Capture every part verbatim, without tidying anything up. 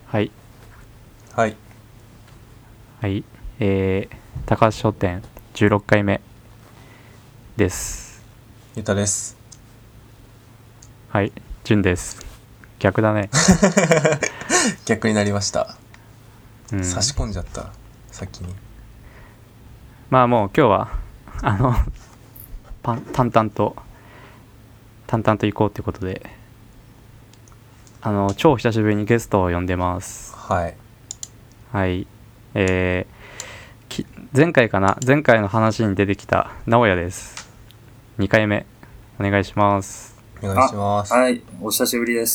はい。 はい。 はい。えー、高橋商店じゅうろっかいめです。 ゆたです。 はい。じゅんです。逆だね。 逆になりました。 うん。 差し込んじゃった。先に。 まあもう今日は、あの、パン淡々と、淡々と行こうということで、あの、超久しぶりにゲストを呼んでます。 はい。 はい。えー、き前回かな前回の話に出てきた直哉です。にかいめお願いします。 お願いします。 はい、お久しぶりです。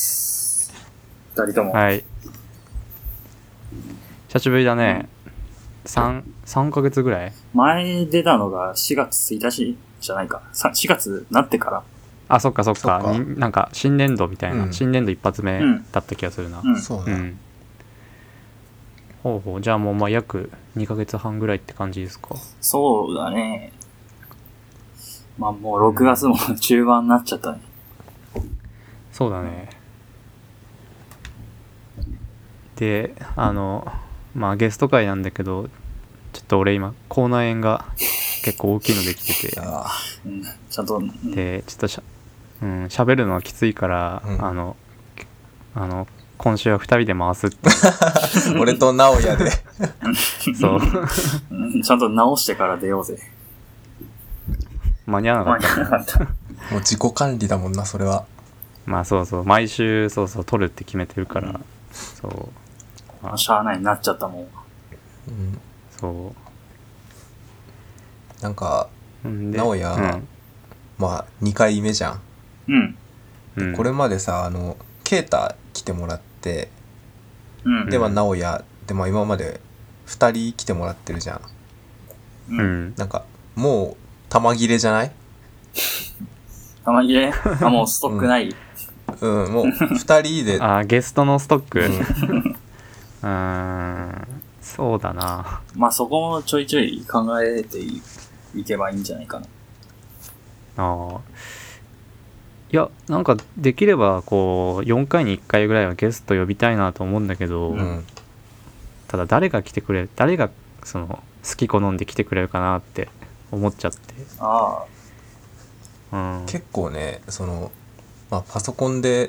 二人とも。 はい。久しぶりだね。三三ヶ月ぐらい。 前出たのがしがつついたちじゃないか。しがつなってから。 あ、そっかそっか。 そっかになんか新年度みたいな、 うん、 新年度一発目だった気がするな。 うん、 そうね。 うん。ほうほう。じゃあもうまあ約にかげつはんぐらいって感じですか。 そうだね。まあもうろくがつも中盤になっちゃったね。 そうだね。で、あの、まあゲスト会なんだけど、ちょっと俺今、口内炎が結構大きいのできてて、 あうん、ちゃんと、うん、 で、ちょっとしゃ、うん、喋るのはきついから、 うんあの、あの、今週はふたりで回すって。 俺と直哉で。 そう。 うんちゃんと直してから出ようぜ。 間に合わなかった。 間に合わなかった。 もう自己管理だもんな、それは。 まあそうそう、毎週そうそう撮るって決めてるから、 うんそう。 まあ、しゃあないになっちゃったもん。 うん。 そなんか、 う。んで、 直哉、 うんまあ、にかいめじゃん。 うん。 うん、 これまでさ、あの、ケータ来てもらって、 うん。 で、まあ、直哉、で、まあ、今までふたり来てもらってるじゃん。 うん。 ううん。 ん、 なんか、もう、玉切れじゃない？ 玉切れあ、もうストックない、 うん、もう、ふたりで、 あ、ゲストのストック。 ううんーん、そうだな。 まあそこもちょいちょい考えて い, いけばいいんじゃないかな。 あいや、なんかできればこうよんかいにいっかいぐらいはゲスト呼びたいなと思うんだけど、 ん。うん。 ただ誰が来てくれる、誰がその好き好んで来てくれるかなって思っちゃって、 あうん、 結構ね、その、まあ、パソコンで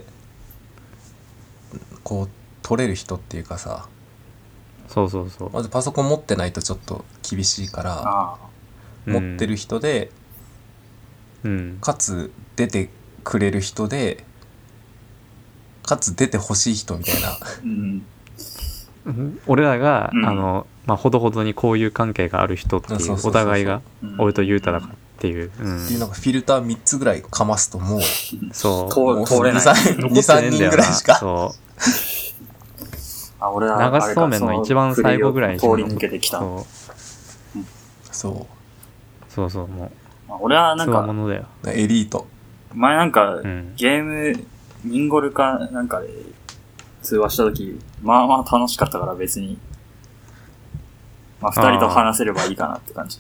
こう撮れる人っていうかさ、 そうそうそう、 まずパソコン持ってないとちょっと厳しいかあ、 ら、 ああ。 うん持ってる人でうんかつ出てくれる人でかつ出てほしい人みたいな。 うん。 うん俺らが、 うんあのまあほどほどに交友関係がある人っていうそうそうそうそうお互いがうん俺と雄太だからっていう、うんっていうのがフィルターみっつぐらいかますともうそうもう通通れない。 に、さんにんぐらいしか。 そうあ、俺は流しそうめんの一番最後ぐらいに通り抜けてきた。 そうそそうそう、もまあ、俺はうつなんか、 わものだよ。 うエリート。 前なんか、 うんゲーム、ミンゴルかなんかで通話したとき、まあまあ楽しかったから別に、まあ二人と話せればいいかなって感じ。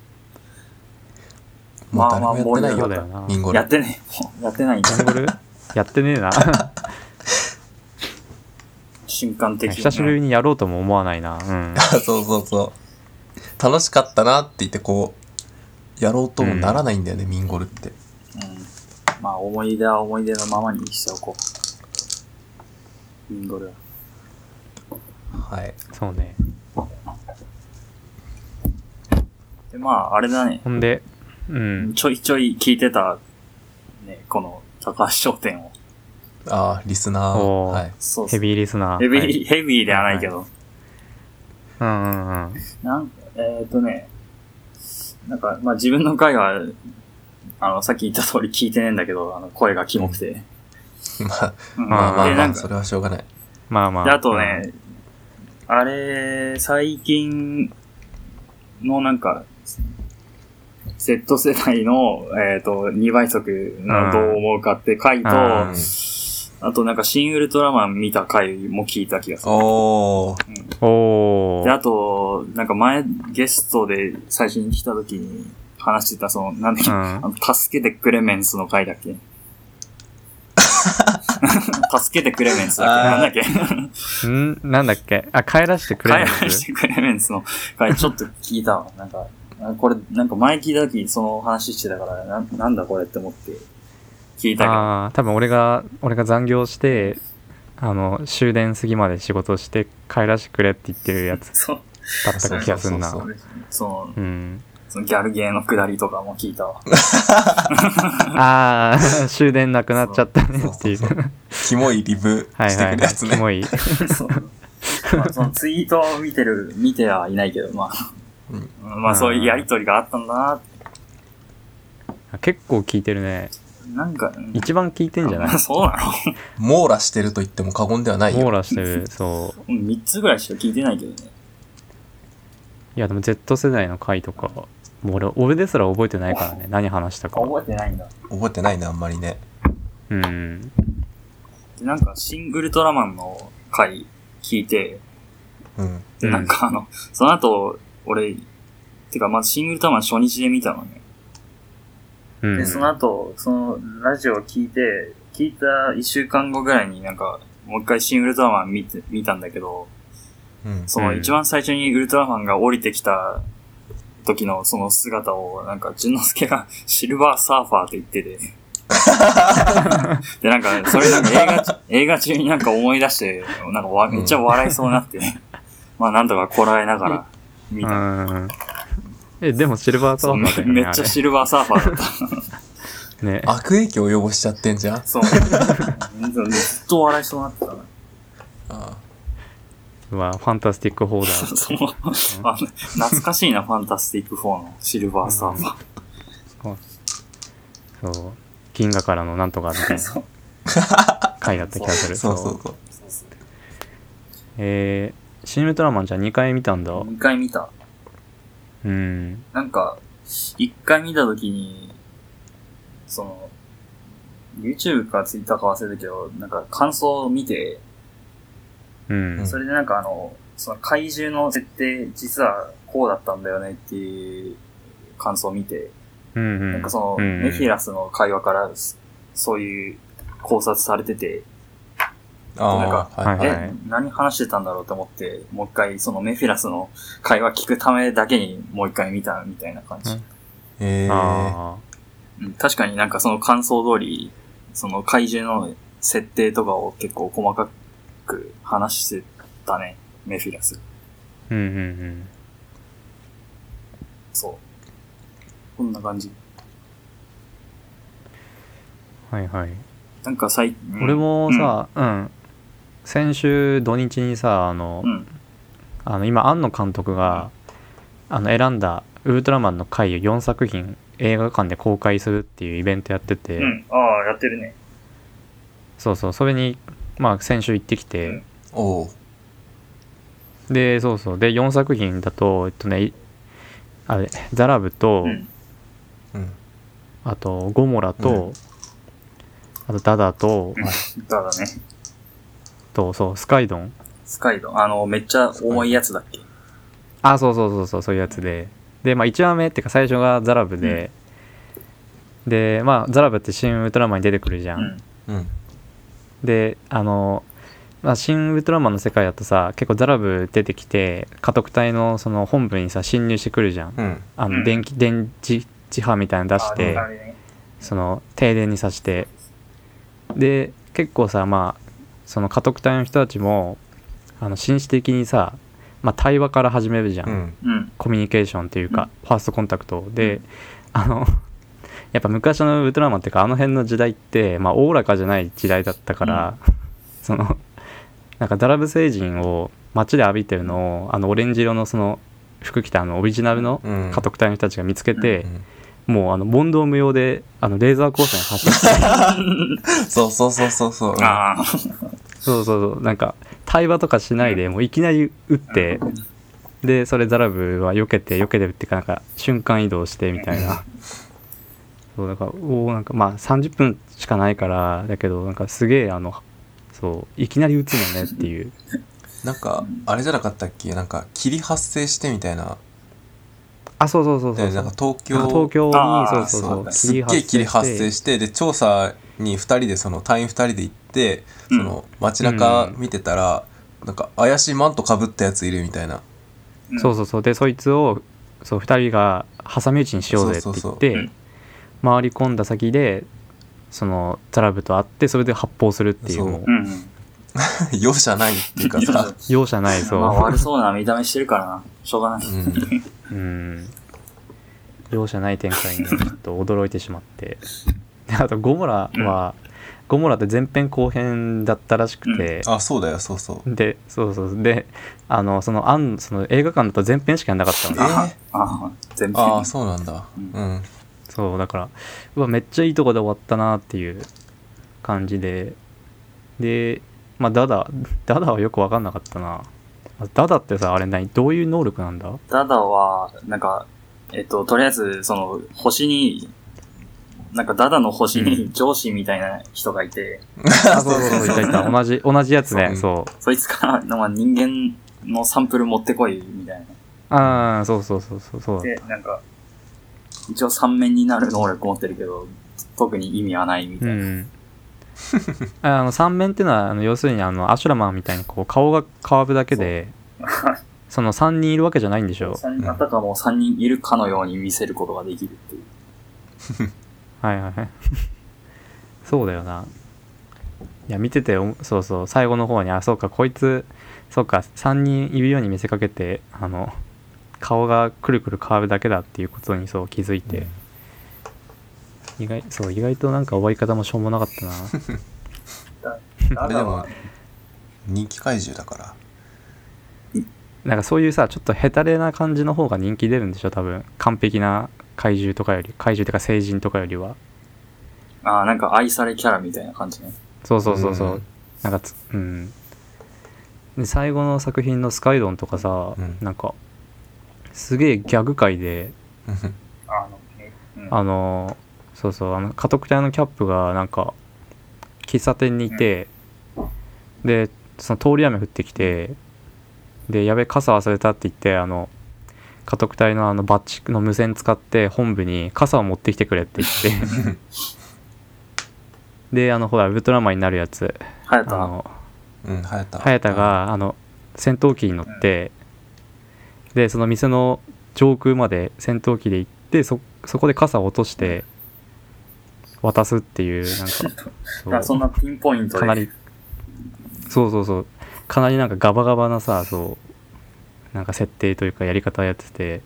もう誰もやってないよそうだよな。 ミンゴルやってねえ。やってないんだ。 モンゴルやってねえな。 瞬間的に、ね。 久しぶりにやろうとも思わないな。うん。 そうそうそう楽しかったなって言ってこうやろうともならないんだよね、ミンゴルって。 うん。まあ思い出は思い出のままにしておこう。ミンゴルは。 はい。 そうね。 で、まああれだね。 ほんで、うん。 ちょいちょい聞いてた、ね、この高橋商店を。 ああ、リスナー。 おーはい。 そうそうヘビーリスナー。 ヘビー、 はいヘビーではないけど。 うんうんうん。 なんえっ、ー、とね、なんか、まあ、自分の回は、あの、さっき言った通り聞いてねえんだけど、あの、声がキモくて。 まあ、 うんまあまあまあ、 でなんかそれはしょうがない。 まあまあ。 で、あとね、あれ、最近のなんか、Z 世代の、えっ、と、にばい速のどう思うかって回と、 うんあとなんか、新ウルトラマン見た回も聞いた気がする。 おー。 で、 おー。 あと、なんか前ゲストで最初に来た時に話してた、その、なんだっけ、 うんあの助けてクレメンスの回だっけ助けてクレメンスだっけなんだっけんなんだっけあ、帰らしてくれる帰らしてクレメンスの回ちょっと聞いたわ。なんか、これ、なんか前聞いた時その話してたから、ななんだこれって思って聞いたけど。 ああ、多分俺が、俺が残業して、あの、終電過ぎまで仕事して帰らしてくれって言ってるやつそう。 だった気がするな。 そうそうその、 うん。 そのギャルゲーの下りとかも聞いたわ。 ああ、終電なくなっちゃったねっていう。 そうそうそうキモいリブしてくるやつね。 キモい。 そう。まあ、そのツイートを見てる、見てはいないけど、まあ、 うん、 まあそういうやりとりがあったんだな。 結構聞いてるね。 なんか、 一番聞いてんじゃないそうな網羅してると言っても過言ではないよ。 網羅してる、そう。 のみっつぐらいしか聞いてないけどね。 いやでも Z 世代の回とか、もう俺、俺ですら覚えてないからね、何話したか。 覚えてないんだ。 覚えてないね、あんまりね。 うん。 でなんか、シン・ウルトラマンの回聞いて、 うん。 で、なんかあの、その後、俺、てか、まずシン・ウルトラマン初日で見たのね。 うん。 で、その後、その、ラジオを聞いて、聞いた一週間後ぐらいになんか、もう一回シン・ウルトラマン見て、見たんだけど、 うん。 その一番最初にウルトラマンが降りてきた時のその姿を、なんか、淳之介がシルバーサーファーって言ってて、で、なんか、それなんか映画、映画中になんか思い出して、なんかわめっちゃ笑いそうになって、まあなんとかこらえながら見た。 うん。え、でもシルバーサーファーだよね。 めっちゃシルバーサーファーだった。 あれね。 悪影響を及ぼしちゃってんじゃん。 そう。ずっと笑いそうになってたな。 あうわ、ファンタスティックホーダー。 そう。あ懐かしいな、ファンタスティックフォーのシルバーサーファー。 そう。銀河からのなんとかみたいなそう回だった気がする。 そうそうそう。 えー、シン・ウルトラマンじゃあにかい見たんだ。 にかい見た。 うん。 なんか、いっかい見たときに、その、YouTube か Twitter か忘れたけど、なんか感想を見て、 うん。 それでなんかあの、その怪獣の設定、実はこうだったんだよねっていう感想を見て、 うんうん。 なんかその、 うんうんメフィラスの会話から、そういう考察されてて、 あなんかあ、はいはい。 はいえ、何話してたんだろうと思って、もう一回そのメフィラスの会話聞くためだけにもう一回見たみたいな感じ。 うんえー、 あうん、確かになんかその感想通り、その怪獣の設定とかを結構細かく話してたね、メフィラス。 あ。うんうんうん。 そう。こんな感じ。 はいはい。 なんか最、うん俺もさ、うん。先週土日にさ、あの、 うん、うん。 あの今庵野監督があの選んだウルトラマンの回をよんさく品映画館で公開するっていうイベントやってて、 うん。ああ、やってるね。 そうそう、それにまあ先週行ってきて、 うんおう。 でそうそうでよんさく品だとえっとねあれザラブと、 うん。 うん。 あとゴモラと、 うあとダダと、 だだね。 とそうスカイドン、 スカイド。あの、めっちゃ重いやつだっけ？ あそうそうそうそうそういうやつで、でまあいちわめっていうか最初がザラブで、でまあザラブって新ウルトラマンに出てくるじゃん、 うん。 うん。 であの、まあ、新ウルトラマンの世界だとさ結構ザラブ出てきて家督隊のその本部にさ侵入してくるじゃん、 うん。 あうんの電気電磁磁波みたいなの出してあれね。 その停電にさせて、で結構さまあその家督隊の人たちもあの紳士的にさ、まあ、対話から始めるじゃん、 うん。 うん。 コミュニケーションっていうか、ファーストコンタクトで、あのやっぱ昔のウルトラマンっていうかあの辺の時代ってまあおおらかじゃない時代だったから、そのなんかザラブ星人を街で浴びてるのをあのオレンジ色のその服着たあのオリジナルのうん。 家督隊の人たちが見つけて、 うんもうあの問答無用であのレーザー光線発射してそうそうそうそうそう。 ああ。 そうそうそうなんか対話とかしないでもういきなり撃って、でそれザラブは避けて避けてるっていうかなんか瞬間移動してみたいなそうだからおなんかまあさんじゅっぷんしかないからだけどなんかすげえあのそういきなり撃つのねっていうなんか、あれじゃなかったっけなんか、霧発生してみたいな。 あそうそうそうそうで、なんか東京、 なんか東京にあーそうそうそうすっげえ霧発生して、で、調査に二人で、その隊員二人で行って、その街中見てたら、うん、なんか怪しいマントかぶったやついるみたいな、 うん、そうそうそう。でそいつをそうふたりが挟み撃ちにしようぜって言って、そうそうそう、回り込んだ先でそのザラブと会って、それで発砲するっていう、もう、うん、 容赦ないっていうかさ容赦ない。そう、 まあ、悪そうな見た目してるからな、しょうがない。 うん、うん容赦ない展開にちょっと驚いてしまってであとゴモラは、うん、ゴモラって前編後編だったらしくて、 うん、あそうだよ、そうそうでそうそうであのそのあんその映画館だと前編しかやんなかったので、えー、 あ前編あそうなんだ、うん、うん、 そうだからうわめっちゃいいとこで終わったなっていう感じで、でまあダダダダはよく分かんなかったな。ダダってさ、あれ何どういう能力なんだ？ ダダはなんかえっととりあえずその星になんかダダの星に上司みたいな人がいて、 うん、あそうそうそういたいた同じ同じやつね、そう、そうそいつからの、まあ、人間のサンプル持ってこいみたいな。ああそうそうそうそうそうでなんか一応三面になる能力持ってるけど特に意味はないみたいな。うんあの三面っていうのはあの要するにあのアシュラマンみたいにこう顔が変わるだけで そ, そのさんにんいるわけじゃないんでしょ。 あたかもさんにんいるかのように見せることができるっていうはいはいそうだよな。いや見ててそうそう最後の方にあそうかこいつそうかさんにんいるように見せかけてあの顔がくるくる変わるだけだっていうことにそう気づいて、うん意外そう意外となんか終わり方もしょうもなかったなあれでも人気怪獣だからなんかそういうさちょっとヘタレな感じの方が人気出るんでしょ多分。完璧な怪獣とかより怪獣ってか成人とかよりは。 ああなんか愛されキャラみたいな感じね。 そうそうそうそう、うん、なんかつうんで最後の作品のスカイドンとかさ、うん、なんかすげえギャグ界であの、うん、あのそうそうあの家督隊のキャップがなんか喫茶店にいて、うん、でその通り雨降ってきてでやべ傘忘れたって言ってあの家督隊のあのバッジの無線使って本部に傘を持ってきてくれって言ってであのほらウルトラマンになるやつハヤタあのうんハヤタハヤタがあの戦闘機に乗って、うん、でその店の上空まで戦闘機で行ってそそこで傘を落として渡すっていうなんかそ, そんなピンポイントでかなりそうそうそうかなりなんかガバガバなさそうなんか設定というかやり方やってて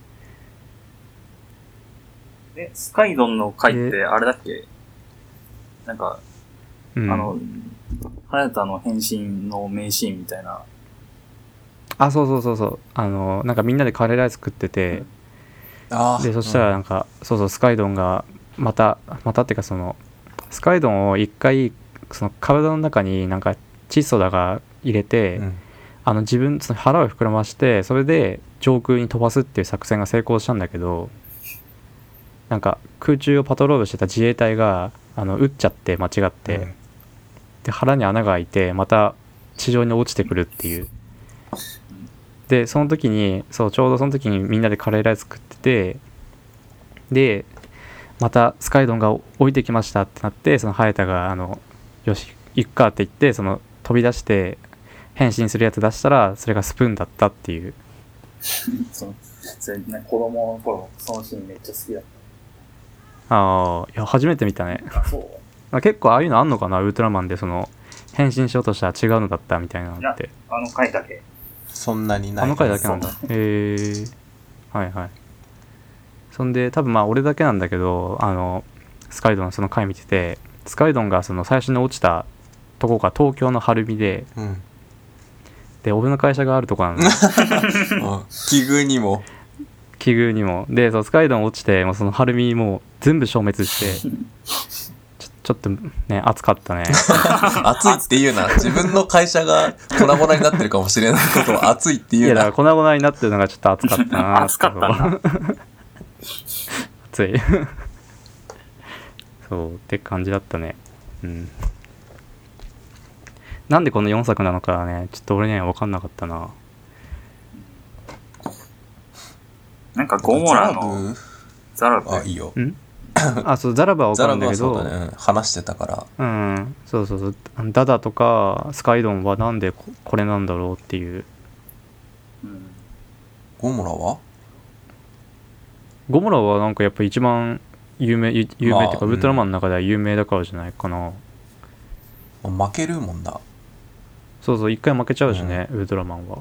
えスカイドンの回ってあれだっけなんか、うん、あのハヤタの変身の名シーンみたいなあそうそうそうそうあのなんかみんなでカレーライス食ってて、うん、あでそしたらなんか、うん、そうそうスカイドンがまたまたっていうかそのスカイドンを一回その体の中になんか窒素だが入れて、うん、あの自分その腹を膨らましてそれで上空に飛ばすっていう作戦が成功したんだけどなんか空中をパトロールしてた自衛隊があの撃っちゃって間違って、うん、で腹に穴が開いてまた地上に落ちてくるっていうでその時にそうちょうどその時にみんなでカレーライス食っててでまたスカイドンが降りてきましたってなってそのハヤタがあのよし行くかって言ってその飛び出して変身するやつ出したらそれがスプーンだったっていうそそれ、ね、子供の頃そのシーンめっちゃ好きだった。 ああいや初めて見たね。 あそう結構ああいうのあんのかなウルトラマンでその変身しようとしたら違うのだったみたいなのって。 あの回だけそんなにない。 あの回だけなんだ。へえー、はいはい。そんで多分まあ俺だけなんだけどあのスカイドンのその回見ててスカイドンがその最初に落ちたとこが東京の晴海で、うん、で俺の会社があるとこなの奇遇にも奇遇にもでそうスカイドン落ちてもうその晴海もう全部消滅してちょ、ちょっとね暑かったね暑いって言うな自分の会社が粉々になってるかもしれないことを暑いって言うな。 いやだから粉々になってるのがちょっと暑かったな暑かったな暑いそうって感じだったね。うんなんでこのよんさくなのかねちょっと俺には分かんなかったな。 なんかゴモラのザラブあいいよんあ、そう、ザラバは分ザラブはかるんだけど、 そうだね、うん、話してたから。 うん、そうそうそう、ダダとかスカイドンはなんでここれなんだろうっていう。 うん。 ゴモラはゴモラはなんかやっぱ一番有名、有有名っていうか、 まあウルトラマンの中では有名だからじゃないかな。 まあ負けるもんだ。 そうそう、一回負けちゃうしね、ウルトラマンは。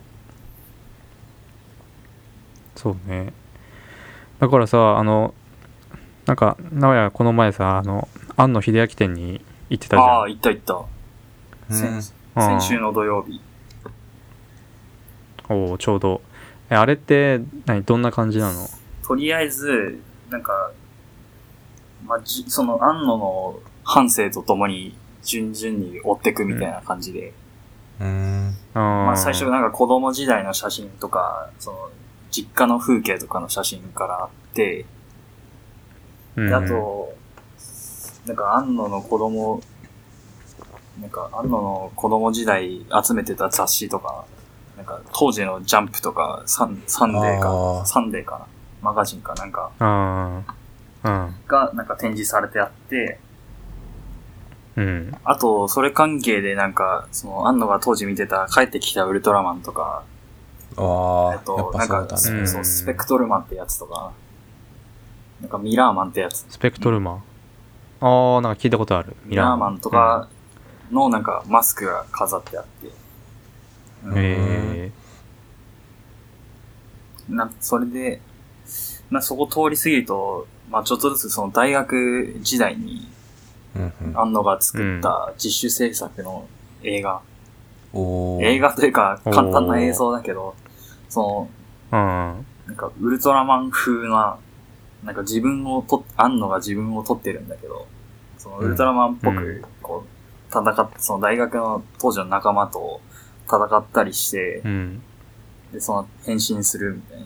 そうね。だからさ、あの、なんか、直哉この前さ、あの、庵野秀明店に行ってたじゃん。 ああ、行った行った。 うん先先週の土曜日。 おお、ちょうど。え、あれって、何、どんな感じなの？ とりあえず、なんか、まあ、じその、安野の半生とともに、順々に追ってくみたいな感じで、 うーん。 あまあ、最初なんか子供時代の写真とか、その、実家の風景とかの写真からあって、で、あと、なんか、安野の子供、なんか、安野の子供時代集めてた雑誌とか、なんか、当時のジャンプとか、サン、サンデーあか、 ーサンデーかな、マガジンかなんか、 ああ、うん。 が、なんか展示されてあって、 うん。 あと、それ関係でなんか、その、安野が当時見てた帰ってきたウルトラマンとか、 ああ、 えっとやっぱなんかそうだね。 うんそう、スペクトルマンってやつとか、なんかミラーマンってやつ。 スペクトルマン。ああ、なんか聞いたことある。 ミラーマンとかのなんかマスクが飾ってあって。 うん。へえ。 な、それで、まあ、そこ通り過ぎると、まあ、ちょっとずつその大学時代にうんうん。 安野が作った自主制作の映画。 おー映画というか簡単な映像だけど、その、 うん。 なんかウルトラマン風な、なんか自分をと、安野が自分を撮ってるんだけど、そのウルトラマンっぽうんく、こう、戦って、その大学の当時の仲間と戦ったりして、 うん。 で、その変身するみたいな。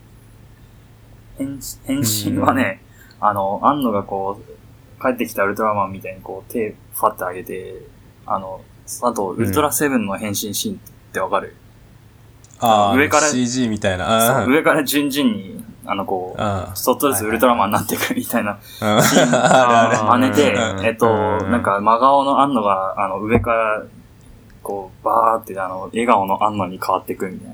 変、変身はね、あの、安野がこう、帰ってきたウルトラマンみたいにこう手ファって上げて、あの、あと、ウルトラセブンの変身シーンってわかる？ ああ、 上からシージー みたいな。 そううん。 上から順々に、あの、こう、 あちょっとずつウルトラマンになっていくみたいなあ、あるある。 真似でう、んえっと、 うんなんか真顔の安野が、あの、上から、こう、バーって、あの、笑顔の安野に変わっていくみたいな。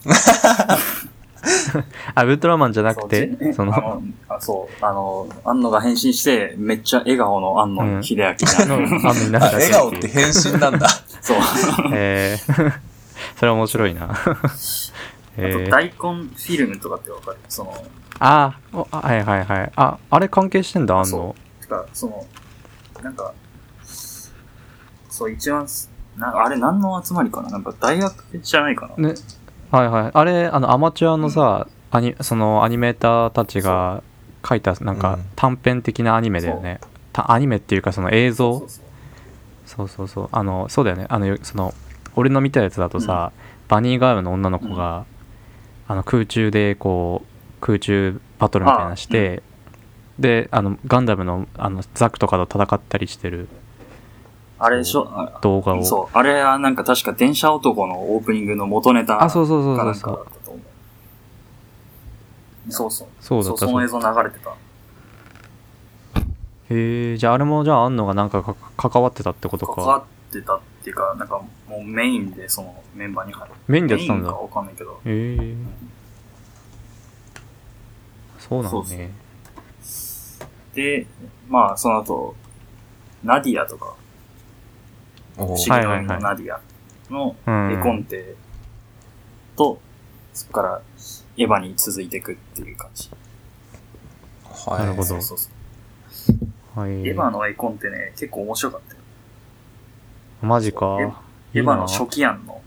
あ、ウルトラマンじゃなくて、 そうその、 あのあそう、あの、安野が変身して、めっちゃ笑顔の安野秀明のになる。 あのになったあ笑顔って変身なんだ。 そう。 えー、それは面白いな。 あえー、 と、大根フィルムとかってわかる？その、 あーおあ、はいはいはい。あ、あれ関係してんだ、あんその。 う。てか、その、なんか、そう、一番す、なあれ何の集まりかな？なんか大学じゃないかな？ ね、はいはい。あれ、あの、アマチュアのさ、アニそのアニメーターたちが書いた、なんかうん短編的なアニメだよね。たアニメっていうか、その映像。 そうそうそうそうそう。あの、そうだよね。あの、その、俺の見たやつだとさ、バニーガールの女の子が、あの、空中でこう、空中バトルみたいなして、で、あの、ガンダムの、あの、ザクとかと戦ったりしてるあれでしょ？あ動画を。 そう。あれはなんか確か電車男のオープニングの元ネタかあ、そうそうそうなそうそう。 んかだったと思う。そうそう。 そうだったその映像流れてた。 へえ、じゃああれもじゃあ、あんのがなんかか関わってたってこと関わか。 ってたっていうか、なんかもうメインでそのメンバーに入る。 メインでやってたんだメインか。わかんないけど。 へえ。そうなのそうね。 で、まあその後、ナディアとか、 おーシグノミのナディアのうん。 絵コンテと、そこからエヴァに続いていくっていう感じ。 はい。 なるほどそうそうそう。 はい。 エヴァの絵コンテね、結構面白かったよ。 マジか。 エいいなエヴァの初期案の、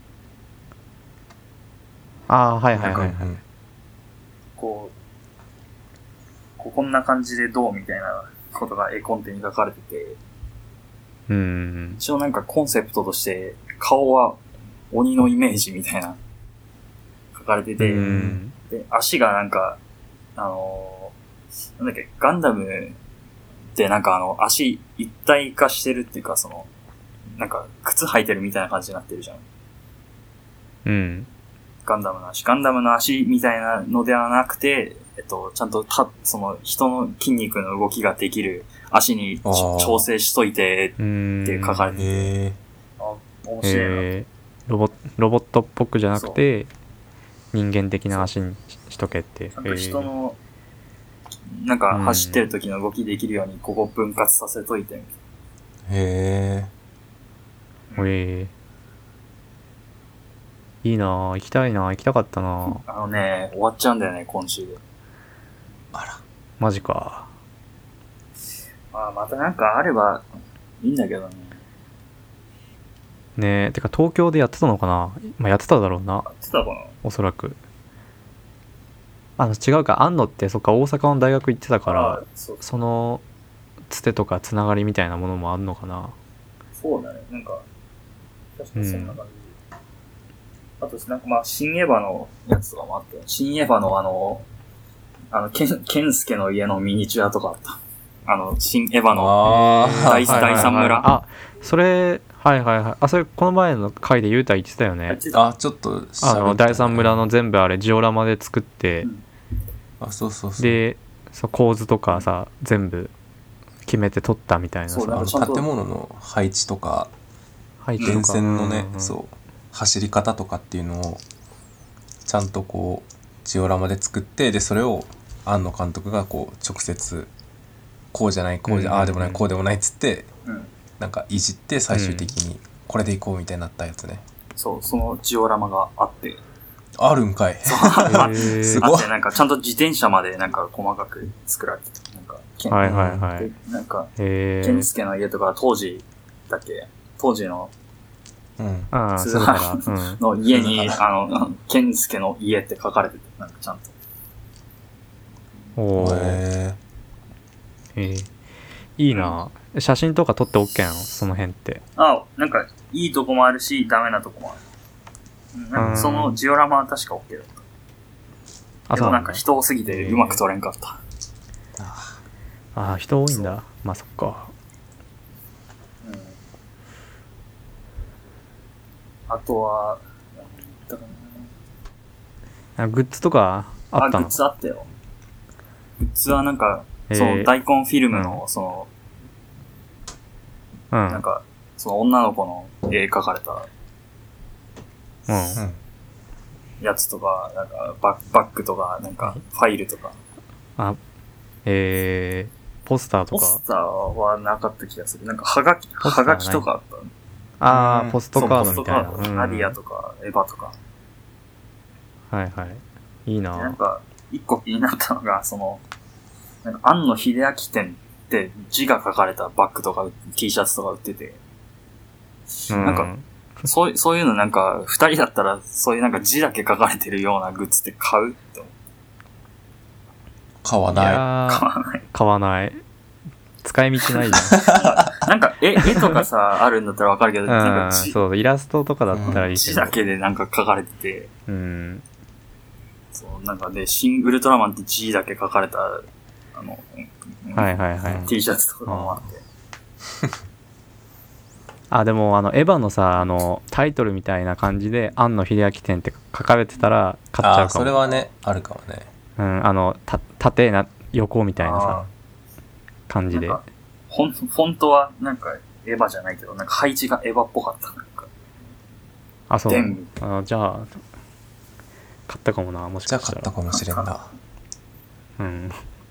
ああ、はいはいはい。 うんこう、ここんな感じでどうみたいなことが絵コンテに書かれてて、 うん。 一応なんかコンセプトとして、顔は鬼のイメージみたいな、書かれてて、 うん。 で、足がなんか、あのーなんだっけ、ガンダムってなんかあの、足一体化してるっていうか、その、なんか、靴履いてるみたいな感じになってるじゃん。 うん。 ガンダムの足。ガンダムの足みたいなのではなくて、えっと、ちゃんとた、その人の筋肉の動きができる足にあー調整しといてってうーんいう書かれてて、 へえ。 あ面白いな。 えー、ロボロボットっぽくじゃなくて人間的な足にししとけってちゃんと人の、なんか走ってる時の動きできるようにここ分割させといてみたいへえ。 えー、えー、いいなぁ、行きたいなぁ、行きたかったなぁ。 な。あのね、終わっちゃうんだよね、今週で。 あら。 マジか。 まあ、またなんかあればいいんだけどね。 ねえ、てか東京でやってたのかな。まあ、やってただろうな、 やってたかな。 おそらく。あの違うか、安野ってそっか大阪の大学行ってたからあ、そうそのつてとかつながりみたいなものもあるのかな。 そうだね。なんか、確かにそんな感じ。あと、なんかまあ、新エヴァのやつとかもあって、新エヴァのあの、あの、ケン、ケンスケの家のミニチュアとかあった。あの、新エヴァのあ第あ。 第三村。 あ、それはいはいはい。あ、それこの前の回でゆうた言ってたよね。 あ、ちょっと喋ったね、 あの第三村の全部あれジオラマで作って、 うんあ、そうそうそう。 でそう構図とかさ全部決めて撮ったみたいなさ、 そうだあのちゃんと建物の配置とか配置とか電線のね、 うんうんそう走り方とかっていうのをちゃんとこうジオラマで作って、でそれを庵野監督がこう直接こうじゃないこうじゃ、 うんうんうんああでもないこうでもないっつってうん。 なんかいじって最終的にこれでいこうみたいになったやつね。 そう、そのジオラマがあって。 あるんかい。 へーすごいあって、なんかちゃんと自転車までなんか細かく作られてた。なんか、ケンはいはいはい。 でなんか、 へケンスケの家とか当時だっけ当時のうん。 ああ、 鈴そうだ原から、うん。 の家に、 鈴あの、ケンスケの家って書かれてて、なんかちゃんと。 おー、 へえー、いいな。写真とか撮って OK なのその辺って。 あ、なんか、いいとこもあるし、ダメなとこもある。うんなんかそのジオラマは確か OK だった。 あ、 でそうなんだ。 もなんか人多すぎてうまく撮れんかった。 ああ、人多いんだ。まあそっか。 うん。あとは、何言ったかなあグッズとかあったあ、グのッズあったよ。グッズはなんか、 へーその大根フィルムの、その、 うん。 なんか、その女の子の絵描かれたうん。 え。うん。 やつとか、なんかバッ、バッグとか、なんか、ファイルとか。 あ、えー、ポスターとかポス。ターはなかった気がする。なんか、はがき、 ポスターないはがきとかあった。 ああ、 うんポストカードみたいな。 そうポストカードうんアディアとか、エヴァとか。 はいはい。いいな。 でなんか、一個気になったのが、その、なんか、庵野秀明店って字が書かれたバッグとか T シャツとか売ってて、 うん、 なんかそういう、そういうのなんか、二人だったら、そういうなんか字だけ書かれてるようなグッズって買うって思う。 い買わない。 やー買わない。 買わない。使い道ないじゃなんか、絵、絵とかさ、あるんだったらわかるけど、 ん。 なんうん、 か字、 そう、イラストとかだったらいいけど。 字だけでなんか書かれてて、 うん。 そう、なんかで、新ウルトラマンって字だけ書かれた、あの、うんはいはいはい。 T シャツとかもあって。 あ、でもあのエヴァのさ、あのタイトルみたいな感じで庵野秀明店って書かれてたら買っちゃああ、 うかも。 それはね、あるかもね。 うん、あのた縦な横みたいなさ感じで。 なんかフォンフォントはなんかエヴァじゃないけど、なんか配置がエヴァっぽかった。なんかあ、そう。 全部あ、じゃあ買ったかもな、もしじゃかしたら。 あ買ったかもしれんな。 うん。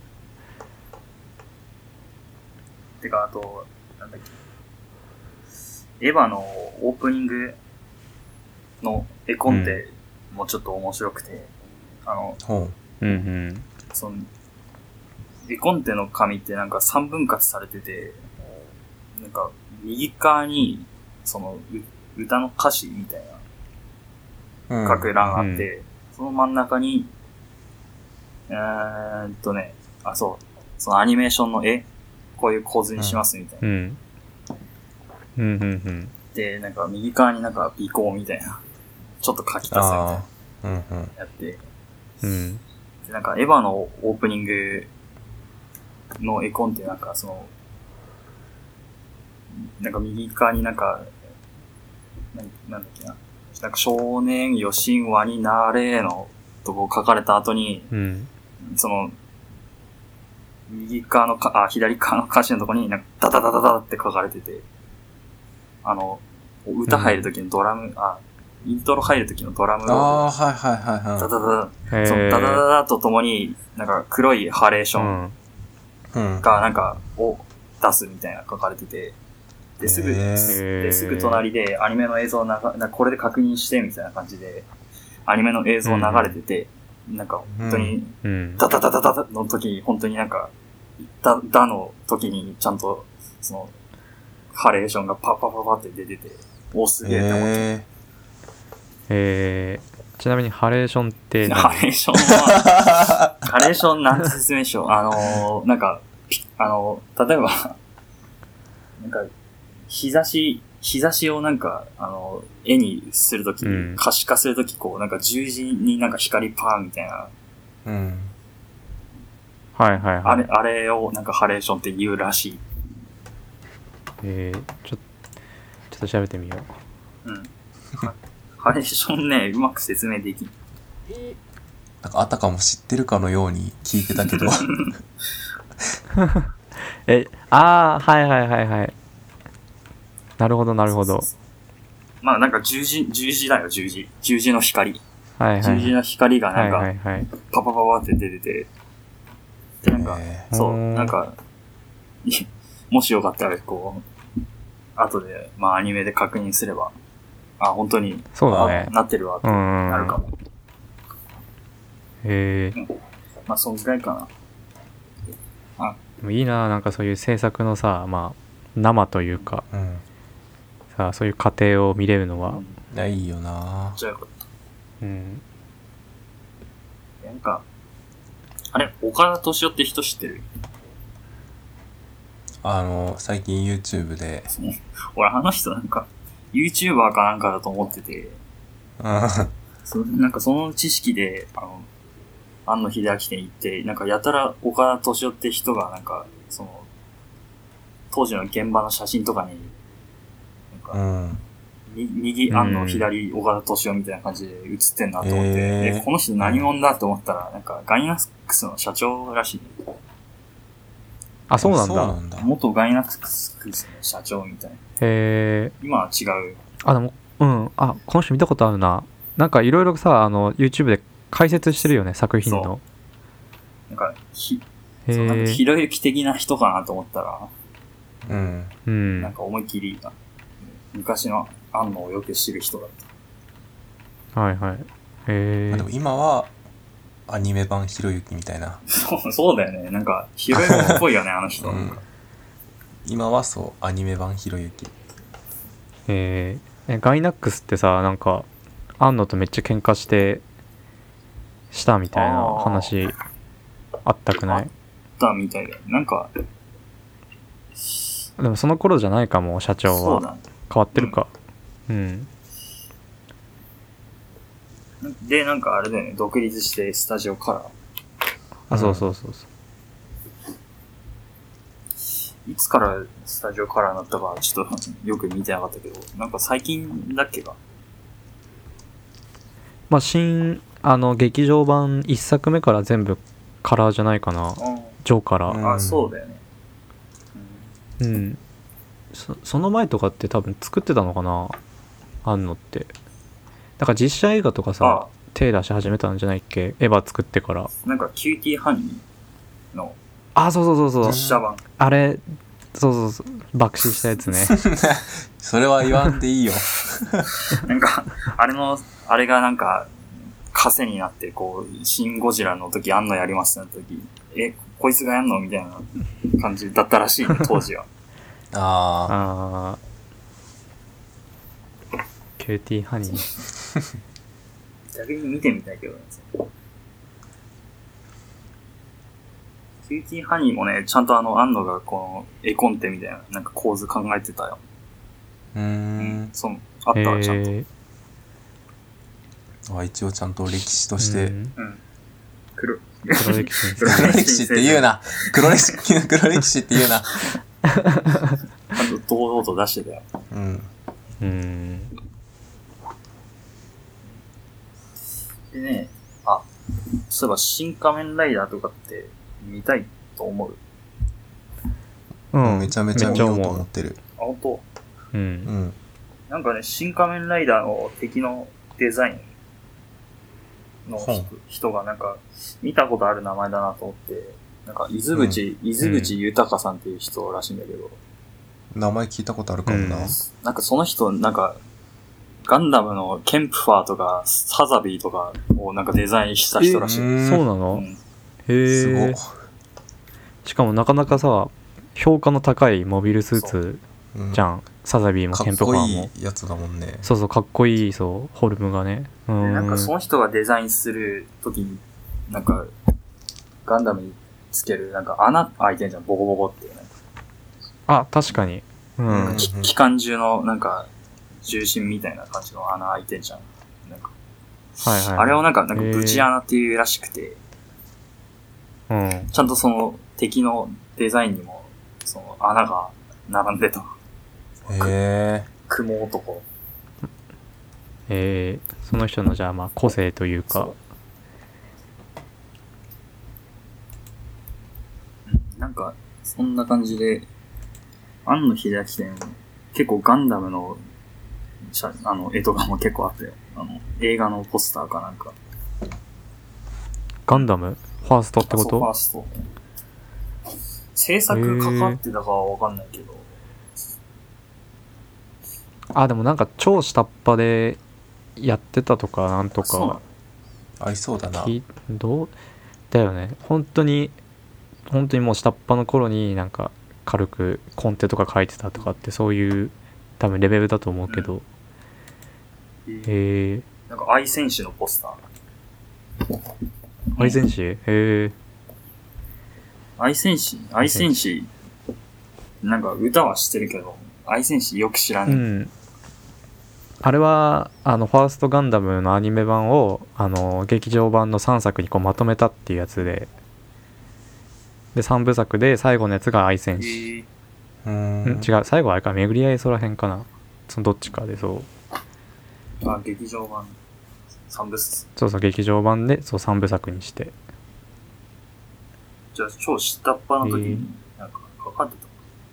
てか、あと、なんだっけ。エヴァのオープニングの絵コンテもちょっと面白くて、あの、 ほうんうん。 その、絵コンテの紙ってなんか三分割されてて、なんか右側に、その、う歌の歌詞みたいう。うんな書く欄があって、その真ん中に、えーっとね、あ、そう、そのアニメーションの絵、こういう構図にしますみたいな。 うん。うんうんうん。 で、なんか右側になんか尾行みたいな、ちょっと書き足すみたいなああ。うんうん。 やって、 うん。 でなんかエヴァのオープニングの絵コンってなんかその、なんか右側になんか、なんなんだっけな、 なんか少年よ神話になれのとこ書かれた後に、 うん。 その、右側のか、あ、左側の歌詞のとこに、なんか、ダダダダダって書かれてて、あの、歌入るときのドラム、うん、あ、イントロ入るときのドラムを、ああ、はいはいはいはい。 ダダダダ、そのダダダダとともに、なんか黒いハレーションがなんか、を出すみたいな書かれてて、で、すぐ、で、すぐ隣でアニメの映像をなが、なんかこれで確認してみたいな感じで、アニメの映像流れてて、うん、なんか本当に、ダダダダダダの時に、本当になんか、ダ、ダの時にちゃんと、その、ハレーションがパッパッパッパって出てて、お、すげえって思って。 えー、ちなみにハレーションってハレーションは、ハレーションなんて説明しよう。あのー、なんか、あのー、例えば、なんか、日差し、日差しをなんか、あの、絵にするとき、うん、可視化するとき、こう、なんか十字になんか光パーンみたいな。 うん。 はいはいはい。 あれ、あれをなんかハレーションって言うらしい。 えー、ちょ、ちょっと調べてみよう。うん。ハレーションね、うまく説明できん。 なんかあたかも知ってるかのように聞いてたけど。 え、ああ、はいはいはいはい。なるほどなるほど。そうそうそう、 まあなんか十字、十字だよ、十字。十字の光。 はいはい。 十字の光がなんか、 はいはいはい、 パパパパって出てて、でなんか、そう、なんか、もしよかったらこう、後で、まあアニメで確認すれば、あ、本当に、 そうだね。 なってるわってなるかも。 へえ、 うん。まあそんぐらいかな。あ、 でもいいな、なんかそういう制作のさ、まあ、生というか、 うん、 さあそういう過程を見れるのは、うん、 いやいいよな。 じゃあよかった。 うん。 なんか、あれ、岡田敏夫って人知ってる？ あの、最近 YouTube で。 俺あの人なんか、YouTuber かなんかだと思ってて、そなんかその知識で、あの、庵野秀明店行って、なんかやたら岡田敏夫って人がなんか、その、当時の現場の写真とかに、なんか、 うん、 右庵野、左岡田敏夫みたいな感じで写ってんなと思って、えー、この人何者だと思ったら、なんかガイナックスの社長らしい。 あ、そうなんだ。 そうなんだ。 元ガイナックスの社長みたいな。 へー。 今は違う。 あ、でも、うん。あ、この人見たことあるな。なんかいろいろさ、あの、YouTube で解説してるよね、作品の。 なんか、ひ、そうなんかひろゆき的な人かなと思ったら、 うん。 うん。 なんか思いっきり、昔の庵野をよく知る人だった。 はいはい。へー。 でも今は、アニメ版ひろゆきみたいな。 そう、そうだよね。なんか、ひろゆきっぽいよね、あの人。うん、 今はそう、アニメ版ひろゆき。 えー、え、ガイナックスってさ、なんか、庵野とめっちゃ喧嘩して、したみたいな話、あったくない？ あったみたいだよ。なんか、 でもその頃じゃないかも、社長は。 そうだね。 変わってるか。うん。うんで、なんかあれだよね、独立してスタジオカラー。 あ、そうそうそうそう。 いつからスタジオカラーになったかちょっとよく見てなかったけど、なんか最近だっけか。 まあ、新、あの、劇場版いっさくめから全部カラーじゃないかな。ジョーカラー。 あ、そうだよね。 うん。うん、そ, その前とかって多分作ってたのかな、あんのって。なんか実写映画とかさ、手出し始めたんじゃないっけ、エヴァ作ってから。 なんかキューティーハニーの。 あ、そうそうそうそう。 実写版。 あれ、そうそうそう、爆死したやつね。 それは言わんでいいよ。 なんか、あれの、あれがなんか、枷になって、こう、シン・ゴジラの時あんのやりますってなった時、え、こいつがやんのみたいな感じだったらしいね、当時は。 ああ。キューティーハニー。 逆に見てみたいけどね。キューティーハニーもね、ちゃんとあの、安野がこの、絵コンテみたいな、なんか構図考えてたよ。 うーん。うん、 そう、あったわ、ちゃんと。あ、一応ちゃんと歴史として。うん。 うん、黒、 黒歴史。 黒歴史って言うな。黒歴史、黒歴史って言うな。 ちゃんと堂々と出してたよ。 うん。 うん。 でね、あ、そういえば新仮面ライダーとかって見たいと思う。 うんめちゃめちゃ見ようと思ってる。 あ、本当。 ううんん。 なんかね、新仮面ライダーの敵のデザインのほう人人がなんか、見たことある名前だなと思って、なんか、伊豆口、伊豆口豊さんっていう人らしいんだけど、 名前聞いたことあるかもな。 うんなんかその人、なんか、ガンダムのケンプファーとか、サザビーとかをなんかデザインした人らしい。 えそうなの、 うんへすごえ。しかもなかなかさ評価の高いモビルスーツうんじゃん、サザビーもかっケンプファこーもいいやつだもんね。 そうそうかっこいい、そうフォルムがねうでんなんかその人がデザインするときに、なんか、ガンダムにつける、なんか穴開いてんじゃん、ボコボコっていうね。 あ確かにうん、 うんき機関銃のなんか、重心みたいな感じの穴開いてんじゃん。なんかはいはいあれをなんか、なんかへーブチ穴っていうらしくて、 うんちゃんとその敵のデザインにも、その穴が並んでた。 へえ。 雲男。 えー、その人のじゃあまあ個性というかそううんなんか、そんな感じで、庵野秀明店、結構ガンダムの、写あの、絵とかも結構あったよ。あの、映画のポスターかなんか。 ガンダムファーストってこあそうファーとスト。制作関わってたかはわかんないけど、 あでもなんか超下っ端でやってたとかなんとかそうなのありそうだな。 きどうだよね本当に本当にもう下っ端の頃になんか軽くコンテとか書いてたとかってそういう多分レベルだと思うけど、へえなんか愛選手のポスター。 愛戦士へえ愛戦士愛戦士なんか歌は知ってるけど、愛戦士よく知らない。 うんあれはあのファーストガンダムのアニメ版をあの劇場版のさんさくにこうまとめたっていうやつででさんぶさくで最後のやつが愛戦士、 うーんん。 違う最後はあれか巡り合い空編かなそのどっちかでそうあ、劇場版さんぶす。 そうそう劇場版でそうさんぶさくにしてじゃあ超下っ端の時へになんかかかって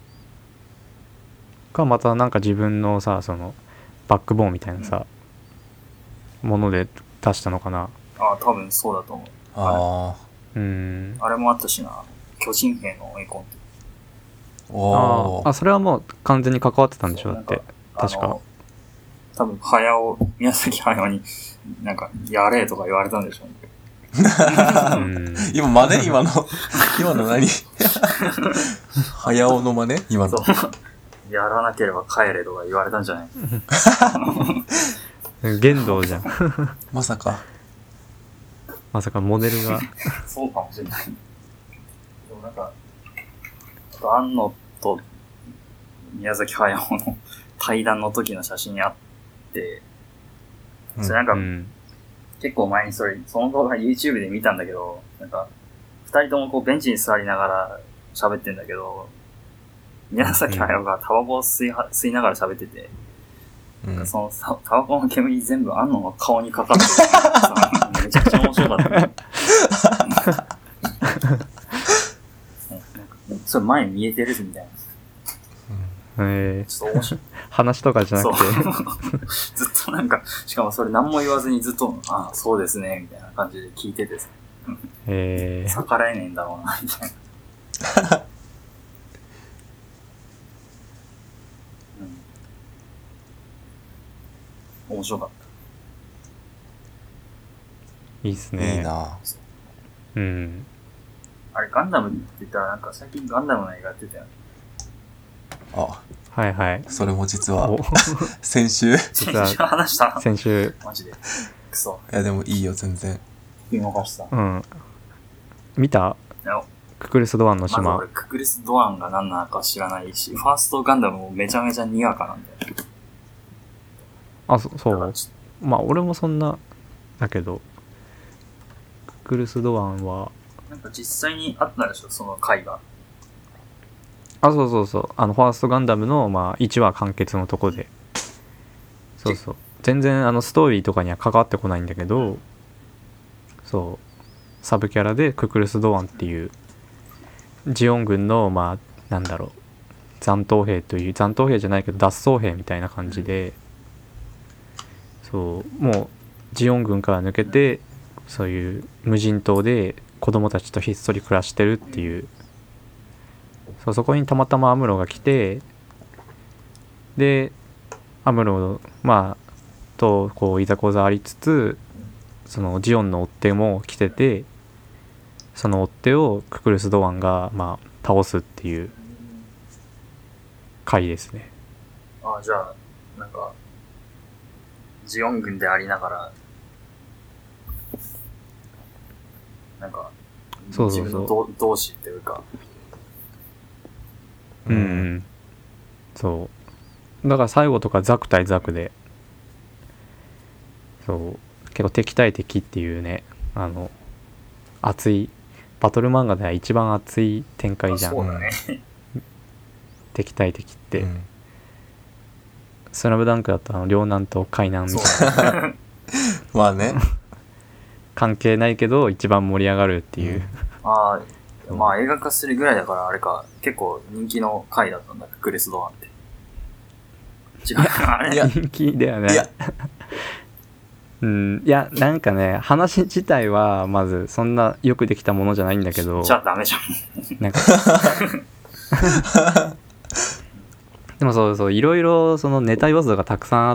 た。 かまたなんか自分のさそのバックボーンみたいなさ、もので出したのかなあ、多分そうだと思う。 あうーんあれもあったしな。巨人兵の絵コンテ。 あ。おー。 ああそれはもう完全に関わってたんでしょだってなん確かあの多分、早尾、宮崎駿に、なんか、やれとか言われたんでしょうね。 うん今真似今の、今の何早尾の真似今の。 そう。やらなければ帰れとか言われたんじゃない？ 玄道じゃんまさか。 まさかモデルがそうかもしれない。でもなんか、庵野と宮崎駿の対談の時の写真あって、 うんそれなんか、 うん結構前にそれ、その動画 YouTube で見たんだけど、なんか、二人ともこうベンチに座りながら喋ってんだけど、宮崎駿がタバコを吸いは吸いながら喋ってて、 うん。 そのタタバコの煙全部庵野の顔にかかってるさめちゃくちゃ面白かった、ね。うんなんかそれ前見えてるみたいな。 えー、 ちょっと面白い。 話とかじゃなそうくて。 ずっとなんか、しかもそれ何も言わずにずっと、ああ、そうですね、みたいな感じで聞いててさ、 えー、 逆らえねえんだろうな、みたいな。うん、面白かっいいっすね。 いいなうん。 た。あれ、ガンダムって言ったらなんか最近ガンダムの映画やってたよね。 あ、 はいはい。 それも実はお先週。い実は先週話した先週、 マジで。クソ。 やでもいいよ全然。 見逃した。 うん。見たいやククルス・ドアンのまず島。 俺、ククリス・ドアンが何なのか知らないし、ファーストガンダムもめちゃめちゃにわかなんだよ。 あ、そそう。 だからちまあ、俺もそんな、だけど、ククルス・ドアンは、 なんか実際にあったでしょ、その回が。 あ、そうそうそう。あの、ファーストガンダムの、まあ、いちわ完結のとこで。そうそう。全然、あの、ストーリーとかには関わってこないんだけど、 そうサブキャラでククルス・ドアンっていうジオン軍のまあなんだろう残党兵という残党兵じゃないけど脱走兵みたいな感じで、そうもうジオン軍から抜けてそういう無人島で子供たちとひっそり暮らしてるっていう、そうそこにたまたまアムロが来て、でアムロまあとこういざこざありつつ、そのジオンの追っ手も来てて、その追っ手をククルス・ドアンがまあ倒すっていう回ですね。 ああ、じゃあ、なんか、ジオン軍でありながら、なんか、 そうそうそう自分の同同志っていうか、 うん、うん、そうだから最後とかザク対ザクで、そう結構敵対敵っていうね、あの熱いバトル漫画では一番熱い展開じゃん。 そうだね。 敵対敵って、 うん、 スラムダンクだとあの両南と海南みたいなまあね関係ないけど一番盛り上がるっていう、 ああ、まあ映画化するぐらいだからあれか、結構人気の回だったんだ、ククルス・ドアンって。違う、あれいや人気だよね。 いやうん、いやなんかね話自体はまずそんなよくできたものじゃないんだけど、 じゃあダメじゃん。 なんかでもそうそういろいろそのネタ要素がたくさんあって、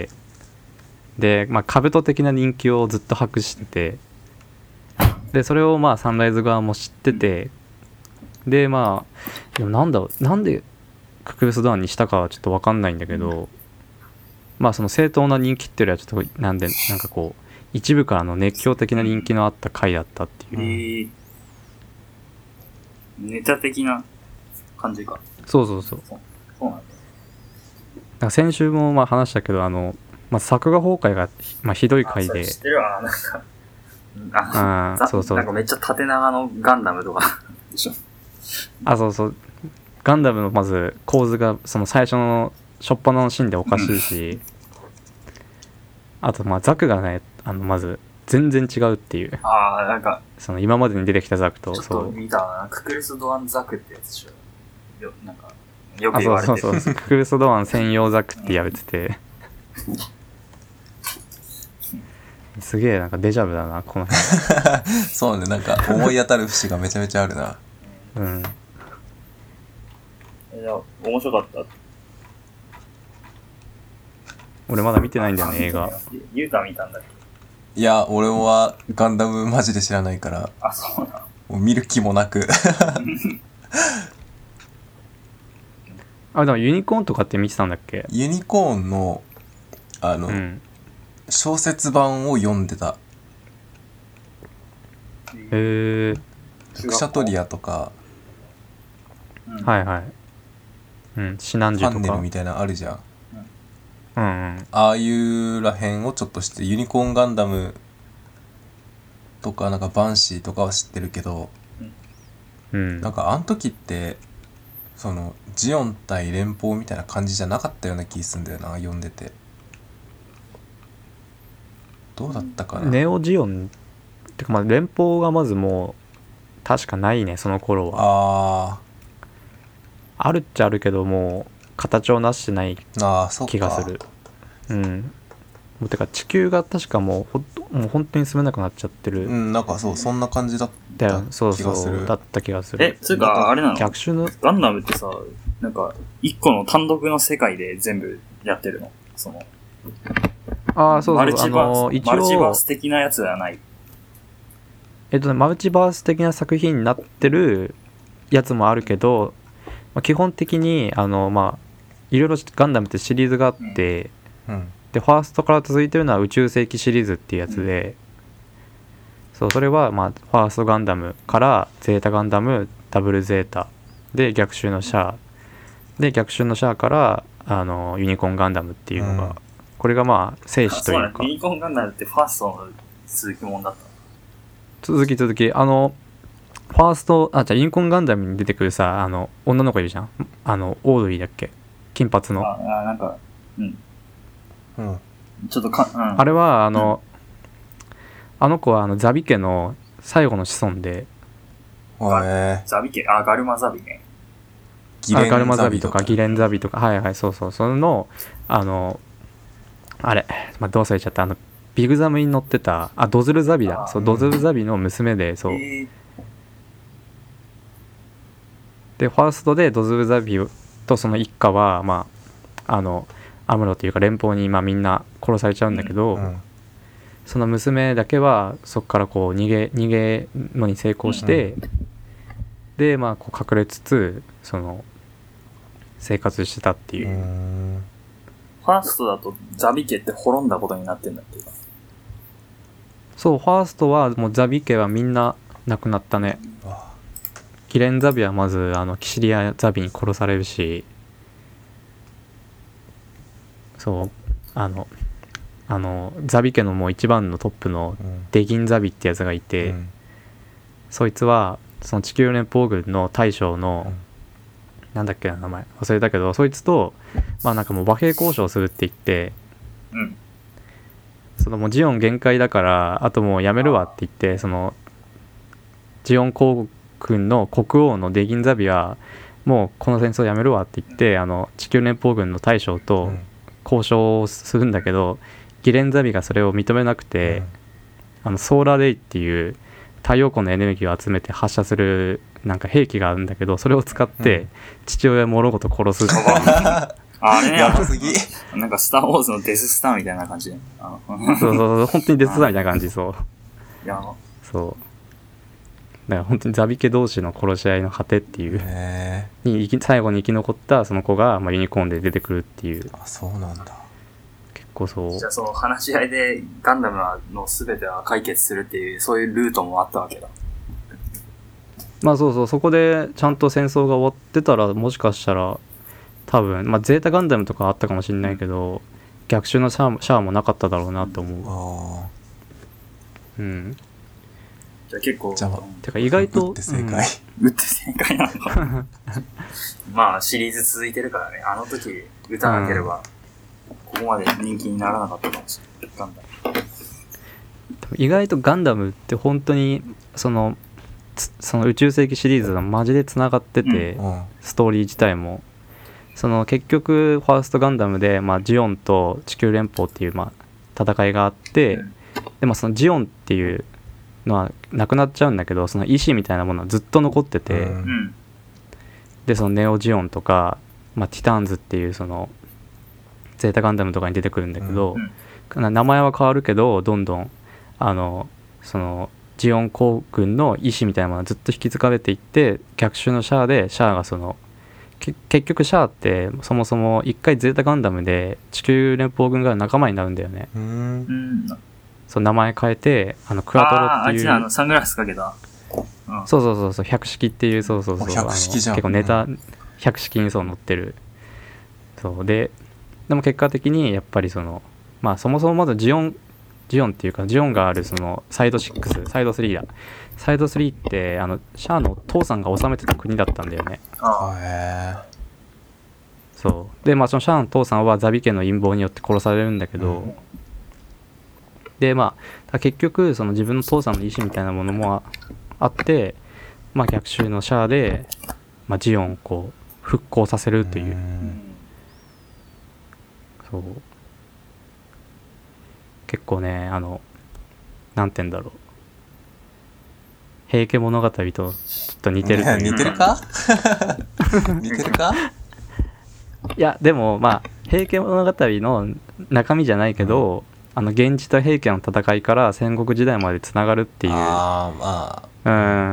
でまあ兜的な人気をずっと博してて、でそれをまあサンライズ側も知ってて、でまあでもなんだなんでククルス・ドアンにしたかはちょっと分かんないんだけど、まあその正当な人気っていうよりはちょっとなんでなんかこう一部からの熱狂的な人気のあった回だったっていう、 えー、ネタ的な感じか。 そうそうそう。 そう、そうなんだ。 なんか先週もまあ話したけど、あの、まあ、作画崩壊が、まあ、ひどい回で、 知ってるわ、なんか、ああそうそうなんかめっちゃ縦長のガンダムとかでしょ。 あそうそうガンダムのまず構図がその最初の初っ端のシーンでおかしいし、あとまあザクがね、あのまず全然違うっていう、 ああ、なんか、 その今までに出てきたザクと、 ちょっとそう見たな、ククルス・ドアン・ザクってやつでしょ。よ、なんか、よくあそう言われてる。 そうそうククルス・ドアン専用ザクってやれててすげえなんかデジャブだなこの辺そうね、なんか思い当たる節がめちゃめちゃあるな。 うんいや、面白かった。 俺まだ見てないんだよね映画。 ゆうた見たんだっけ？ いや俺はガンダムマジで知らないから、 あ、そうなの。 もう見る気もなくあでもユニコーンとかって見てたんだっけ？ ユニコーンのあの、 うん小説版を読んでた。 へえクシャトリアとかうん、 はいはい、うんシナンジュとかファンネルみたいなのあるじゃん。 うんうんああいうらへんをちょっと知って、ユニコーンガンダムとかなんかバンシーとかは知ってるけど、 うんなんかあの時ってそのジオン対連邦みたいな感じじゃなかったような気すんだよな、読んでて。どうだったかな。 ネオジオンってかまあ連邦がまずもう確かないねその頃は。 ああるっちゃあるけどもう形をなしてないーあーそっか気がする。うんもうてか地球が確かもうほんともう本当に住めなくなっちゃってる、 うん、なんかそうそんな感じだっただよそう気がする。 そうだった気がする。 え、つうか、あれなの？ 逆襲のガンダムってさ、なんか、一個の単独の世界で全部やってるの？その、 ああそうマそうあルチバース、 の一マルチバー応ス的なやつではない。 えっとねマルチバース的な作品になってるやつもあるけど、まあ、基本的にあのまあいろいろガンダムってシリーズがあって、 うん、 でファーストから続いてるのは宇宙世紀シリーズっていうやつで、そうそれはまあファーストガンダムからゼータガンダムダブルゼータで逆襲のシャアで逆襲のシャアからあのユニコーンガンダムっていうのが、 うんこれがまあ生死とそうなの？ いうかユニコーンガンダムってファーストの続きもんだったの？ 続き続きあのファーストあじゃあユニコーンガンダムに出てくるさあの女の子いるじゃん、あのオードリーだっけ、金髪のああ、なんか、うん。 うん、 ちょっとか、うん。 あれはあの、 あの子はあのザビ家の最後の子孫で、 へザビ家、あ、ガルマザビね。 ギレンあガルマザビととかギレンザビとか、はいはい、そうそう、そのあのあれ、まあ、どう忘れちゃった、あのビグザムに乗ってた、あドズルザビだ、 あそうドズルザビの娘で、そうえー、 でファーストでドズルザビとその一家はまああのアムロというか連邦にまあみんな殺されちゃうんだけど、 うんその娘だけはそこからこう逃げ逃げるのに成功して、でまあこう隠れつつその生活してたっていうう、 んファーストだとザビ家って滅んだことになってんだっけど。 そうファーストはもうザビ家はみんな亡くなったね。 わギレンザビはまずあのキシリアザビに殺されるし、そうあのあのザビ家のもう一番のトップのうんデギンザビってやつがいて、 うんそいつはその地球連邦軍の大将の、 うんなんだっけな名前忘れたけど、そいつとまあなんかもう和平交渉するって言って、 うん。 そのもうジオン限界だからあともうやめるわって言って、そのジオン皇軍の国王のデギンザビはもうこの戦争やめるわって言って、あの地球連邦軍の大将とうん交渉をするんだけど、ギレンザビがそれを認めなくて、あのソーラーレイっていう太陽光のエネルギーを集めて発射するなんか兵器があるんだけど、それを使って父親もろごと殺すっていう、 あれね、 やばすぎ。 なんかスターウォーズのデススターみたいな感じで。あのそうそうそう、本当にデスサーみたいな感じ。そういや、 そうだから本当にザビ家同士の殺し合いの果てっていうへに生き最後に生き残ったその子が、まあ、ユニコーンで出てくるっていう、 ーあ、そうなんだ。 結構そうじゃあその話し合いでガンダムの全ては解決するっていう、そういうルートもあったわけだ。 まあそうそう、そこでちゃんと戦争が終わってたらもしかしたら多分、まあ、ゼータガンダムとかあったかもしれないけど、逆襲のシャアもシャアもなかっただろうなと思あう。うんじゃあ結構、 じゃあてか意外あ。 と打って正解。 打って正解なのまあシリーズ続いてるからね、あの時打たなければ、ここまで人気にならなかったかもしれない。ガンダム。 意外とガンダムって本当にそのつその宇宙世紀シリーズがマジでつながってて、 うんストーリー自体もその結局ファーストガンダムで、まあ、ジオンと地球連邦っていう、まあ、戦いがあって、 うんでもそのジオンっていうのはなくなっちゃうんだけど、その意志みたいなものはずっと残ってて、 うんうん。 でそのネオジオンとか、まあ、ティターンズっていうそのゼータガンダムとかに出てくるんだけど、な名前は変わるけどどんどんあのそのジオン皇軍の意志みたいなものはずっと引き継がれていって、逆襲のシャアでシャアがそのけ結局シャアってそもそも一回ゼータガンダムで地球連邦軍が仲間になるんだよね。 うんうん。 その名前変えてあのクアトロああ、 っていう、 あいつらあのサングラスかけた。うん。 そうそうそうそう百式っていう、そうそうそう、 あ百式じゃんあの結構ネタ、百式にそう載ってる。そうででも結果的にやっぱりそのまあそもそもまずジオンジオンっていうかジオンがあるそのサイドシックスサイドスリーだサイドスリーってあのシャアの父さんが治めてた国だったんだよね。 あへそうでまあそのシャアの父さんはザビ家の陰謀によって殺されるんだけど、 うんでまあ結局その自分の父さんの意思みたいなものもあって、まあ、逆襲のシャアで、まあ、ジオンをこう復興させるという、 あ。うん。 そう結構ねあのなんて言うんだろう、平家物語とちょっと似てるというか、 似てるか似てるかいやでもまあ平家物語の中身じゃないけど、うんあの源氏と平家の戦いから戦国時代までつながるっていう、 ああうん、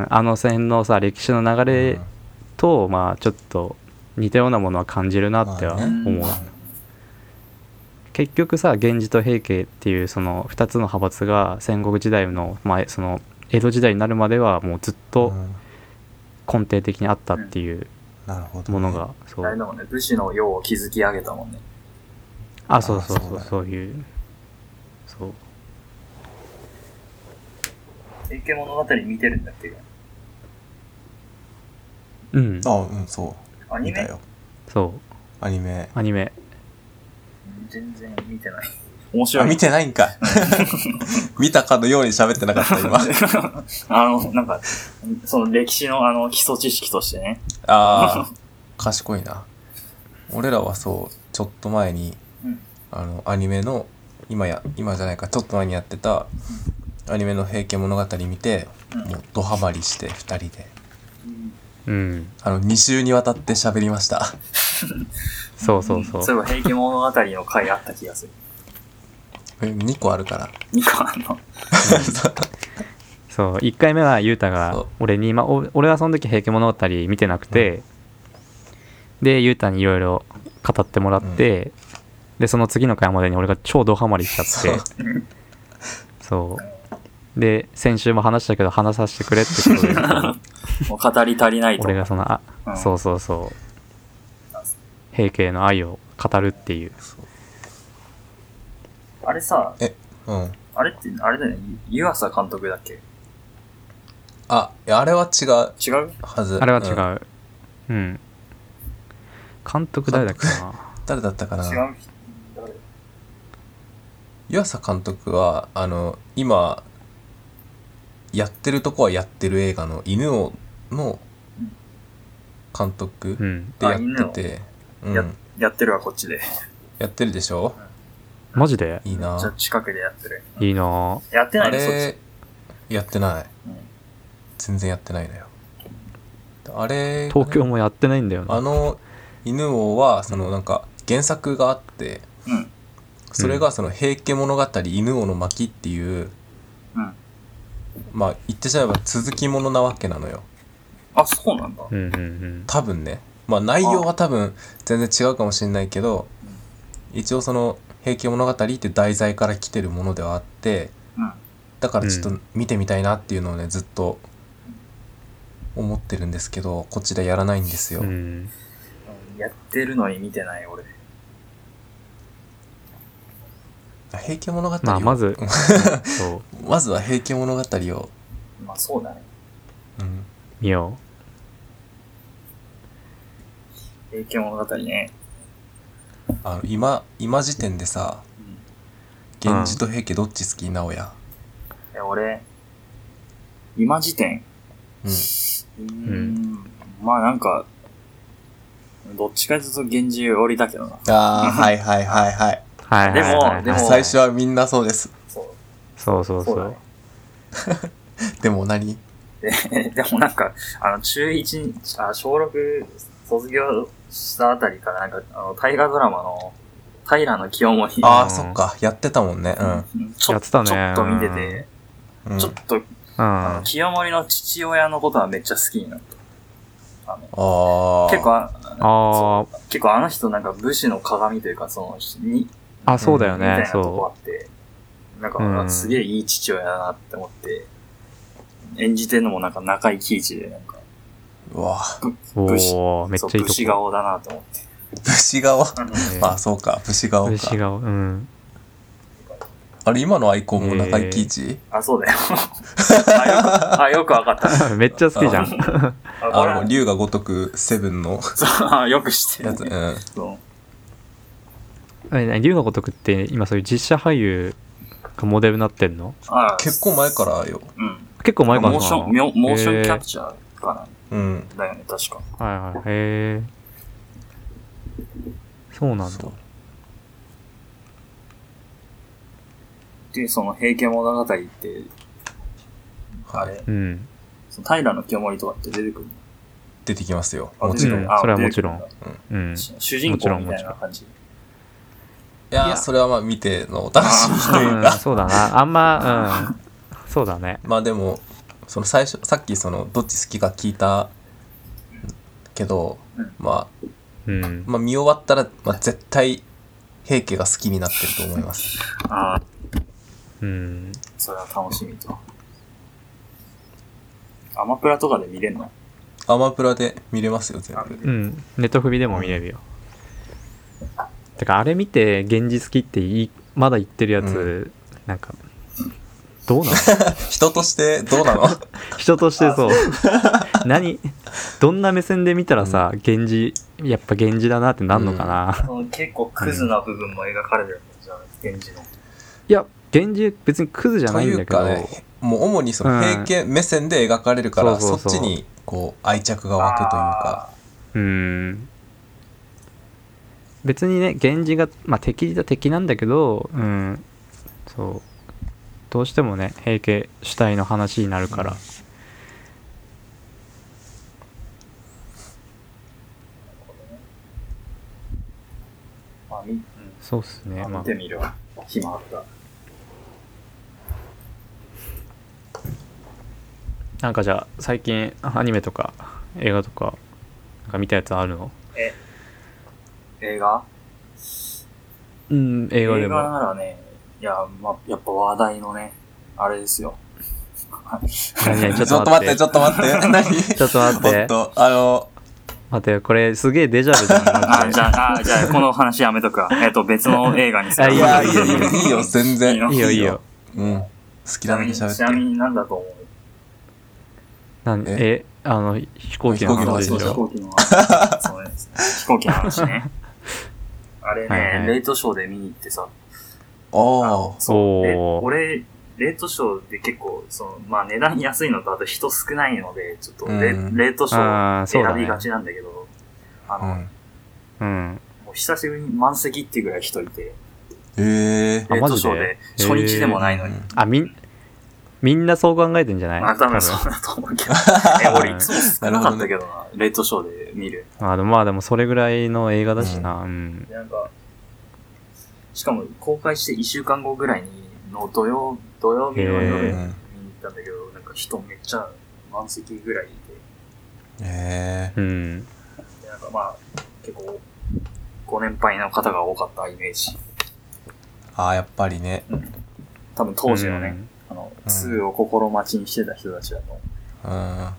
あの辺のさ歴史の流まあれと、まあちょっと似たようなものは感じるなってはまあ思う、 ね結局さ源氏と平家っていうそのふたつの派閥が戦国時代の、まあ、その江戸時代になるまではもうずっとうん根底的にあったっていうなるほどねものが、そうあれだもんね、武士の世を築き上げたもんね。 あそうそうそうあそうだよそういうそう平家物語見てるんだっけうんあうんそうアニメ見たよそうアニメアニメ全然見てない。 面白い。 見てないんか。見たかのように喋ってなかった今。 あの、なんか、その歴史のあの基礎知識としてね。 ああ、賢いな。俺らはそう、ちょっと前に、 うん、 あの、アニメの、今や、今じゃないか、ちょっと前にやってた、アニメの平家物語見て、 うん、 もうドハマりしてふたりで。 うん。 あの、に週にわたって喋りました。 そうそうそう。 そういえば平家物語の回あった気がする。 にこあるから。 にこあんの。 そう、いっかいめはゆうたが俺に、まあ、俺はその時平家物語見てなくて、うん、でゆうたにいろいろ語ってもらって、うん、でその次の回までに俺が超ドハマりしちゃってそうで先週も話したけど話させてくれってことでもう語り足りないと俺がそのあ、うん、そうそうそう平家の愛を語るっていう。 あれさ、 え、うん。 あれって、あれだよね、湯浅監督だっけ？ あ、いや、あれは違う。 違うはず。あれは違う。うん。うん、監督誰だっけな誰だったかな違う誰湯浅監督は、あの、今、やってるとこはやってる映画の犬王の監督でやってて、 うん、や, やってるわ、こっちで。 やってるでしょ、 うん、マジでいいな。 じゃ近くでやってる。 いいな。 やってないあれ、やってない、うん。全然やってないのよ。あれ、 東京もやってないんだよな。 あの、犬王は、そのなんか、原作があって、 うん、 それがその、平家物語犬王の巻っていう、 うん、 まあ、言ってしまえば続きものなわけなのよ。 あ、そうなんだ。 うんうんうん、 多分ね。まあ、内容は多分、全然違うかもしれないけど、一応その平家物語って題材から来てるものではあって、 うん、 だからちょっと見てみたいなっていうのをねずっと思ってるんですけど、こっちでやらないんですよ、 うん、 やってるのに見てない俺。 平家物語を、 まあ、まずそうまずは平家物語をまあそうだね、 うん、 見よう。平家物語ね。 あの今今時点でさ、うん、源氏と平家どっち好き？直哉。 え俺今時点うん、 うーんまあなんかどっちかというと源氏寄りだけどな。 ああはいはいはいはいはいでもでも最初はみんなそうです。 そうそうそうそう。 でも何？ で, でもなんかあの中いちあ小ろく卒業したあたりからなんかあの大河ドラマの平清盛。 ああそっかやってたもんね。うん。 やってたね。 ちょっと見てて、うん、ちょっと、うん、あの清盛の父親のことはめっちゃ好きになった。あのあ結構ああ結構あの人なんか武士の鏡というかそのにあそうだよね、 みたいなとこあってなんか、うん、すげえいい父親だなって思って演じてるのもなんか中井貴一でなんかうわ武士おめっちゃいいとこ武士顔だなと思って。 武士顔まあそうか武士顔か。 武士顔うんあれ今のアイコンも中井貴一、えー、 あそうだよあよくあよくわかっためっちゃ好きじゃんあの龍が如くセブンのそうよく知ってるやつ、うん、 そうあれね龍が如くって今そういう実写俳優がモデルになってんの？ あ結構前からよ、 うん、 結構前からモーションモーションキャプチャーかな、 えー、うんだよね確か。 はいはいへえそうなんだ。 でその平家物語ってあれ、 はい、 うん、 その平清盛とかって出てくるの？ 出てきますよもちろん、 うん、それはもちろん、 うん、主人公みたいな感じ。 いやーそれはまあ見てのお楽しみというか、 うん、そうだなあんま、うん、そうだね。 まあでもその最初さっきそのどっち好きか聞いたけど、うん、まあ、 うん、 まあ見終わったら、まあ、絶対平家が好きになってると思います。 ああうんそれは楽しみと。アマプラとかで見れるの？ アマプラで見れますよ全部。 うんネットフリでも見れるよ、うん、てかあれ見て源氏好きっていいまだ言ってるやつ、うん、なんかどうなの人としてどうなの人としてそう何どんな目線で見たらさ、うん、源氏やっぱ源氏だなってなんのかな、 うん、結構クズな部分も描かれてるんじゃん、源氏の。 いや源氏別にクズじゃとないんだけど、 いうかね、もう主にその平家目線で描かれるから、 うん、そうそうそう、 そっちにこう愛着が湧くというか、 うん、別にね源氏が、まあ、敵だ敵なんだけど、うん、そうどうしてもね平家主体の話になるから、うん、 あみ、うん、 そうっすね。 見てみるわ、暇あった。 なんかじゃあ最近アニメとか映画とかなんか見たやつあるの？ え映画？ うん映画でも。 映画ならね、いや、ま、やっぱ話題のねあれですよ。 何々 ちょっと待ってちょっと待って何ちょっと待っておっとあの待ってこれすげえデジャブじゃん。 あじゃああじゃあこの話やめとくわ。えっと別の映画にする。 いやいいよいいよいいよ全然いいよいいよ。 うん好きなだけ喋って。 ちなみに何だと思う？ なんえあの飛行機の話でしょ。 飛行機の話。そうですね。飛行機の話ね。あれね、はいはい、レイトショーで見に行ってさ。 おー。 そうで俺レートショーで結構そのまあ値段安いのとあと人少ないのでちょっとレ、うん、レートショー選びがちなんだけど、あの、 うん、 もう久しぶりに満席っていうぐらい人いて。 へー。 レートショーで初日でもないのに。 あみんみんなそう考えてんじゃない？ まあ多分そうだと思うけど。え、俺いつも少なかったけどな、なレートショーで見る。 あでもまあでもそれぐらいの映画だしな。うん。うん、 なんか、しかも公開していっしゅうかんごぐらいにの土曜、土曜日の夜に見に行ったんだけど、なんか人めっちゃ満席ぐらいいて。へー。うん。 でなんかまあ、結構、ご年配の方が多かったイメージ。 ああ、やっぱりね。 うん、多分当時のね、うんあの、うん、ツーを心待ちにしてた人たちだと思う。 うん。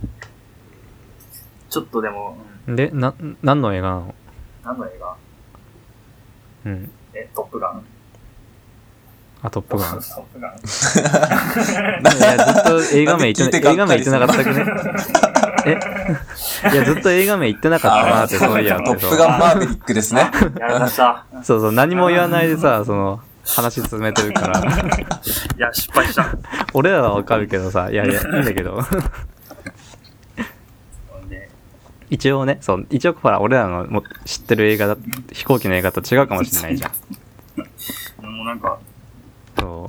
ちょっとでも、 うん、で、な、何の映画なの？ 何の映画？ うん。 え、トップガン？ あ、トップガン。 トップガン。 いや、ずっと映画名言ってな、映画名言ってなかったくね。えいや、ずっと映画名言ってなかったなって、そういや。 トップガンマーヴェリックですね。 やりました。 そうそう、何も言わないでさ、その、話進めてるから。 いや、失敗した。 俺らはわかるけどさ、いやいや、いいんだけど。一応ね、そう、一応ほら、俺らのも知ってる映画だ、飛行機の映画と違うかもしれないじゃん。 もうなんか、 そう。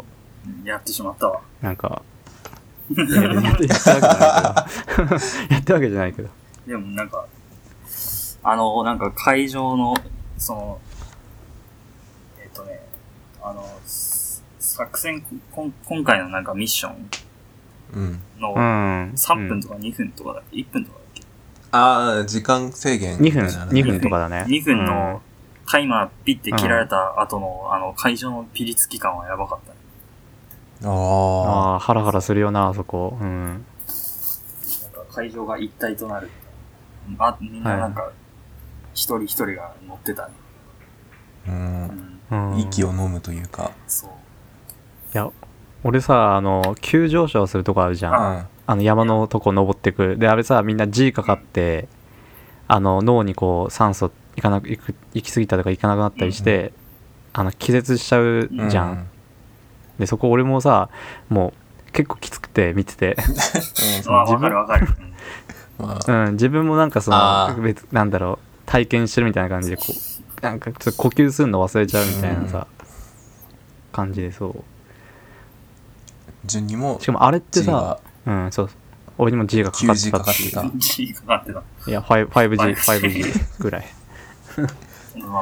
やってしまったわ。 なんか、いややってやったわけじゃないけど。やったわけじゃないけど。 でもなんか、あの、なんか会場の、その、えっとね、あの、作戦、こん今回のなんかミッションのさんぷんとかにふんとかだっけ、いっぷんとかだっけ。 ああ、時間制限。 にふん、にふんとかだね。 にふんのタイマーピッて切られた後の、あの会場のピリつき感はやばかったね。 ああ、ハラハラするよな、あそこ。うん。 なんか会場が一体となる。あ、みんななんか、一人一人が乗ってたね。 うん。うん、息を飲むというか。 そう。 いや、俺さ、あの、急上昇するとこあるじゃん。うん、あの山のとこ登ってく。で、あれさ、みんな G かかって、あの、脳にこう、酸素いかなく、行く、行き過ぎたとか行かなくなったりして、うん、あの、気絶しちゃうじゃん。うん、で、そこ俺もさ、もう、結構きつくて見てて。 うん、わかるわかる。 うん、自分もなんかその、別、なんだろう、体験してるみたいな感じで、こう、なんかちょっと呼吸するの忘れちゃうみたいなさ、うん、感じで、そう。 順にも、 しかもあれってさ、うん、そう。俺にも G がかかってたっていう。G かかってた。 いや、ファイブジー、ファイブジー ぐらい。 うん、い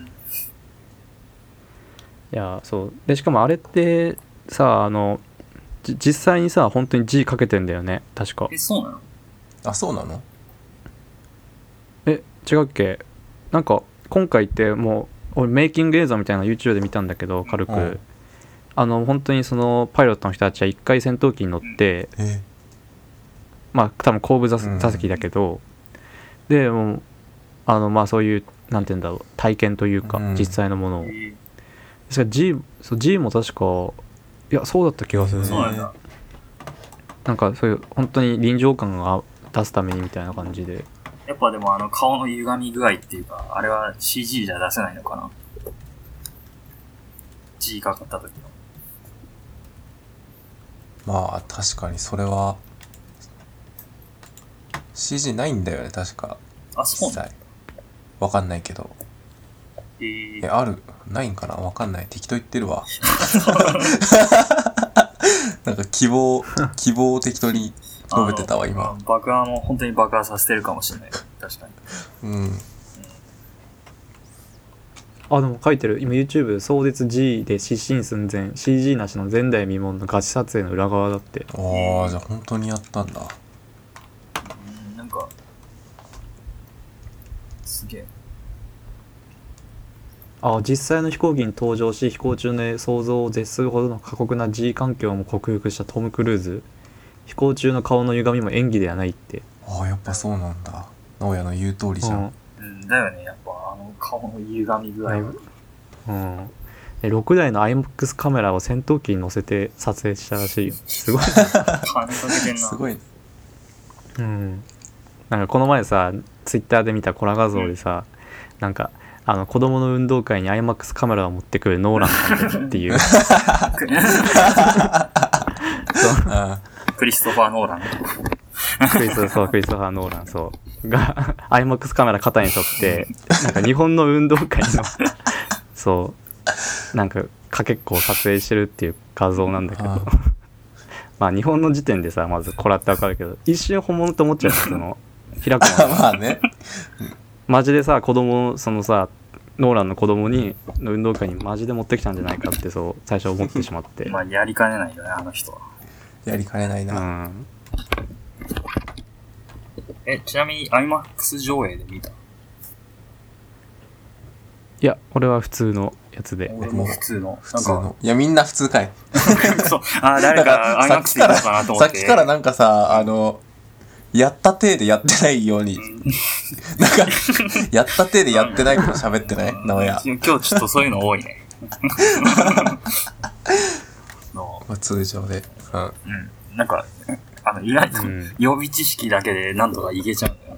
や、そう。で、しかもあれってさ、あの、じ実際にさ、本当に G かけてんだよね、確か。 え、そうなの？ あ、そうなの？ え、違うっけ？なんか、今回ってもう、俺メイキング映像みたいな YouTube で見たんだけど、軽く。うん、あの本当にそのパイロットの人たちは一回戦闘機に乗って、まあ多分後部座席だけど、うん、でもうあのまあそういうなんていうんだろう体験というか、うん、実際のものを。ですから G、そう G も確かいやそうだった気がするね。 そうなんだ。 なんかそういう本当に臨場感が出すためにみたいな感じで。 やっぱでもあの顔の歪み具合っていうかあれは シージー じゃ出せないのかな。G かかった時の。 まあ確かにそれは シージー ないんだよね確か。 あ、そうなんだ。 実際わかんないけど。 えーえあるないんかなわかんない。適当言ってるわ。なんか希望希望を適当に述べてたわ今。 爆破も本当に爆破させてるかもしれない。確かに。 うん。 あ、でも書いてる。今 YouTube 壮絶 G で失神寸前 シージー なしの前代未聞のガチ撮影の裏側だって。 ああじゃあ本当にやったんだ。 うん、なんかすげえ。 あ、実際の飛行機に登場し飛行中の想像を絶するほどの過酷な G 環境も克服したトム・クルーズ。飛行中の顔の歪みも演技ではないって。 ああやっぱそうなんだ。直哉の言う通りじゃん。 うん、だよね。やっぱあの顔の歪み具合は。 うん。でろくだいの アイマックス カメラを戦闘機に乗せて撮影したらしいよ。すごい。 金かけてんな。 すごい。 うん。なんかこの前さ、ツイッターで見たコラ画像でさ、うん、なんかあの子供の運動会に アイマックス カメラを持ってくるノーラン監督っていう。 クリストファー・ノーラン。 クリスそうクリストファー・ノーランそうが アイマックス カメラ肩に沿ってなんか日本の運動会のそうなんかかけっこを撮影してるっていう画像なんだけどまあ日本の時点でさまずこらってわかるけど一瞬本物と思っちゃうその開くのまあねマジでさ子供そのさノーランの子供にの運動会にマジで持ってきたんじゃないかってそう最初思ってしまってまあやりかねないよねあの人は。 やりかねないな、 うん、 えちなみに アイマックス 上映で見た？ いや俺は普通のやつで。 俺も普通の普通のいやみんな普通かいそうあ誰か アイマックス でいいのかなと思ってさっきからなんかさあのやった体でやってないように、うん、なんかやった体でやってないこと喋ってない直哉。 今日ちょっとそういうの多いねの通常で、うん、 うん、なんかあの意外と予備知識だけでなんとかいけちゃうんだよ。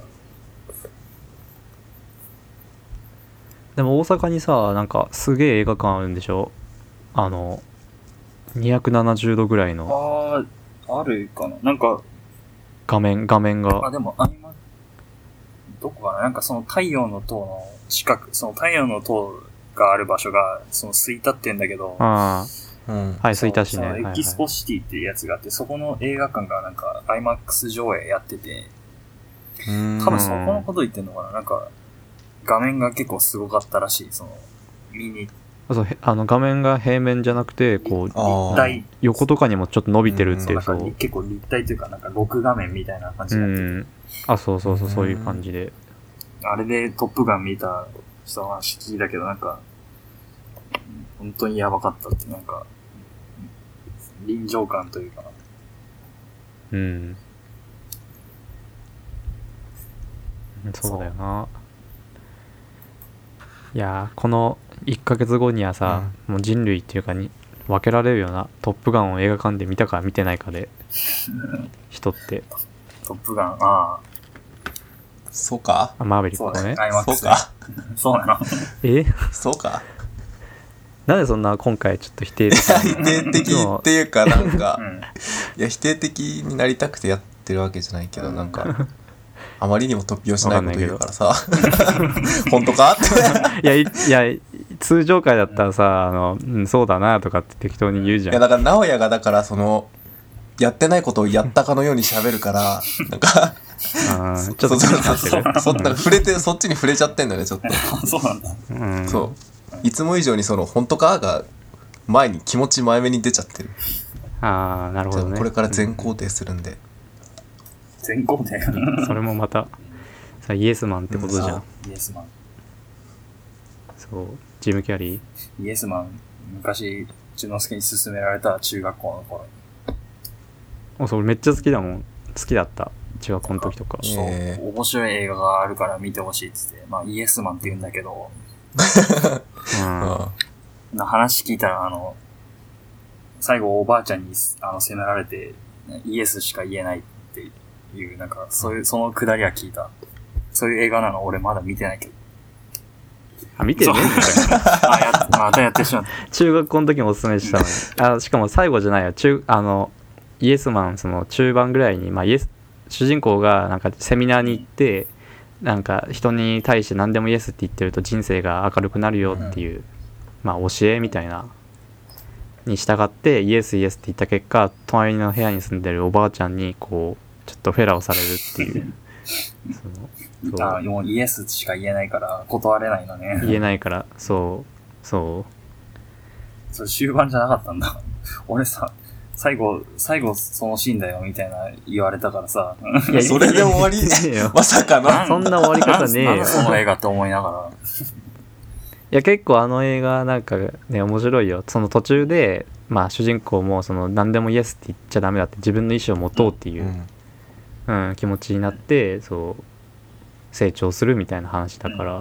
でも大阪にさなんかすげえ映画館あるんでしょ。あのにひゃくななじゅうどぐらいのああるかななんか画面画面があでもあ今どこかななんかその太陽の塔の近くその太陽の塔がある場所がその吹田って言うんだけどああ、うん、はい吹田市ねエキスポシティっていうやつがあって、はいはい、そこの映画館がなんか アイマックス 上映やってて多分そこのこと言ってんのかななんか画面が結構すごかったらしいその見にそうあの画面が平面じゃなくてこう立体横とかにもちょっと伸びてるっていう、うん、 そう結構立体というかなんか録画面みたいな感じになってて、うん、 あそうそうそうそういう感じであれでトップガン見た人の話聞いたけどなんか本当にやばかったってなんか臨場感というかうんそうだよないやこのいっかげつごにはさ、うん、もう人類っていうかに分けられるようなトップガンを映画館で見たか見てないかで人ってトップガンああそうかあマーベリックねそうかそうなのえそうかなんでそんな今回ちょっと否定的否定的っていうかなんか、うん、いや否定的になりたくてやってるわけじゃないけど、うん、なんかあまりにも突拍子ないこと言うからさ本当かっていやいや通常回だったらさあの、うん、そうだなとかって適当に言うじゃん。 いやだから直哉がだからそのやってないことをやったかのように喋るからなんかあちょっとそそなんか触れてそっちに触れちゃってんだねちょっとそうなんだ、 うん、 そういつも以上にその本当かが前に気持ち前目に出ちゃってる。 ああなるほどね。 これから全肯定するんで、うん、 全肯定それもまたさイエスマンってことじゃん、 うん、イエスマンそうジム・キャリーイエスマン昔中之介に勧められた中学校の頃にそうめっちゃ好きだもん好きだった中学校の時とかそう、えー、面白い映画があるから見てほしいっつってまあイエスマンって言うんだけどうん、な話聞いたらあの最後おばあちゃんにあの責められてイエスしか言えないっていうなんかそういうそのくだりは聞いた。そういう映画なの俺まだ見てないけど。 あ見てるねあやまたやってしまった。 中学校の時もおすすめしたのにあしかも最後じゃないよ中あのイエスマンその中盤ぐらいに、まあ、イエス主人公がなんかセミナーに行ってなんか人に対して何でもイエスって言ってると人生が明るくなるよっていう、うん、まあ教えみたいなに従ってイエスイエスって言った結果隣の部屋に住んでるおばあちゃんにこうちょっとフェラをされるっていうそのそうあもうイエスしか言えないから断れないのね。 言えないからそうそうそれ終盤じゃなかったんだ。俺さ最後最後そのシーンだよみたいな言われたからさいやそれで終わりまさかのそんな終わり方ねえよ。 なんでその映画って思いながらいや結構あの映画なんかね面白いよ。その途中でまあ主人公もその何でもイエスって言っちゃダメだって自分の意思を持とうっていう、うんうん、気持ちになってそう成長するみたいな話だから、うん、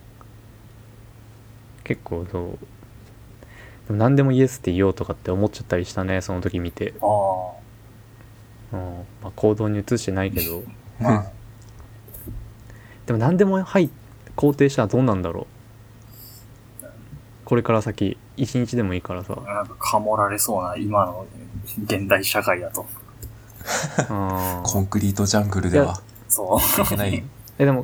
結構そうでも何でもイエスって言おうとかって思っちゃったりしたねその時見て。あ、うんまあ、行動に移してないけどでも何でもはい肯定したらどうなんだろう。これから先一日でもいいからさなんかかもられそうな今の現代社会だとあコンクリートジャングルではそういけないえでも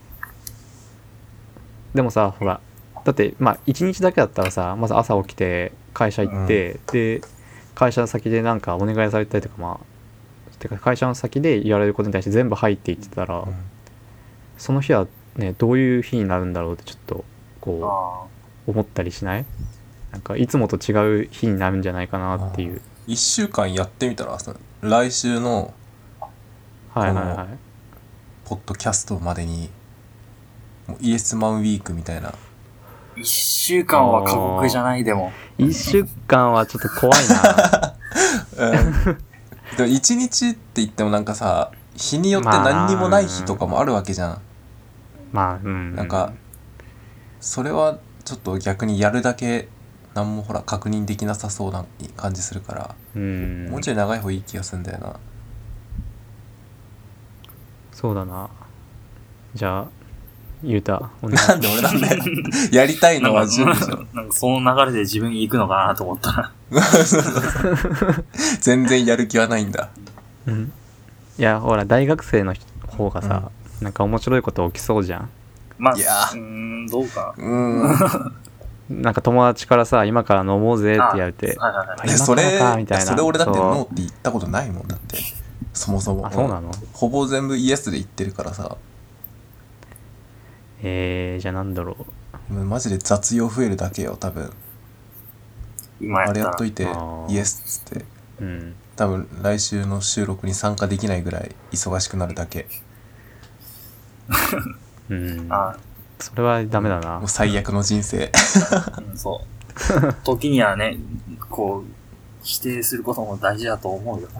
でもさほらだってまあ一日だけだったらさまず朝起きて会社行って、うん、で会社の先でなんかお願いされたりとかまあてか会社の先で言われることに対して全部入っていってたら、うん、その日はねどういう日になるんだろうってちょっとこう思ったりしない？なんかいつもと違う日になるんじゃないかなっていう。 いっしゅうかんやってみたら来週のはいはいはいポッドキャストまでにもうイエスマンウィークみたいな。 いっしゅうかんは過酷じゃない。でもいっしゅうかんはちょっと怖いな、 うん、でもいちにちって言ってもなんかさ日によって何にもない日とかもあるわけじゃん。 まあ、うん、 なんかそれはちょっと逆にやるだけ何もほら確認できなさそうな感じするから、うん、もうちょい長い方がいい気がするんだよな。 そうだな。じゃあゆうたお願い。 なんで俺なんだよやりたいのは順でしょ。 なんかその流れで自分行くのかなと思ったら全然やる気はないんだ、 うん、いやほら大学生の方がさ、うん、なんか面白いこと起きそうじゃん。 まあ、いやうーんどうかうんなんか友達からさ今から飲もうぜって言われて、 はいはいはい、それみたいな。それ俺だってノーって言ったことないもんだってそもそも。 あそうなの？ ほぼ全部イエスで言ってるからさ。 えー、じゃあなんだろう。 マジで雑用増えるだけよ多分。 今やったあれやっといてイエスっつって、うん、多分来週の収録に参加できないぐらい忙しくなるだけうん、あそれはダメだな。 もう最悪の人生、 うん、そう時にはねこう否定することも大事だと思うよ。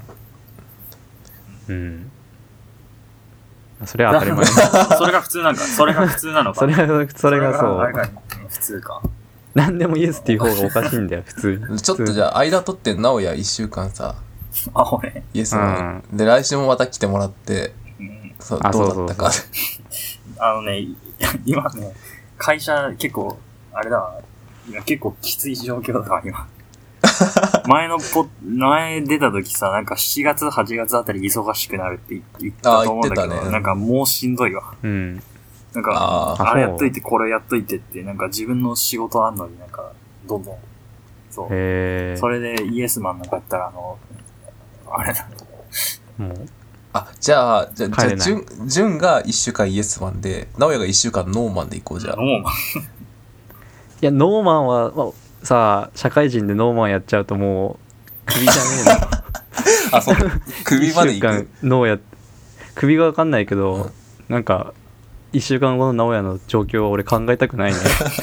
うんそれは当たり前それが普通なんかそれが普通なのかそれがそれがそうが普通か。 何でもイエスっていう方がおかしいんだよ普通に。 ちょっとじゃあ間取って直哉いっしゅうかんさあ俺イエスの、うん、で来週もまた来てもらって、うん、そうどうだったか。 そうそうそうあのね今ね会社結構あれだわ今結構きつい状況だわ今前のポ前出た時さなんかしちがつはちがつあたり忙しくなるって言ったと思うんだけど、ね、なんかもうしんどいわ。うんなんか あ, あれやっといてこれやっといてってなんか自分の仕事あんのになんかどんどんそうへそれでイエスマンなんかやったらあのあれだもうあじゃあじゃあじゃあジュンがいっしゅうかんイエスマンで直哉がいっしゅうかんノーマンでいこう。じゃあノーマンいやノーマンは、まあ、さあ社会人でノーマンやっちゃうともう首じゃねえのあそう首までいくいっしゅうかんノーや首が分かんないけど、うん、なんかいっしゅうかんごの直哉の状況は俺考えたくないね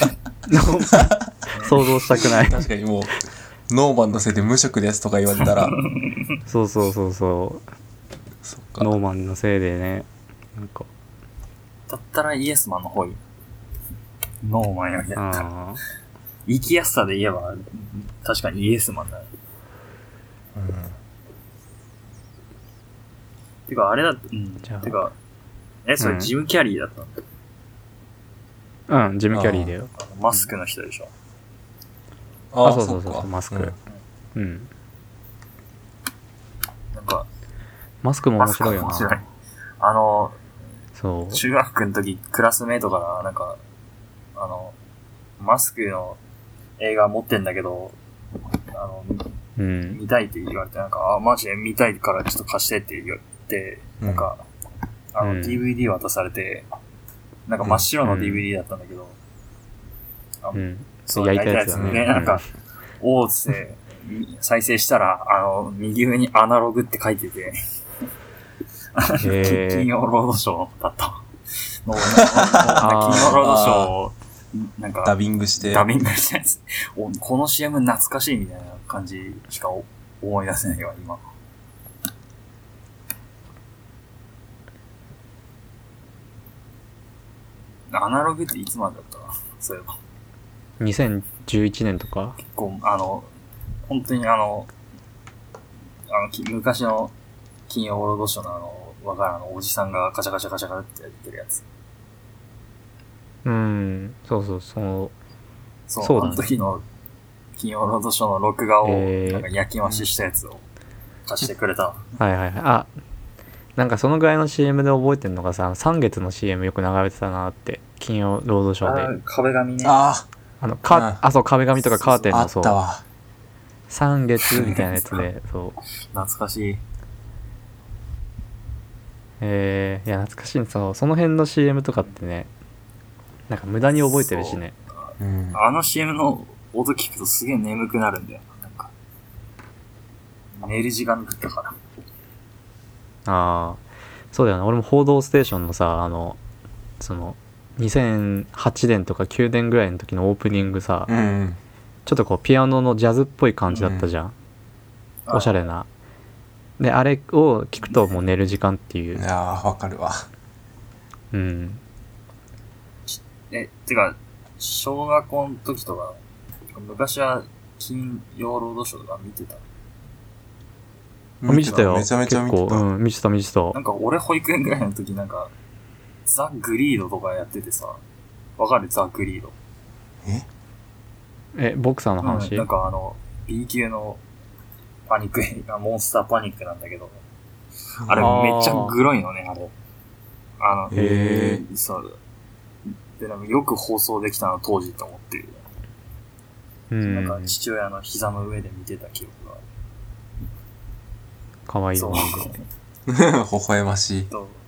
想像したくない。 確かにもうノーマンのせいで無職ですとか言われたらそうそうそうそうそっかノーマンのせいでねなんかだったらイエスマンの方にノーマンよりだったら生きやすさで言えば確かにイエスマンだね。うんてかあれだって、うん、じゃあてかえそれ、うん、ジムキャリーだったんだ。うんジムキャリーだよ。 マスクの人でしょ。 ああそうそうそうそうマスクうん、うん、 マスクも面白いよな。 マスクも面白い。あの、 そう。 中学の時クラスメイトからなんか、あの、マスクの映画持ってんだけど、あの、 うん、 見たいって言われて、なんか、あ、マジで見たいからちょっと貸してって言って、うん、なんか、あの、うん、ディーブイディー 渡されて、なんか真っ白の ディーブイディー だったんだけど、 うん、 そう、焼いたやつね、なんか、おーっつって、再生したら、あの、右上にアナログって書いてて、金曜ロードショーだった。もう、金曜ロードショーを、なんか、 ダビングして。 ダビングしたやつ。お、この シーエム 懐かしいみたいな感じしか思い出せないわ、今。アナログっていつまでだったかそういえば。 にせんじゅういちねんとか結構、あの、本当にあの、あの、昔の金曜ロードショーのあの、わからんあの、おじさんがカチャカチャカチャカチャってやってるやつ。 うん、そうそう、その、 そう、そうだね、あの時の金曜ロードショーの録画を、なんか焼き増ししたやつを貸してくれた。 えー、はいはいはい。あ、なんかそのぐらいの シーエム で覚えてるのがさ、さんげつの シーエム よく流れてたなって、金曜ロードショーで。 壁紙ね。 ああ。 あの、か、うん、あ、そう、壁紙とかカーテンの、そう。 あったわ。 さんげつみたいなやつで、そう。 懐かしい。 えー、いや、懐かしいんですよ。その辺の シーエム とかってね、なんか無駄に覚えてるしね。 うん、あの シーエム の音聞くとすげえ眠くなるんだよ。なんか、寝る時間だったから。 ああ、そうだよね。俺も報道ステーションのさ、あの、その、にせんはちねんとかきゅうねんぐらいの時のオープニングさ、 うん、 ちょっとこうピアノのジャズっぽい感じだったじゃん、うん、おしゃれな。であれを聞くともう寝る時間っていう。 いやーわかるわ。 うんえてか小学校の時とか昔は金曜ロードショーとか見てた？ 見てたよ。 めちゃめちゃ見てた。 結構、うん、見てた見てた。 なんか俺保育園ぐらいの時なんかザ・グリードとかやっててさ、わかる？ザ・グリード。 ええ、ボクサーの話、 うん、なんかあの B 級のパニック映画、モンスターパニックなんだけど、あれめっちゃグロいのね、あれ。あの、 へー。 そう。で、なんかよく放送できたの当時と思ってる。 うん。 なんか父親の膝の上で見てた記憶がある。 かわいいそう。 微笑ましい。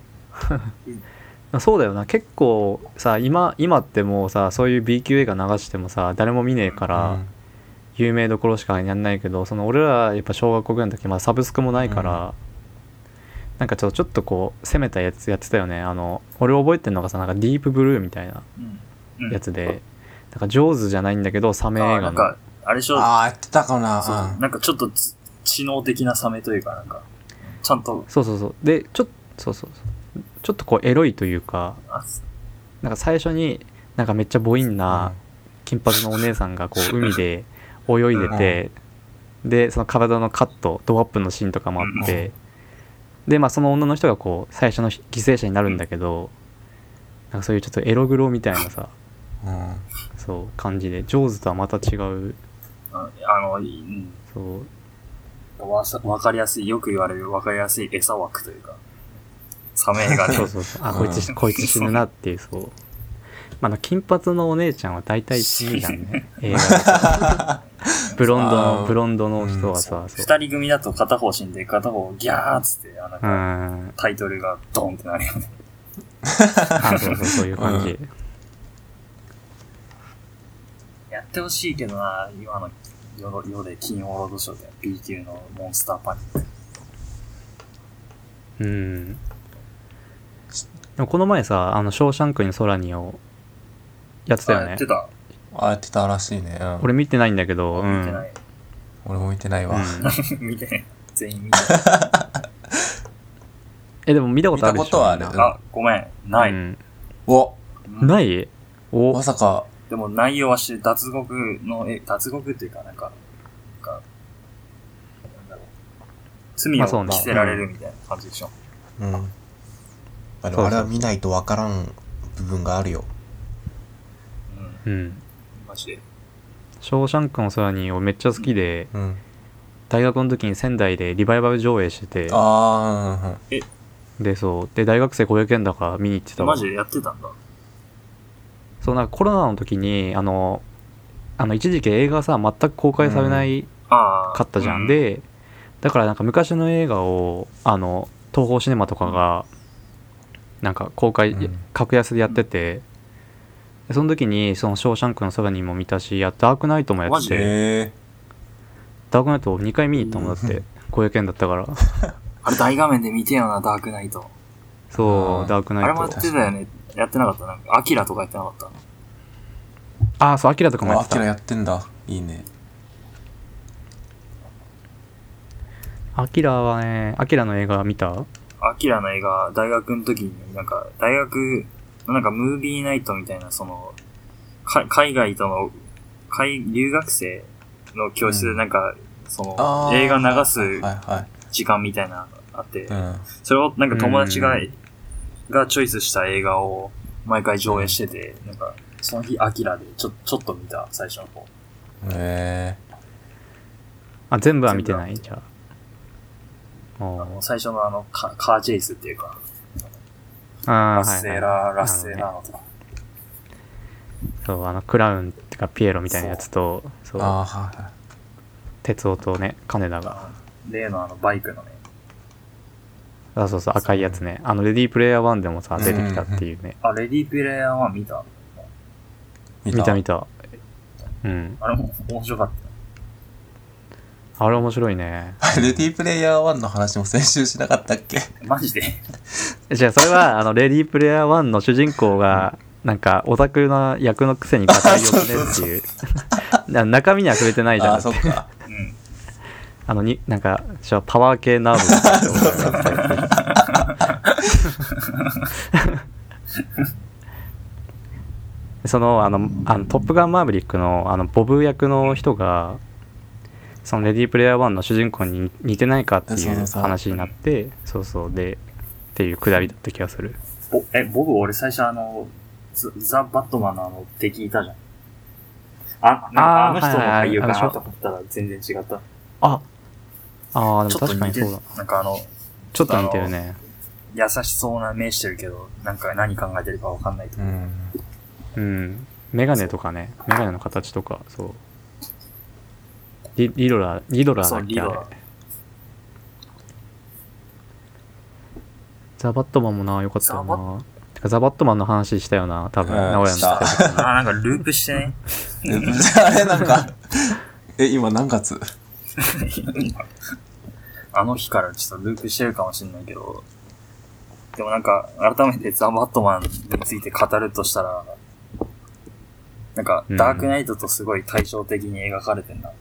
そうだよな。結構さ、今今ってもうさ、そういう B 級映画流してもさ、誰も見ねえから、うん、有名どころしかやんないけど、その俺らやっぱ小学校ぐらいの時、まあサブスクもないから、うん、なんかちょっとちょっとこう攻めたやつやってたよね。あの俺覚えてるのがさ、なんかディープブルーみたいなやつで、うんうん、なんか上手じゃないんだけどサメ映画の。 なんかあれでしょ。 ああやってたかな。 そう、なんかちょっと知能的なサメというかなんかちゃんと。 そうそうそう。でちょっとそうそうそう。ちょっとこうエロいというか、なんか最初になんかめっちゃボインな金髪のお姉さんがこう海で泳いでて、でその体のカットドアップのシーンとかもあって、でまあその女の人がこう最初の犠牲者になるんだけど、なんかそういうちょっとエログロみたいなさ、そう感じでジョーズとはまた違う、 あの、うん、 そうわさ分かりやすい、よく言われる分かりやすい餌枠というか。サメがね。 そうそうそう。あ、こいつ、こいつ死ぬなっていう、そう。まあ、の金髪のお姉ちゃんは大体死ぬじゃんね。映画で。ブロンドの、ブロンドの人はさ、 そう。二人組だと片方死んで、片方ギャーっつって、あなんかタイトルがドンってなるよね。 あ、そうそう、そういう感じ。 やってほしいけどな、今の世世で金曜ロードショーで B 級のモンスターパニック。 うん。でもこの前さ、あのショーシャンクに空にをやってたよね。 やってた。 あ、やってたらしいね。うん、 俺見てないんだけど、うん、 見てない。 俺も見てないわ。 うん、見てない。全員見てない。 え、でも見たことあるでしょ。 見たことはある。 あ、ごめん、ない。うん、 お、 ないお、 まさか。 でも内容はして、脱獄の、え、脱獄っていうか、なんか、なんか、なんだろう。罪を着せられるみたいな感じでしょ。 うん。あれは見ないとわからん部分があるよ。 うん。うん。 マジで。 ショーシャンクの空に俺めっちゃ好きで、 うん、 大学の時に仙台でリバイバル上映してて、 あでそうで大学生ごひゃくえんだから見に行ってたわ。 マジでやってたんだ。 そうなんかコロナの時にあのあの一時期映画さ全く公開されないああ。 かったじゃん、 うん、 でだからなんか昔の映画をあの東宝シネマとかがなんか公開、 うん格安でやってて、でその時にそのショーシャンクの空にも見たし、ダークナイトもやってマジへて、 えダークナイトをにかい見に行ったもんだって、ごひゃくえんだったからあれ大画面で見てよな、ダークナイト。 そうあーダークナイトあれもやってたよね。やってなかったなんか、アキラとかやってなかったああそうアキラとかもやってた。 あアキラやってんだいいねアキラはねアキラの映画見た？ アキラの映画、大学の時に、なんか、大学のなんか、ムービーナイトみたいな、その、か海外との、海、留学生の教室でなんか、その、 あー映画流すはいは時間みたいなのがあって、 いうんそれをなんか友達がうん、 がチョイスした映画を毎回上映してて、なんか、その日、アキラでちょ、ちょっと見た、最初の方。 へえあ全部は見てないじゃあ。 あおの最初のあのカ、カーチェイスっていうか、 あラあッセーラー、 はいはい、 ラッセーラーのとか。 そうあのクラウンってかピエロみたいなやつとそうああはいはい哲夫とね金田が例のあのバイクのね。 あそうそう赤いやつね、あのレディープレイヤーワンでもさ出てきたっていうね、 あ、レディープレイヤーは見た見た見たうんあれも面白かったよ。 あれ面白いね。 レディープレイヤーワンの話も先週しなかったっけ？ マジでじゃあそれはあのレディープレイヤーワンの主人公がなんかオタクな役のくせに語りよくねっていう中身には触れてないじゃん。 ああそっかうん。 あのになんかパワー系ナードそのあのあのトップガンマーヴェリックのあのボブ役の人がそのレディープレイヤーワンの主人公に似てないかっていう話になって、そうそうでっていうくだりだった気がする。 ぼえ、僕俺最初あの、ザ・バットマンのあの敵いたじゃん。あ、なんかあの人の俳優かなと思ったら全然違った。 あああでちょっと似てるも確かにそうだ。 なんかあの、 ちょっと似てるね。 優しそうな目してるけど、なんか何考えてるかわかんないとか。 うんうん。メガネとかね、メガネの形とか、そう。リリドラー、リドラーだっけあれ。ザ・バットマンもな、よかったよな。てかザ・バットマンの話したよな、多分、 うん名古屋のした時あ、なんかループしてね。 あれなんかえ今何月？ あの日からちょっとループしてるかもしれないけど、でもなんか、改めてザ・バットマンについて語るとしたら、なんか、ダークナイトとすごい対照的に描かれてんなって。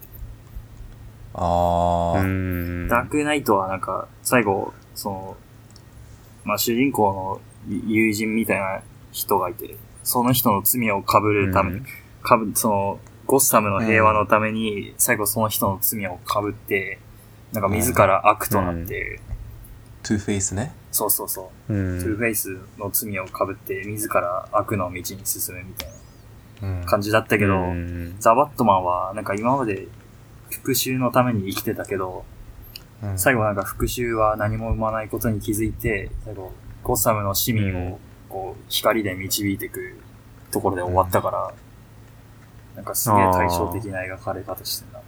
ああ、 うーん。 ダークナイトはなんか、最後、その、まあ、主人公の友人みたいな人がいて、その人の罪を被るために、 うんかぶ、その、ゴッサムの平和のために、最後その人の罪を被って、なんか自ら悪となって、 トゥーフェイスね。 そうそうそうう、 ん。 トゥーフェイスの罪を被って、自ら悪の道に進むみたいうんな感じだったけど、 うんザ・バットマンは、なんか今まで復讐のために生きてたけど、 うん最後なんか復讐は何も生まないことに気づいて、最後、ゴッサムの市民をこう光で導いていくところで終わったから、なんかすげえ対照的な描かれ方してるなと。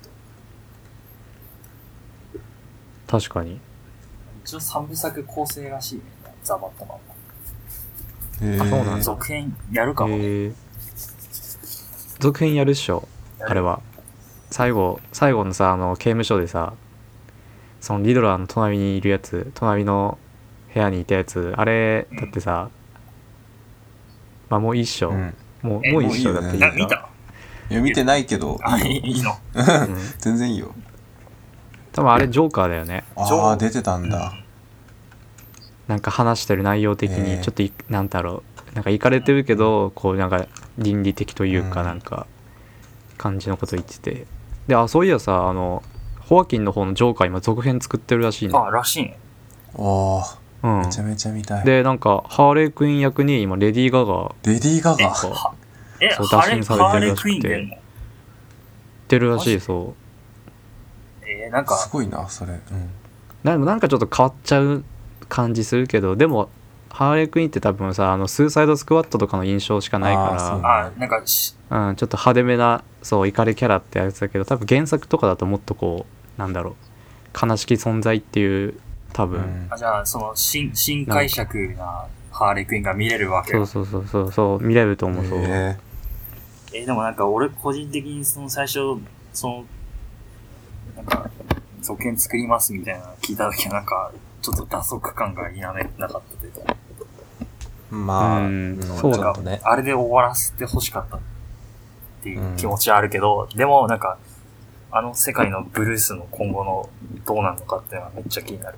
確かに。 一応三部作構成らしいね、ザ・バットマンへーあそうなんだは。続編やるかもね。 えー、続編やるっしょ、 やるあれは。最後、最後のさ、あの、刑務所でさ、そのリドラーの隣にいるやつ、隣の部屋にいたやつ、あれ、だってさ、まあもういいっしょ。 うんもう、 えもういいっしょ、 もういいよねあ、 だって言うか見たいや見てないけどあ、 いいよいいのうん全然いいよ。 多分あれジョーカーだよね。 ああ出てたんだ。 なんか話してる内容的へーにちょっとい、なんだろう、なんかイかれてるけど、こうなんか倫理的というかうんなんか感じのこと言ってて、で、あ、そういやさ、あのホアキンの方のジョーカー今続編作ってるらしいね。 あ、らしいね。 おーうんめちゃめちゃ見たい。 で、なんかハーレークイーン役に今レディー・ガガレディー・ガガ。 がはえ、 そうハーレー、 打診されてハーレーるらしくてクイーン出んの出るらしい。そええー、なんかすごいなそれ。うん。 でもなんかちょっと変わっちゃう感じするけど、でもハーレークイーンって多分さ、あのスーサイドスクワットとかの印象しかないあーそうかあなんかしら、うん、ちょっと派手めなそう怒りキャラってやつだけど、多分原作とかだともっとこうなんだろう、悲しき存在っていう多分、 うんあじゃあその新新解釈なハーレークイーンが見れるわけよ。 そうそうそうそうそう見れると思う。そう、 へえーでもなんか俺個人的にその最初そのなんか続編作りますみたいなの聞いた時はなんかちょっと打足感が否めなかったというか、 ーまあ、 うんちそうだょっとね。 あれで終わらせて欲しかったっていう気持ちはあるけど、でもなんかあの世界のブルースの今後のどうなるのかっていうのはめっちゃ気になる。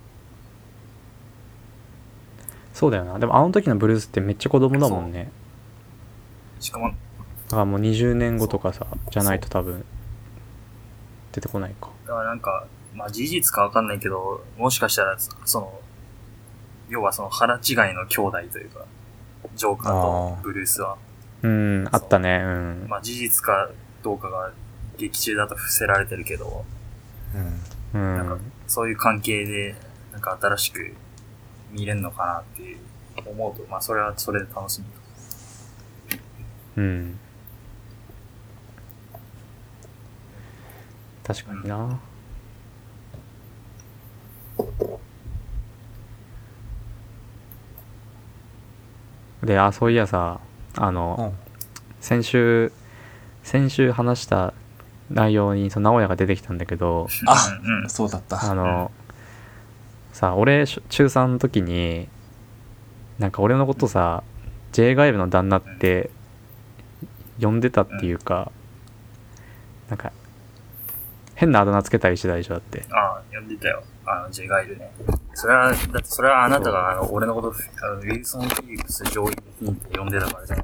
そうだよな。でもあの時のブルースってめっちゃ子供だもんね。 しかもだからもうにじゅうねんごとかさじゃないと多分出てこないか。 だからなんか、まあ事実かわかんないけど、もしかしたら、その、要はその腹違いの兄弟というか、ジョーカーとブルースは、 うんあったね。うん。 まあ事実かどうかが劇中だと伏せられてるけど、 うん。 うん。 なんかそういう関係で、なんか新しく見れんのかなっていう思うと、まあそれはそれで楽しみ。 うん。確かにな。で、あ、そういやさ、あの、 うん先週、先週話した内容にその直哉が出てきたんだけど、 あ、 うんうん。 そうだった。 あの、さ、俺、中さんの時に、なんか俺のことさ、J ガイルの旦那って呼んでたっていうか、なんか、変なあだ名つけたりしてたでしょ、だって。 ああ、呼んでたよ。あの、J ガイルね。それは、だってそれはあなたが、あの、俺のこと、あの、ウィルソン・フィリップス上位にって呼んでたからじゃん。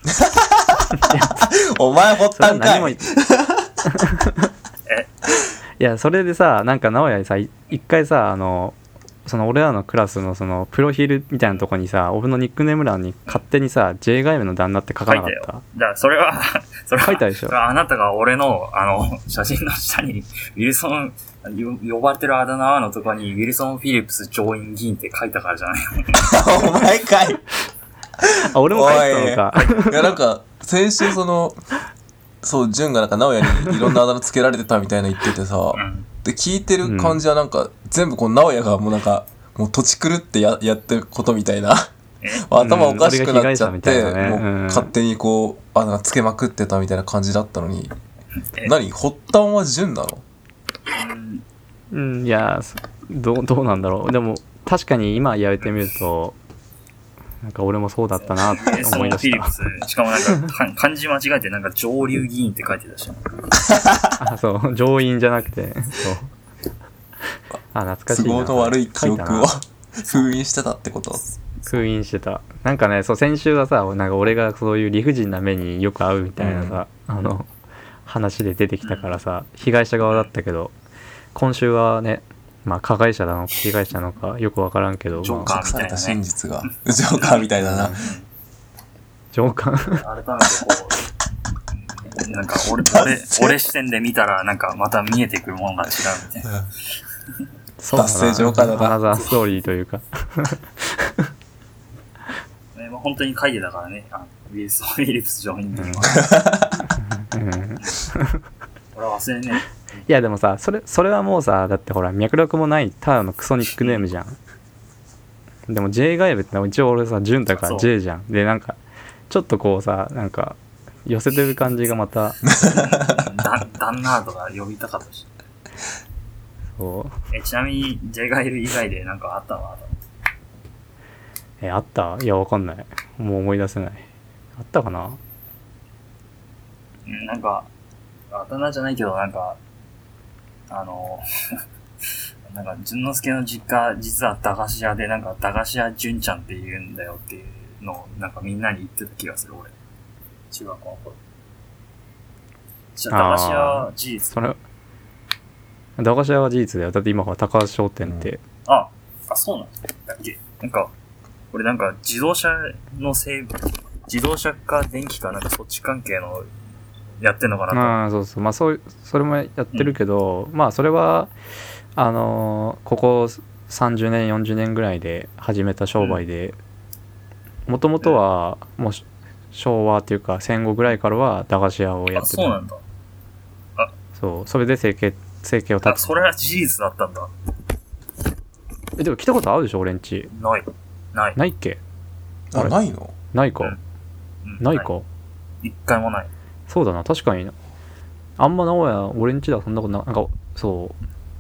お前ほったんか何もい。 えいや、それでさ、なんか直哉にさ、い一回さ、あの、その俺らのクラスのそのプロフィールみたいなとこにさ、俺のニックネーム欄に勝手にさ、J ガイルの旦那って書かなかった書いたよ。だから、それは、それは、 書いたでしょそれはあなたが俺の、あの、写真の下に、ウィルソン、呼ばれてるあだ名のとこに、ウィルソン・フィリップス上院議員って書いたからじゃないの。 お前かい。 あ、俺も書いてたのか。 いや、なんか、先週その、そう、純がなんか直哉にいろんなあだ名つけられてたみたいな言っててさ、 うん。 で、聞いてる感じはなんか、全部こう直哉がもうなんか、もう土地狂ってややってることみたいな。 え頭おかしくなっちゃって、 うん俺が被害者みたいなねもうんう勝手にこう、あだ名つけまくってたみたいな感じだったのに、 え何発端は純なの？ うんうん、いや、そどう、どうなんだろう。でも、確かに今言われてみると、なんか俺もそうだったなってえその思い出しフィリップス、しかもなんか、か漢字間違えて、なんか上流議員って書いてたし。 た。あ、そう、上院じゃなくて、そう。あ、懐かしいな。 都合の悪い記憶を書いたな封印してたってこと？ 封印してた。なんかね、そう、先週はさ、なんか俺がそういう理不尽な目によく合うみたいなさ、あの、話で出てきたからさ、被害者側だったけど、今週はね、まあ加害者なのか被害者なのかよくわからんけど、 ジョーカーまあ、 隠された真実が。ジョーカーみたいだな。 上官改めてこう、なんか俺、俺、俺視点で見たら、なんかまた見えてくるものが違うみたいな。 そう達成上官だなアナザーストーリーというか。 ねまあ、本当に書いてたからね、あのウィルソン・フィリップス上院議員は。 うん俺は忘れねいやでもさ、それ、それはもうさ、だってほら、脈絡もないただのクソニックネームじゃん。でも J ガイブって一応俺さ、純だから J じゃん。で、なんか、ちょっとこうさ、なんか、寄せてる感じがまた、 え。ダ旦那とか呼びたかったし。 そう。 え、ちなみに、J ガイル以外でなんかあったのかえ、あった？いや、わかんない。もう思い出せない。あったかな？ うん、なんか、あだ名じゃないけど、なんか、あの、なんか、淳之介の実家、実は駄菓子屋で、なんか、駄菓子屋淳ちゃんって言うんだよっていうのを、なんかみんなに言ってた気がする、俺。中学校の頃。じゃあ、駄菓子屋は事実。 それ、駄菓子屋は事実だよ。だって今ほら、高橋商店って、 あ、あ、そうなんだっけなんか、俺なんか、自動車の整備、自動車か電気かなんかそっち関係のやってんのかなと。 ああ、そうそう。まあ、そう、それもやってるけど、うん、まあ、それは、あのー、ここさんじゅうねん、よんじゅうねんぐらいで始めた商売で、もともとは、もう、昭和っていうか戦後ぐらいからは駄菓子屋をやってた。 あ、そうなんだ。あ、 そう。それで生計、生計を立てあ、それは事実だったんだ。 え、でも来たことあるでしょ俺んち。 ない。ない。 ないっけ？ あ、ないの？ ないか。 うんうん、 ないか。 一回もない。 そうだな、確かに。あんま直哉、俺んちではそんなことな、なんか、そう。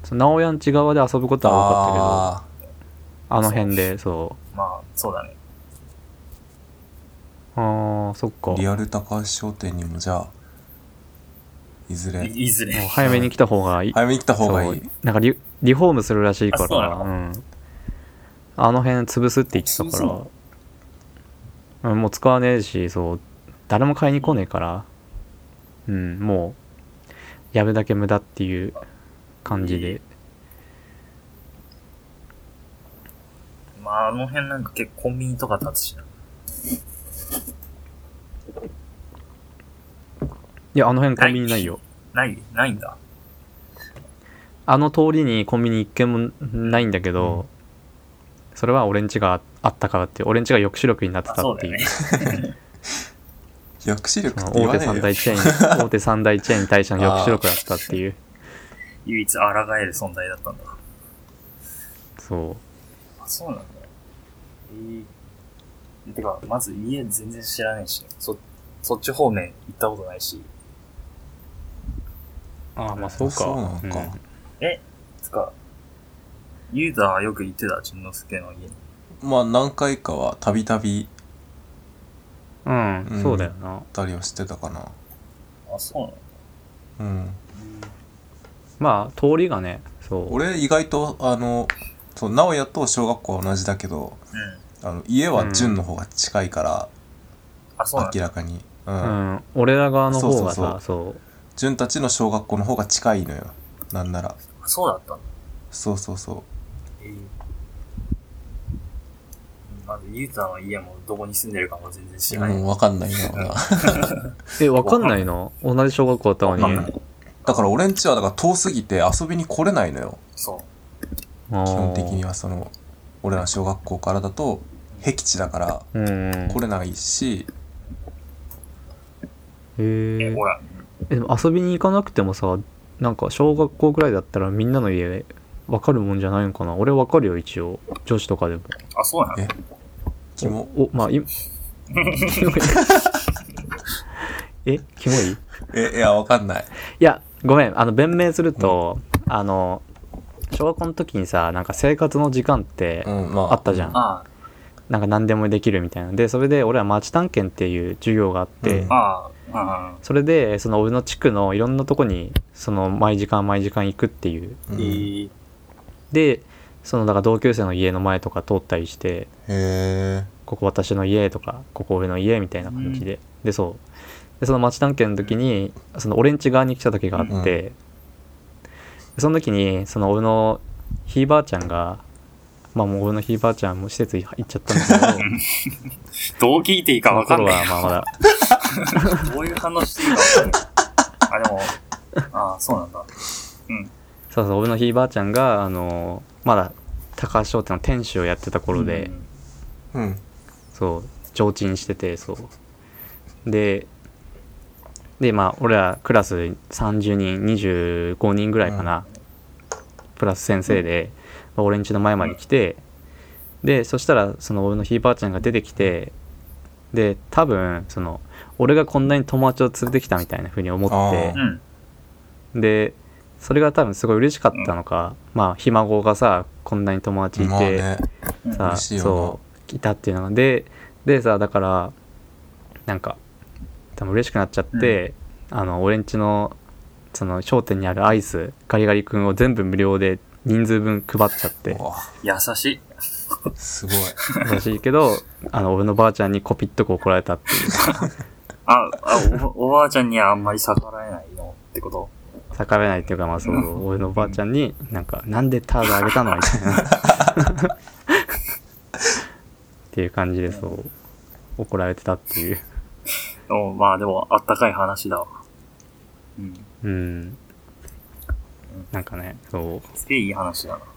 直哉んち側で遊ぶことは多かったけど、あ, あの辺で、そう。 まあ、そうだね。 ああ、そっか。 リアル高橋商店にもじゃあ、いずれ。 い, いずれ。 もう早めに来た方がいい。 早めに来た方がいい。 なんかリ、リフォームするらしいから、 あ、 うん。あの辺潰すって言ってたから、うん、もう使わねえし、そう、誰も買いに来ねえから、うん、もう、やるだけ無駄っていう感じで。 まあ、あの辺なんか結構コンビニとか立つしな。 いや、あの辺コンビニないよ。 ない、ないんだ。 あの通りにコンビニ一軒もないんだけど、うん、それは俺んちがあったからっていう、俺んちが抑止力になってたっていう。 抑止力って言わ大手三大チェーン、大手三大チェーンに対しての抑止力だったっていう。 唯一抗える存在だったんだ。 そう。 あ、そうなんだ。えー、てか、まず家全然知らないし、そ、そっち方面行ったことないし。 ああ、まあそうか。 そうなんか。うん、 え、つか、ユーザーはよく行ってた、淳之介の家に。 まあ何回かはたびたび、 うん、うん、そうだよな。 たりはしてたかな。 あ、そうなの？ うん。 まあ通りがね、そう。 俺意外とあの、そう直哉と小学校は同じだけど、うん、あの家は淳の方が近いから、 うん、あ、そうなんだ。 明らかに。うん。 うん、俺ら側の方がさ、そう。 淳たちの小学校の方が近いのよ。なんなら。 そうだったんだ。 そうそうそう。 えー、まずユーザーの家もどこに住んでるかも全然知らない。 うん、わかんないな。 え、わかんないの？同じ小学校だったのに。 だから俺んちはだから遠すぎて遊びに来れないのよ。 そう。 基本的にはその俺ら小学校からだと僻地だから来れないし。 へえ。 え、ほら。 え、でも遊びに行かなくてもさ、なんか小学校ぐらいだったらみんなの家わかるもんじゃないのかな？俺わかるよ一応。女子とかでも。 あ、そうなの？ え、キモ。 お、おまあ今え、キモい？ え、いやわかんない。 いやごめん、あの弁明すると、うん、あの小学校の時にさ、なんか生活の時間ってあったじゃん。うん、まあ、なんか何でもできるみたいな。でそれで俺は町探検っていう授業があって。うん、 あそれでその俺の地区のいろんなとこにその毎時間毎時間行くっていう、 うん、 でそのだから同級生の家の前とか通ったりして、 へー、 ここ私の家とかここ俺の家みたいな感じで、うん、でそうでその町探検の時にその俺ん家側に来た時があって、うん、その時にその俺のひいばあちゃんがまあもう俺のひいばあちゃんも施設行っちゃったんだけどどう聞いていいか分かんない。 その頃はまあまだどういう話していいか分かんない。あ、でも、ああ、そうなんだ。うん。 そうそう、俺のひいばあちゃんが、あの、まだ、高橋商店の店主をやってた頃で、 うん。 そう、常駐してて、そう。で、で、まあ、俺らクラスさんじゅうにん、にじゅうごにんぐらいかな、うん、プラス先生で、うん、俺ん家の前まで来て、で、そしたら、その俺のひいばあちゃんが出てきて、で、多分、その、俺がこんなに友達を連れてきたみたいな風に思って、でそれが多分すごい嬉しかったのか、うん、まあひ孫がさこんなに友達いて、まあね、さそういたっていうのででさだからなんか多分嬉しくなっちゃって、うん、あの俺んちのその商店にあるアイスガリガリ君を全部無料で人数分配っちゃって、 優しいすごい優しいけどあの俺のばあちゃんにコピッとこ怒られたっていうああ お, おばあちゃんにはあんまり逆らえないのってこと？ 逆らえないっていうかまあそう俺のおばあちゃんになんかなんでタードあげたのみたいなっていう感じでそう怒られてたっていう。 おまあでもあったかい話だわ。 うん。 うんなんかねそうすげえいい話だな。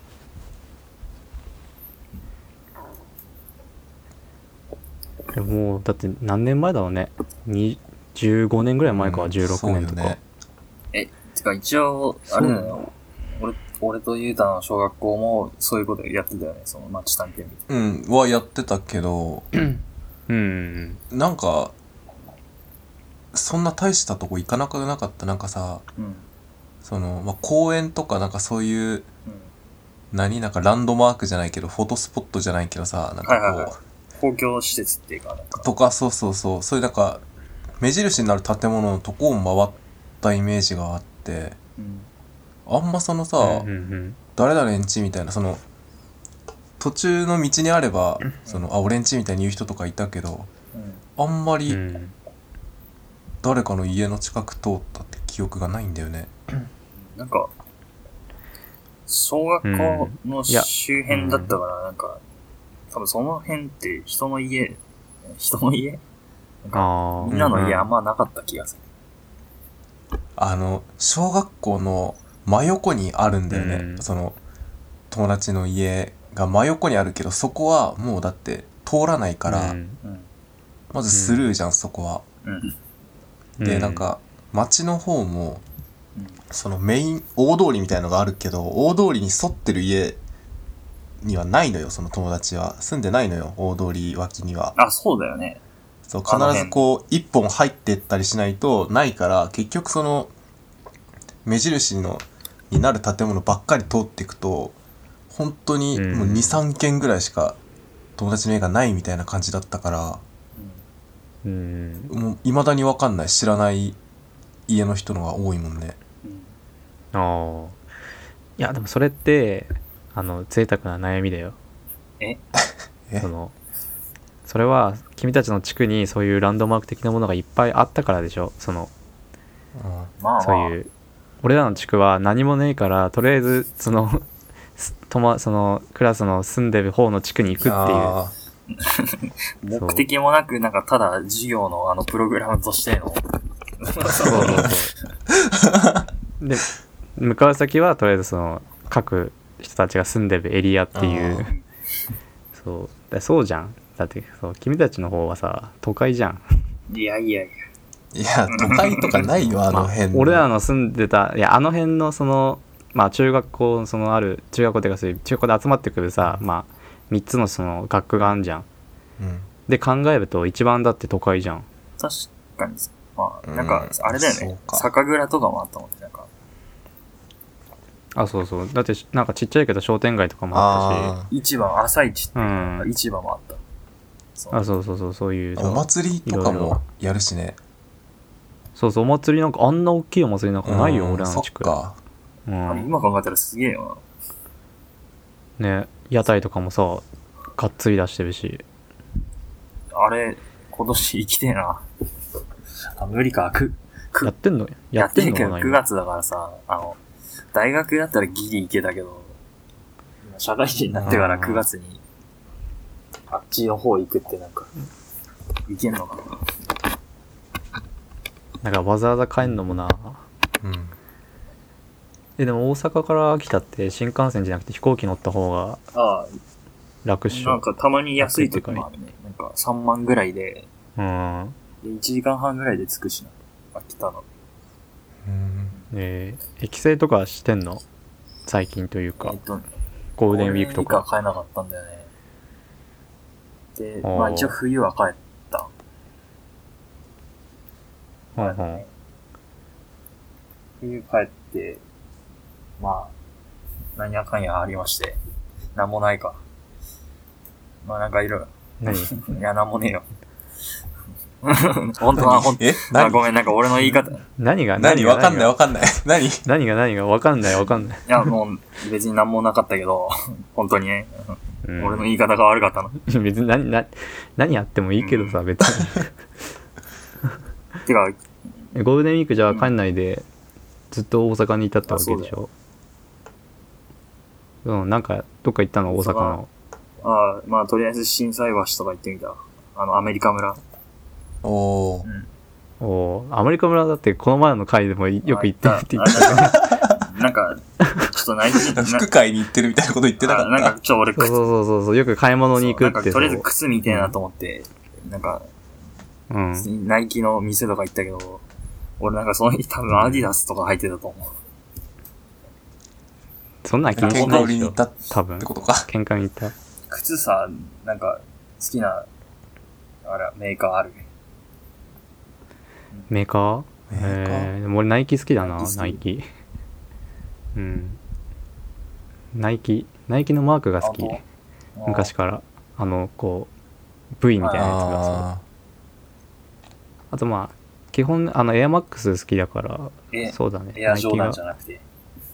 でももうだって何年前だろうねにじゅうごねんぐらい前か、 うん、 じゅうろくねんとか、 そうよね。 え、てか一応、あれだよね。俺、俺とゆうたの小学校もそういうことやってたよね。その街探検みたいうんはやってたけどうんなんかそんな大したとこ行かなくなかった。なんかさ、 な。うん。 その、まあ、公園とかなんかそういう、 うん。 何なんかランドマークじゃないけど、フォトスポットじゃないけどさ、なんかこう、 はいはいはい公共施設っていうか、なんか。 とか、そうそうそう、そういうなんか、目印になる建物のとこを回ったイメージがあって、 うん。 あんまそのさ、 うんうんうん誰々んちみたいな、その、途中の道にあれば、その、あ、俺んちみたいに言う人とかいたけど、 うん。 あんまりうん誰かの家の近く通ったって記憶がないんだよね。 なんか、小学校の周辺だったから、なんか、多分その辺って人の家、人の家なんか、 あみんなの家うんあんまなかった気がする。 あの、小学校の真横にあるんだよね。 うんその、友達の家が真横にあるけど、そこはもうだって通らないから、 うんうん。 まずスルーじゃん、そこは。 うん。 で、 うんなんか、街の方も、 うん。 そのメイン、大通りみたいのがあるけど、大通りに沿ってる家にはないのよ、その友達は。住んでないのよ、大通り脇には。 あ、そうだよね。 そう、 あの辺必ずこう、一本入ってったりしないとないから、結局その、目印の、になる建物ばっかり通っていくと、本当にもうに、さんけんぐらいしか友達の家がないみたいな感じだったから、 うんもう未だにわかんない、知らない家の人のが多いもんね。 うん。 ああいやでもそれってあの贅沢な悩みだよ。 ええそのそれは君たちの地区にそういうランドマーク的なものがいっぱいあったからでしょ。そのうんまあまあ。 そういう俺らの地区は何もねえからとりあえずそのすとまそのクラスの住んでる方の地区に行くっていうあ目的もなく、なんかただ授業のあのプログラムとしての。 そうそうそうで向かう先はとりあえずその各人たちが住んでるエリアっていうあそうだそうじゃん。だってそう君たちの方はさ都会じゃん。 いやいやいや。 いや、都会とかないよ、あの辺の。 まあ俺らの住んでたいやあの辺のそのまあ中学校そのある中学校っていうかそういう中学校で集まってくるさまあみっつのその学区があんじゃん。 うん。 で考えると一番だって都会じゃん。 確かにさ。まあ、なんか、あれだよね。 そうか酒蔵とかもあったもんね。なんか。 あそうそうだってなんかちっちゃいけど商店街とかもあったしあ市場、朝市っていうか、 うん市場もあった。そうあそうそうそうそういうあ、お祭りとかもやるしね。 そうそうお祭りなんかあんな大きいお祭りなんかないよ、 うん俺らの地区。 そっか。 うあれん、 今考えたらすげえよね屋台とかもさがっつり出してるし。 な。あれ、今年生きてえな。あ、無理か。く、く、 やってんのややっるけどっててんのかなくがつだからさ、あの、大学だったらギリ行けたけど、今社会人になってからくがつに、あっちの方行くってなんか、行けんのかな。 なんかわざわざ帰んのもな。 うん。 えでも大阪から秋田って新幹線じゃなくて飛行機乗った方がああ、 楽っしょ。 なんかたまに安い時もあるね。なんかさんまんぐらいで、 うんでいちじかんはんぐらいで着くしな。秋田の。 うん。 えー、帰省とかしてんの最近というかえっとね、 ゴールデンウィークとゴールデンウィークはか。 帰えなかったんだよね。で、 あーまあ一応冬は帰った。 うんうん冬帰って、まあ、なんやかんやありまして、なんもないか。まあなんかいる。 何いや、なんもねえよ。本当は、ほんえあ、 何ごめん、なんか俺の言い方。い何が何わかんないわかかんない。何何が何がわかんないわかんない。 や、もう別になんもなかったけど、本当にね、 うん俺の言い方が悪かったの。 別に何何何やってもいいけどさ、別にてか、 えゴールデンウィークじゃあ帰んないでずっと大阪にいたってわけでしょ。うんなんかどっか行ったの大阪の。 ああ、まあとりあえず心斎橋とか行ってみた。あの、アメリカ村。 おー。 うん。 おアメリカ村だってこの前の回でもよく行ってるって言ってたよね。 なんか、ちょっとナイキ、 服買いに行ってるみたいなこと言ってなかった。 なんかちょ、俺そうそうそうそう、よく買い物に行くって。 なんかとりあえず靴見てえなと思って、うん、なんか、うん、ナイキの店とか行ったけど、俺なんかその日多分アディダスとか履いてたと思う。 そんなん気にしないでしょ。多分。 ってことか。 喧嘩に行った。 靴さ、なんか好きな、あれ、メーカーある？ メーカー？えー、でも俺ナイキ好きだな、ナイキ。うん。ナイキ、ナイキのマークが好き。昔から。あの、こう、V みたいなやつがさ。あとまあ、基本、あの、エアマックス好きだから、そうだね。 エアジョーダンじゃなくて。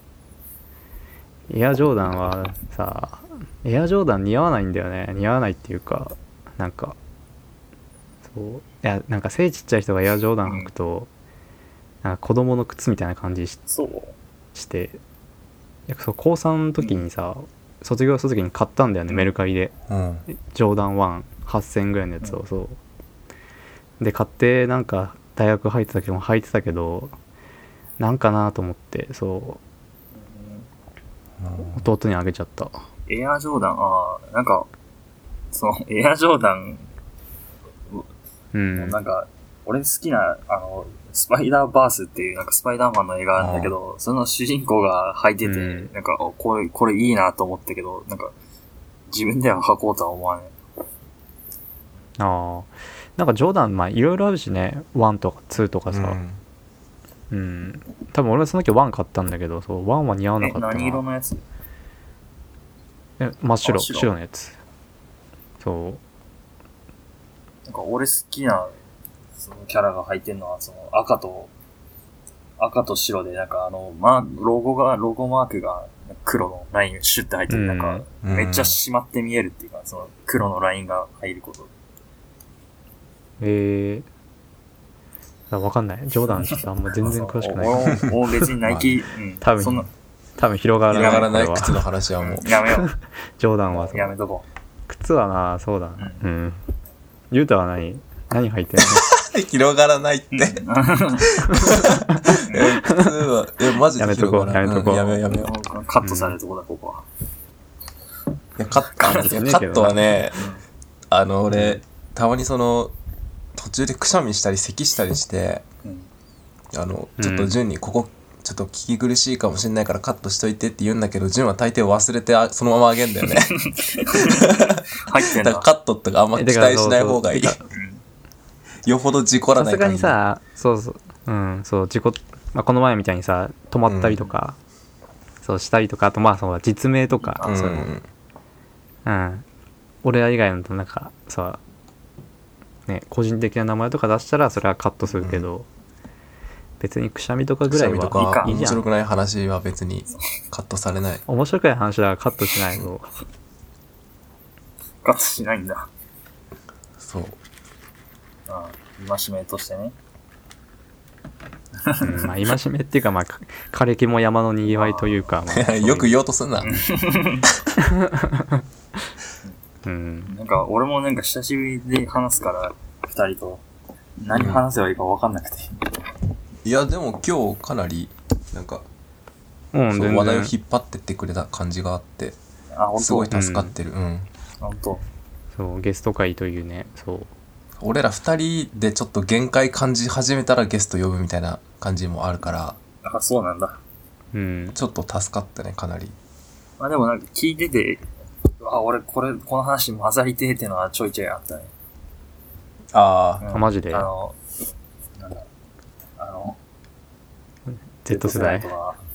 エアジョーダンはさ、エアジョーダン似合わないんだよね。似合わないっていうか、なんか、そう。いや、なんか背ちっちゃい人がエアジョーダン履くと、うん、なんか子供の靴みたいな感じし、して、いやそう高さんの時にさ、うん、卒業する時に買ったんだよね、メルカリで。うん、ジョーダンワン、はっせんえんぐらいのやつを、うん、そう。で、買って、なんか、大学入ってたけど、履いてたけど、なんかなと思って、そう、うん、弟にあげちゃった。 エアジョーダン、ああ、なんか、その、エアジョーダン、うん、なんか、俺好きな、あの、スパイダーバースっていう、なんかスパイダーマンの映画なんだけど、その主人公が履いてて、うん、なんか、これ、これいいなと思ったけど、なんか、自分では履こうとは思わない。 ああ。なんかジョーダン、まあいろいろあるしね、ワンとかツーとかさ。うん。うん、多分俺はその時ワン買ったんだけど、そう、ワンは似合わなかったな。 え、何色のやつ？ え、真っ白、白、白のやつ。そう。 なんか俺好きな、そのキャラが履いてるのは、その赤と、赤と白で、なんかあの、ま、ロゴが、ロゴマークが黒のラインがシュッて入ってる、うん、なんか、めっちゃ締まって見えるっていうか、その黒のラインが入ること。 えー、わかんない。ジョーダンってあんま全然詳しくない。 もう別にナイキ、うん、 多分、そんな多分広がらない。 広がらない靴の話はもう。 やめよう。 ジョーダンはやめとこう。 靴はな、そうだ。うん。ゆうたは何何履いてんの？ 広がらないって。靴は、え、マジで広がらない。 やめとこう。 やめようやめよう。カットされるとこだ、ここは。 いや、カット、カットはね、あの、俺、たまにその、途中でくしゃみしたり咳したりして、あの、ちょっと順にここ、ちょっと聞き苦しいかもしれないからカットしといてって言うんだけど、順は大抵忘れてそのままあげんだよね。 入ってんだ。 だからカットとかあんま期待しない方がいい。よほど事故らない限り。さすがにさ、そうそう、うん、そう事故、まあ、この前みたいにさ止まったりとか、うん、そうしたりとか、あとまあそう実名とか、うん、そういうの、うん、俺ら以外のとなんかさ、ね、個人的な名前とか出したらそれはカットするけど。うん、別にくしゃみとかぐらいはいいじゃん。 面白くない話は別にカットされない。 面白くない話はカットしないの。 カットしないんだ。 そう。 ああ、戒めとしてね。 うん、まあ戒めっていうか、まあ枯れ木も山のにぎわいというか、まあ、 ういうよく言おうとすんな。 うん、なんか俺もなんか久しぶりで話すから二人と何話せばいいか分かんなくて。 いやでも今日かなりなんか、 うん、 そう話題を引っ張ってってくれた感じがあって、 あ、本当？ すごい助かってる。うん。うん、 本当。 そうゲスト会というね、そう。 俺ら二人でちょっと限界感じ始めたらゲスト呼ぶみたいな感じもあるから。 あ、そうなんだ。 うん。 ちょっと助かったね、かなり。 まあでもなんか聞いてて、あ、俺これこの話混ざりてーってのはちょいちょいあったね。 ああ、 うん、マジで。 あの。なんだあの Z 世代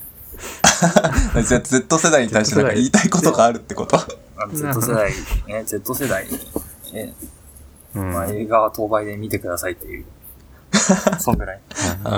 Z 世代に対してなんか言いたいことがあるってこと？ Z 世代、え、Z 世代、え、うん、まあ映画は当倍で見てくださいっていう。そんぐらい。 うん。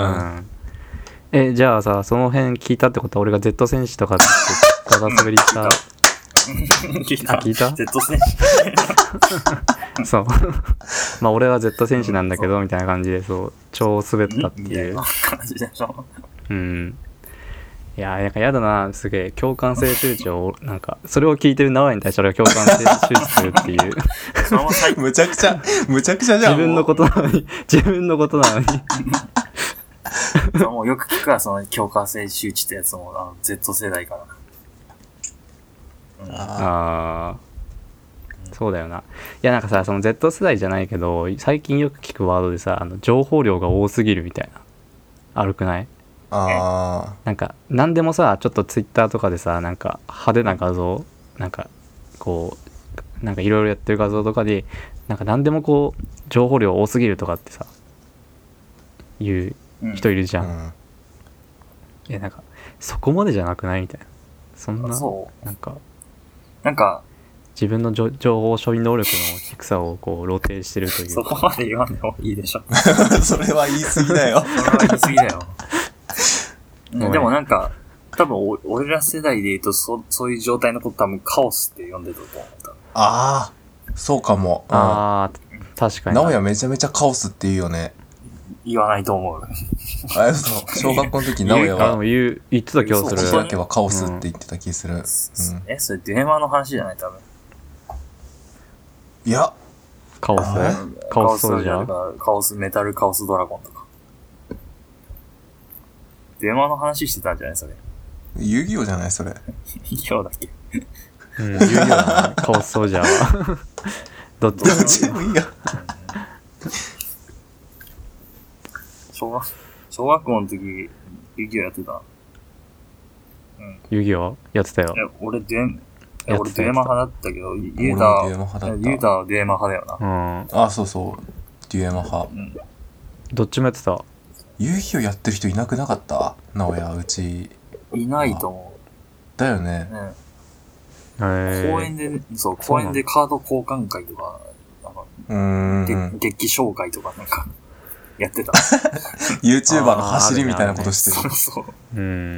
え、じゃあさ、その辺聞いたってことは俺が Z 戦士とかってガタ滑りした。 聞いた聞いた ?Z 戦士そう。まあ俺は Z 戦士なんだけど、みたいな感じで、そう、超滑ったっていう。 感じでしょ。 うん。 いやーなんかやだな、すげえ共感性周知をなんかそれを聞いてる縄に対して俺が共感性周知するっていうその最むちゃくちゃむちゃくちゃじゃん。 自分のことなのに自分のことなのにそうもうよく聞くわ、その共感性周知ってやつも、あの Z 世代から。うん、 あああそうだよな。いやなんかさその Z 世代じゃないけど最近よく聞くワードでさ、あの情報量が多すぎるみたいな悪くない？ あなんか何でもさちょっとツイッターとかでさなんか派手な画像なんかこうなんかいろいろやってる画像とかでなんか何でもこう情報量多すぎるとかってさ言う人いるじあ、 ゃん、 うん、 いやなんかそこまでじゃなくないみたいな、そんなそうなんかなんか自分のじょ情報処理能力の低さをこう露呈してるというそこまで言わんでもいいでしょ。 それは言い過ぎだよ。 それは言い過ぎだよ。でもなんか、多分お俺ら世代で言うとそ、そういう状態のこと多分カオスって呼んでたと思った。 ああ、そうかも。うん、 ああ確かに直哉めちゃめちゃカオスって言うよね。 言わないと思う。 あそう小学校の時直哉あはの言う言ってた気がする。 時だけはカオスって言ってた気する。うんうん、 え、それデネマの話じゃない多分。 いや、 カオスカオスソルジャーカオスメタルカオスドラゴンとか。デネマの話してたんじゃないそれ。 遊戯王じゃないそれ。 遊戯王だっけ。 うん、遊戯王だね。カオスソルジャーは。どっちどっちでもいいや。 小学、小学校の時、遊戯王やってた。 うん。遊戯王やってたよ。 え、俺デン、え、俺デーマ派だったけど、ユ俺もータデュエマ派だった。 ユータはデーマ派だよな。 うん。 あ、そうそう。デュエマ派。 うん。 どっちもやってた。 遊戯王やってる人いなくなかった直哉、うち。 いないと思だよね。 う。ね。 へー公園で、そう、公園でカード交換会とか、なんか、 うーん。 げ劇紹介とかなんか、やってた。 YouTuber の走りみたいなことしてる。 そうそう。 うん。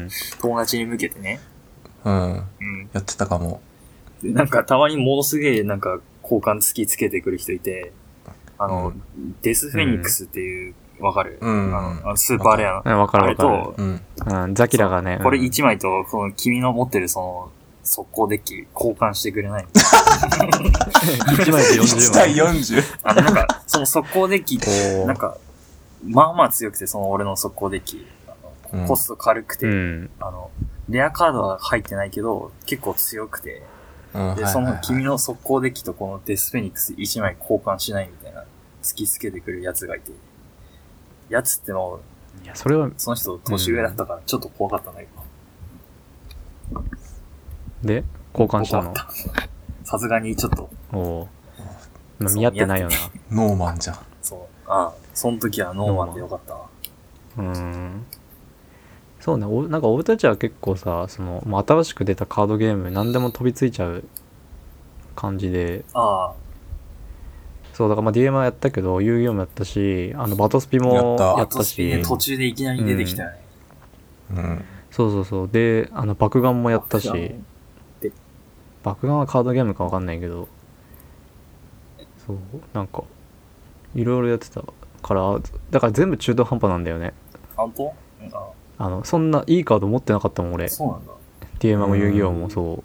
友達に向けてね。 うん。 うん。 やってたかも。 でなんか、たまにものすげえ、なんか、交換突きつけてくる人いて、あの、 うんデスフェニックスっていう、わ、かる、 うんあのあのスーパーレアな。 わかるわかる。 あれと、 うん。 うん、ザキラがね。 これうんいちまいと、この君の持ってるその、速攻デッキ交換してくれないいちまいでよんじゅういち枚。 対よんじゅう。 あの、なんか、その速攻デッキって、 おーなんか、まあまあ強くて、その俺の速攻デッキ。あうんのコスト軽くて、 うん。 あの、レアカードは入ってないけど、結構強くて、 うん。 で、 はいはいはいその君の速攻デッキとこのデスフェニックスいちまい交換しないみたいな、突きつけてくるやつがいて、やつってもいや、それは、 う、その人年上だったからちょっと怖かったんだけど。 で、交換したの怖かったさすがにちょっと、 おお。まあ見合ってないよな。 ノーマンじゃん。 そう、ああ、その時はノーマンでよかったわ。 うーん。そうね、おなんか俺たちは結構さ、その、まあ、新しく出たカードゲーム何でも飛びついちゃう感じで、 ああ、 そう、だからまあ ディーエム はやったけど、遊戯王もやったし、あの、バトスピもやったやあとったし、 ね、途中でいきなり出てきたよね。 うん。 そうそうそう。で、あの、爆眼もやったし、爆眼はカードゲームかわかんないけど、そう、なんか、いろいろやってたから、だから全部中途半端なんだよね。 本当？ああの、そんないいカード持ってなかったもん、俺。 そうなんだ。 ディーエム も遊戯王もそう。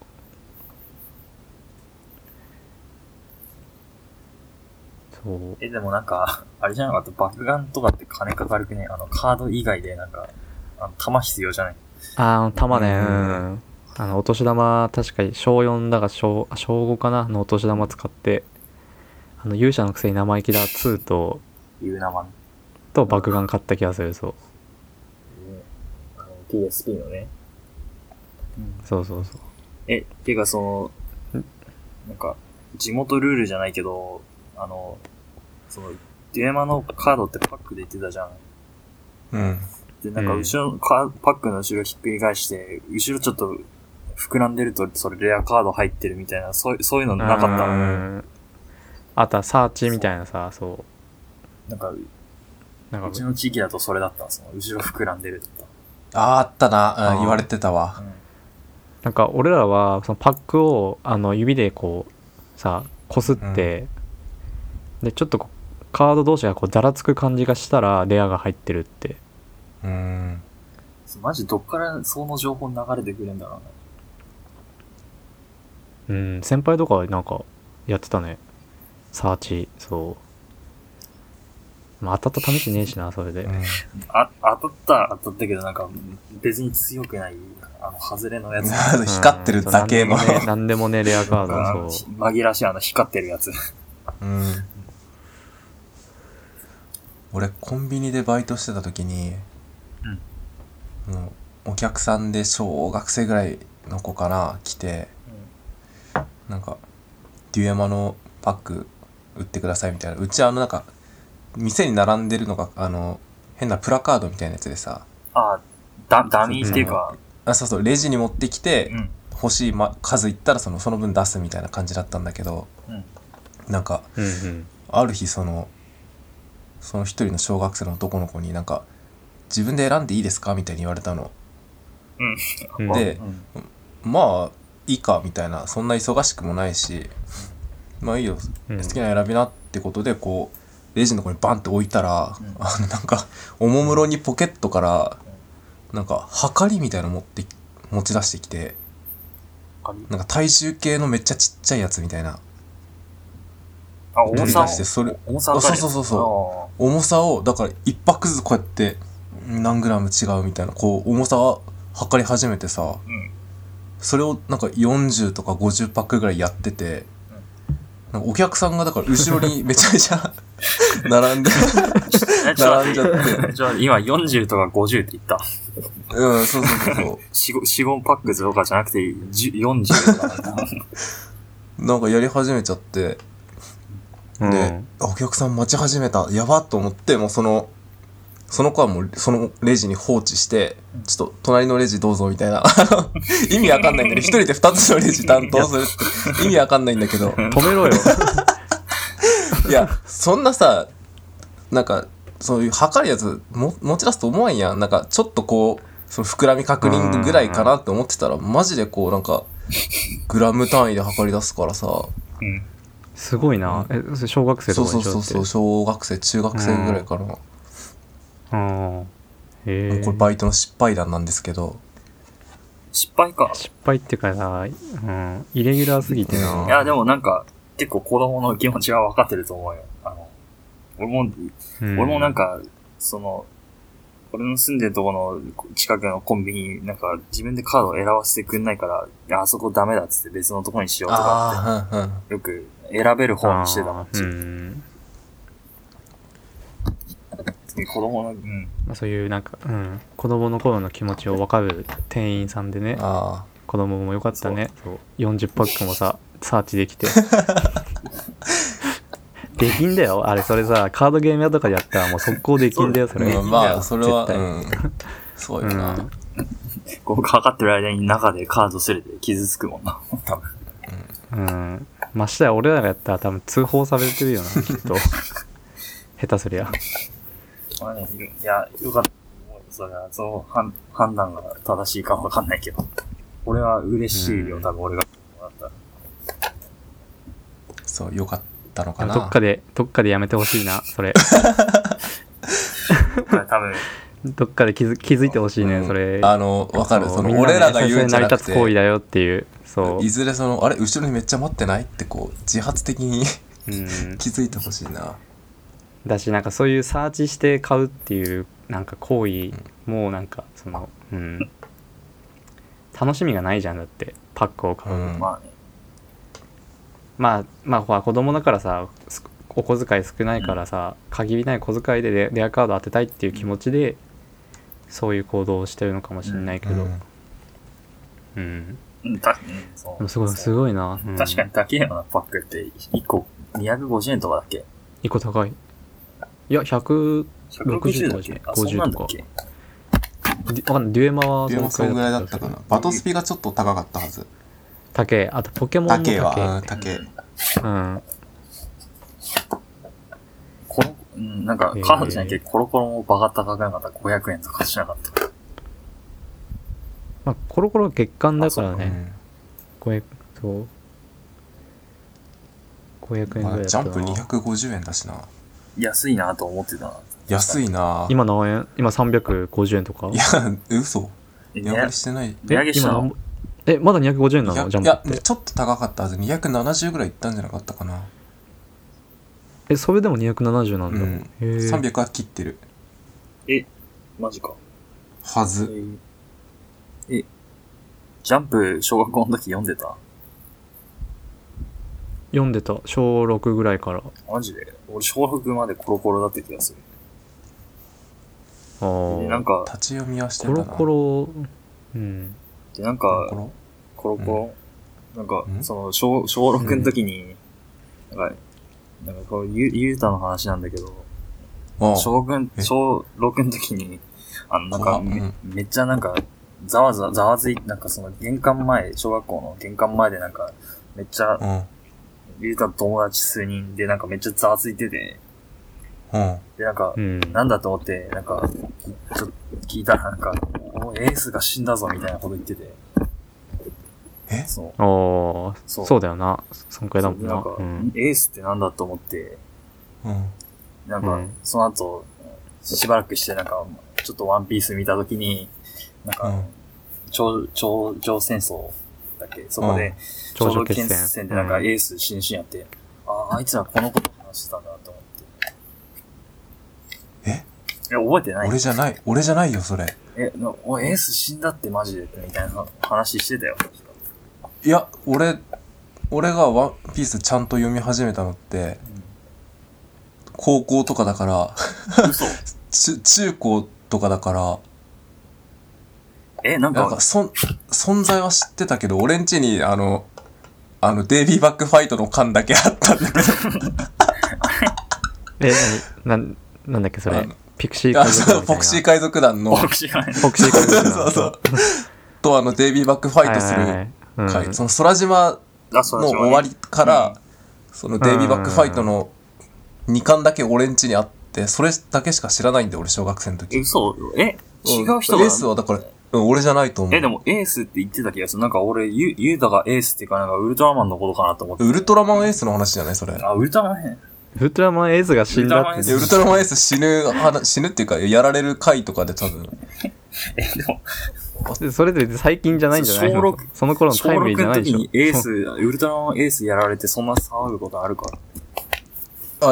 そう。 え、でもなんか、あれじゃなかった爆眼とかって金かかるくねあの、カード以外でなんか、あの、弾必要じゃないあー、玉ね、 ううんん。あの、お年玉、確かに小よんだが小、あ小ごかなのお年玉使って、あの、勇者のくせに生意気だにと、 いう名前。 と爆眼買った気がする、そう。 あの、ピーエスピー のね。うん。 そうそうそう。 え、てかその、なんか、地元ルールじゃないけど、あの、その、デュエマのカードってパックで言ってたじゃん。 うん。 で、なんかうん後ろのカー、パックの後ろひっくり返して、後ろちょっと膨らんでると、それレアカード入ってるみたいな、そういう、そういうのなかったうの。 んあとはサーチみたいなさ、そなんか、 う。なんかうち、の地域だとそれだったその後ろ膨らんでるとか。 あーあったな、うんあー言われてたわ。 うん。 なんか俺らはそのパックをあの指でこうさこすって、でちょっとこうカード同士がこうざらつく感じがしたらレアが入ってるってうん。 マジどっからその情報流れてくるんだろうね。 うん、先輩とかなんかやってたね。サーチ、そう。まあ当たった試しねえしな、それで。 うん、 あ、当たった当たったけどなんか別に強くない、あの、外れのやつ。 光ってるだけの。 うん、そうなんでもね、なんでもね、レアカード、そう。 紛らわしいあの光ってるやつ。 うん。俺、コンビニでバイトしてた時に、うん、もうお客さんで小学生ぐらいの子かな、来て、うん、なんか、デュエマのパック売ってくださいみたいな。うちあのなんか、店に並んでるのが、あの、変なプラカードみたいなやつでさ。 ああ、ダ、ダミーっていうか。 あ、そうそう、レジに持ってきて、 うん、 欲しい、ま、数いったらその、その分出すみたいな感じだったんだけど、うん、なんか、うんうん、ある日その、その一人の小学生の男の子になんか、自分で選んでいいですかみたいに言われたの。うん、で、うん、まあ、いいかみたいな、そんな忙しくもないし、まあいいよ、好きな選びなってことで、こう、レジのとこにバンって置いたら、うん、あのなんか、おもむろにポケットから、なんか、はかりみたいなの持って、持ち出してきて、なんか体重計のめっちゃちっちゃいやつみたいな。 あ、重さをしてそれ重さをそうそうそうそう重さをだから一パックずつこうやって何グラム違うみたいなこう重さを測り始めてさ、うん、それをなんかよんじゅうとかごじゅうパックぐらいやってて、うん、なんかお客さんがだから後ろにめちゃめちゃ並んで並んじゃってじゃあ今よんじゅうとかごじゅうって言ったうんそうそうそうそうよん、ごパックとかじゃなくてよんじゅうとかなんだなんかやり始めちゃってで、うん、お客さん待ち始めたやばっと思ってもうそのその子はもうそのレジに放置してちょっと隣のレジどうぞみたいな意味わかんないんだけど一人で二つのレジ担当するって意味わかんないんだけど止めろよいやそんなさなんかそういう測るやつも持ち出すと思わんやんなんかちょっとこうその膨らみ確認ぐらいかなって思ってたらマジでこうなんかグラム単位で測り出すからさ、うんすごいな。え、小学生とかでしょ？ そうそうそう、小学生、中学生ぐらいかな。 うん。へえ。 これバイトの失敗談なんですけど。 失敗か。 失敗っていうかさ、うん、イレギュラーすぎてな。 いや、でもなんか、結構子供の気持ちは分かってると思うよ。あの、俺も、うん、俺もなんか、その、俺の住んでるところの近くのコンビニ、なんか自分でカードを選ばせてくんないから、いや、あそこダメだっつって別のところにしようとかって、うんうん、よく選べる方にしてたもん。うん。子供の、うん。 まあ、そういうなんか、うん、子供の頃の気持ちを分かる店員さんでね、あ子供もよかったね。そうそうよんじゅうパックもさ、サーチできて。できんだよあれそれさカードゲーム屋とかでやったらもう速攻できんだよそれ、 うん、まあそれはうんそうよな、うん、 こうかかってる間に中でカードすれて傷つくもんな多分うん、うん、ましてや俺らがやったら多分通報されてるよなきっと下手すりゃまあねいやよかったそれはそう判断が正しいかわかんないけど俺は嬉しいよ、うん、多分俺がもらったらそうよかったのかなどっかでどっかでやめてほしいなそれ多分どっかで気づ、気づいてほしいね、うん、それあの分かるその俺らが言うんじゃなくて成り立つ行為だよっていうそういずれそのあれ後ろにめっちゃ待ってないってこう自発的にうん気づいてほしいなだしなんかそういうサーチして買うっていうなんか行為もうなんかそのうん楽しみがないじゃんだってパックを買う、うん、まあねまあまあ子供だからさお小遣い少ないからさ、うん、限りない小遣いでレアカード当てたいっていう気持ちでそういう行動をしてるのかもしれないけどうんうん、 うん、たそうすごいすごいな、 うん、確かに高いよなパックっていっこにひゃくごじゅうえんとかだっけいっこ高いいやひゃくろくじゅうとかじゃないごじゅうとかわかんないデュエマはデュエマそのぐらいだったかなバトスピがちょっと高かったはず高えあとポケモンも高えは高えうんこの、うん、なんかカードじゃなきゃコロコロもバカ高くなかったらごひゃくえんとかしなかったまあコロコロ月間だからね、うん、ごひゃくそうごひゃくえんぐらいだったな、 まあ、ジャンプにひゃくごじゅうえんだしな安いなと思ってたな。 安いな。 今何円？今さんびゃくごじゅうえんとか？ いや、嘘。値上がりしてない。 値上げしたの？ え、まだにひゃくごじゅうえんなの？ジャンプって。 いや、ちょっと高かったはず。にひゃくななじゅうぐらいいったんじゃなかったかな。 え、それでもにひゃくななじゅうなんだ。 うん、 へー。 さんびゃくは切ってる。 え、マジか。 はず。 えー、え、ジャンプ小学校の時読んでた？ 読んでた。しょうろくぐらいから。 マジで？俺小ろくまでコロコロだって気がする。 あー。 なんか、 立ち読みはしてたな。 コロコロ、うん。 で、なんか、コロコロ、コロうん、なんか、その、小、小ろくの時に、うん、なんか、なんかこう、ゆ、ゆうたの話なんだけど、小ろく、小ろくの時に、あの、なんかめ、うん、めっちゃなんか、ざわざわ、ざわつい、なんかその、玄関前、小学校の玄関前でなんか、めっちゃ、うんゆうたの友達数人でなんかめっちゃざわついてて、うん、でなんか、うん、なんだと思って、なんか、ちょっと聞いたらなんか、おエースが死んだぞみたいなこと言ってて。 えそう。おー、そう。そうだよな。そんくらいだもんな。 なんか、うん、エースってなんだと思って、うん、なんか、その後、しばらくしてなんか、ちょっとワンピース見たときに、なんか、うん、超、超上戦争だっけそこで、頂上決戦でなんかエース新進やって、うん、ああ、あいつらこのこと話してたんだと思って。 えいや、覚えてない。 俺じゃない。俺じゃないよ、それ。 え、なおエース死んだってマジでってみたいな話してたよ。 いや、俺、俺がワンピースちゃんと読み始めたのって、うん、高校とかだから、 嘘中、中高とかだから、 え、なんか、 なんかそ存在は知ってたけど、俺ん家に、あの、あの、デイビーバックファイトの缶だけあったんだけど。 え、なに、な、なんだっけそれ。ピクシー海賊団。 フォクシー海賊団の。 フォクシー海賊団。そうそう。と、あの、デイビーバックファイトする回。その空島の終わりから、うん、そのデイビーバックファイトのにかんだけ俺ん家にあって、それだけしか知らないんだよ、俺小学生の時。 え、嘘え違う人が。エースはだから、うん、俺じゃないと思う。 え、でもエースって言ってた気がする。なんか俺、ゆ、ゆうたがエースっていうかなんかウルトラマンのことかなと思って。 ウルトラマンエースの話じゃないそれ。 あ、ウルトラマンエースウルトラマンエースが死んだって。 ウルトラマンエース死ぬ、死ぬっていうか、やられる回とかで多分。 え、でも。それで最近じゃないんじゃないの？その頃のタイムリーじゃないでしょ。 小ろくの時にエース、ウルトラマンエースやられてそんな騒ぐことあるから。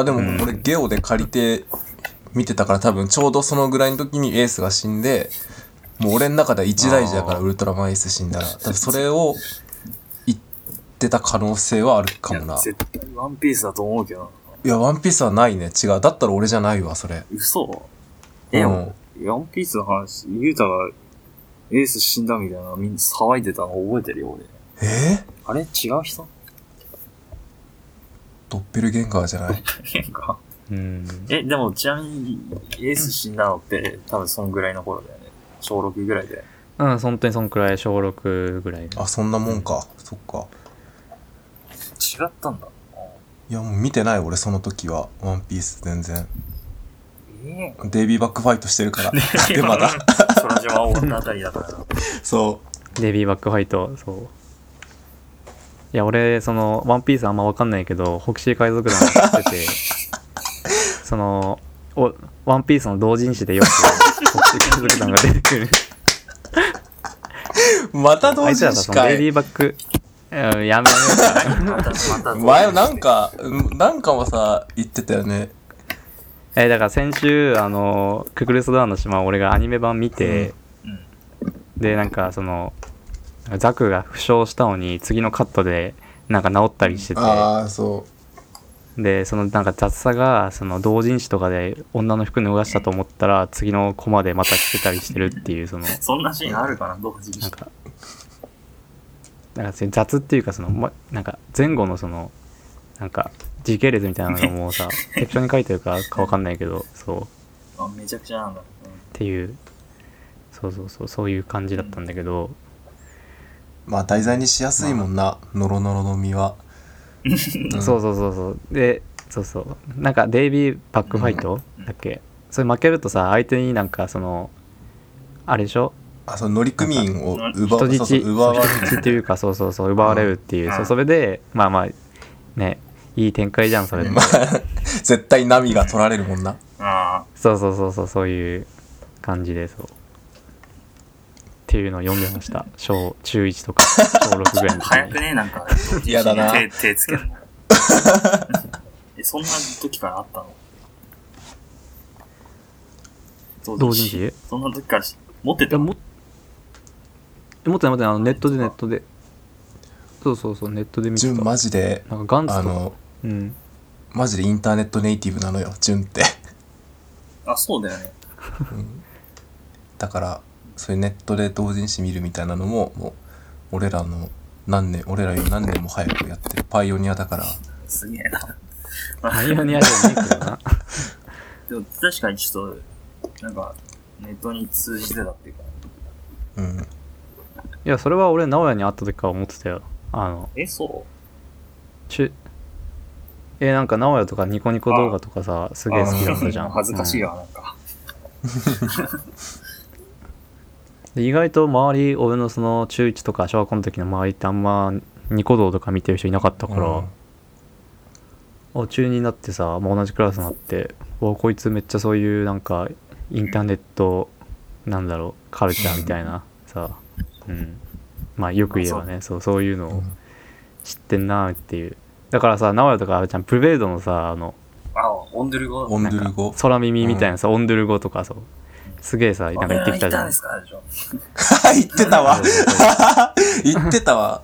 あ、でも俺ゲオで借りて見てたから多分ちょうどそのぐらいの時にエースが死んで、もう俺の中では一大事だからウルトラマンエース死んだら。多分それを言ってた可能性はあるかもな。 絶対ワンピースだと思うけどな。いや、ワンピースはないね。違う。だったら俺じゃないわ、それ。 嘘え、うん、ワンピースの話、ユータがエース死んだみたいなみんな騒いでたの覚えてるよ、 俺。えー、あれ違う人ドッペルゲンガーじゃない？ ドッペルゲンガーうん。え、でもちなみにエース死んだのって多分そんぐらいの頃だよね。小ろくぐらいで。 うん、本当にそんくらい、小ろくぐらい。 あ、そんなもんか。そっか。 違ったんだ。 いや、もう見てない俺その時は。ワンピース全然。 えー、 デイビーバックファイトしてるから。で、まだ。 空島終わったあたりだからな。 そう。 デイビーバックファイト、そう。いや、俺、その、ワンピースあんま分かんないけど、北シー海賊団やってて、その、お、ワンピースの同人誌でよく、北シー海賊団が出てくる。 また同人誌かい。 デイビーバック、うん、やめようか。前なんか、なんかもさ、言ってたよね。 えー、だから先週、あの、ククルスドアンの島、俺がアニメ版見て、うん、で、なんかその、ザクが負傷したのに、次のカットで、なんか治ったりしてて、 ああ、そう。 で、そのなんか雑さが、その同人誌とかで女の服脱がしたと思ったら、次のコマでまた着てたりしてるっていう、その。 そんなシーンあるかな、同人誌。 なんか、なんか雑っていうか、その、ま、なんか前後のその、なんか、時系列みたいなのがもうさ、適当に書いてるかかわかんないけど、そう。 あ、めちゃくちゃなんだ。 うん、っていう、そうそうそう、そういう感じだったんだけど。 まあ、題材にしやすいもんな、ノロノロの実は。 うん、そうそうそうそう。で、そうそう。なんか、デイビーバックファイト、うん、だっけそれ負けるとさ、相手になんか、その、あれでしょあ、その乗組員を奪われる。人質、奪われる。人質っていうか、そうそうそう、奪われるっていう。そうそれで、まあまあ、ね、いい展開じゃん、それって。 絶対ナミが取られるもんな。 あそうそうそうそう、そういう感じで、そうっていうのを読んでました。小中いちとか小ろくぐらいの時に。 早くね、なんか、 やだな手、手つけるの。え、そんな時からあったの？ 同人誌？ そんな時からし持ってた？ いや、も持ってない持ってない、あのネットでネットで。そうそうそう、ネットで見てた。 ジュンマジで、 なんかガンツとか。 あの、 うん。 マジでインターネットネイティブなのよ、ジュンって。 あ、そうだよね。 うん、だから、そういうネットで同人誌見るみたいなのも、もう、俺らの何年、俺らより何年も早くやってるパイオニアだから。 すげえな。 パイオニアじゃねえけどな。 でも確かにちょっと、なんか、ネットに通じてたっていうか。 うん。 いや、それは俺、直哉に会った時から思ってたよ。あの、 え、そうちえ、なんか直哉とかニコニコ動画とかさ、すげえ好きだったじゃん。 恥ずかしいわ、なんか。 で意外と周り、俺のその中いちとか小学校の時の周りってあんまニコ動とか見てる人いなかったから、 うんお中にになってさ、もう同じクラスになって、おこいつめっちゃそういうなんかインターネットなんだろうカルチャーみたいなさ、うん、まあよく言えばね、そうそういうのを知ってんなっていう。だからさ、直哉とかあるじゃん、プレベイドのさ、あのあ、オンドゥル語オンドゥル語空耳みたいなさ、うん、オンドゥル語とかそうすげえさ、なんか言ってきたじゃん。 言ってたわ言ってたわ。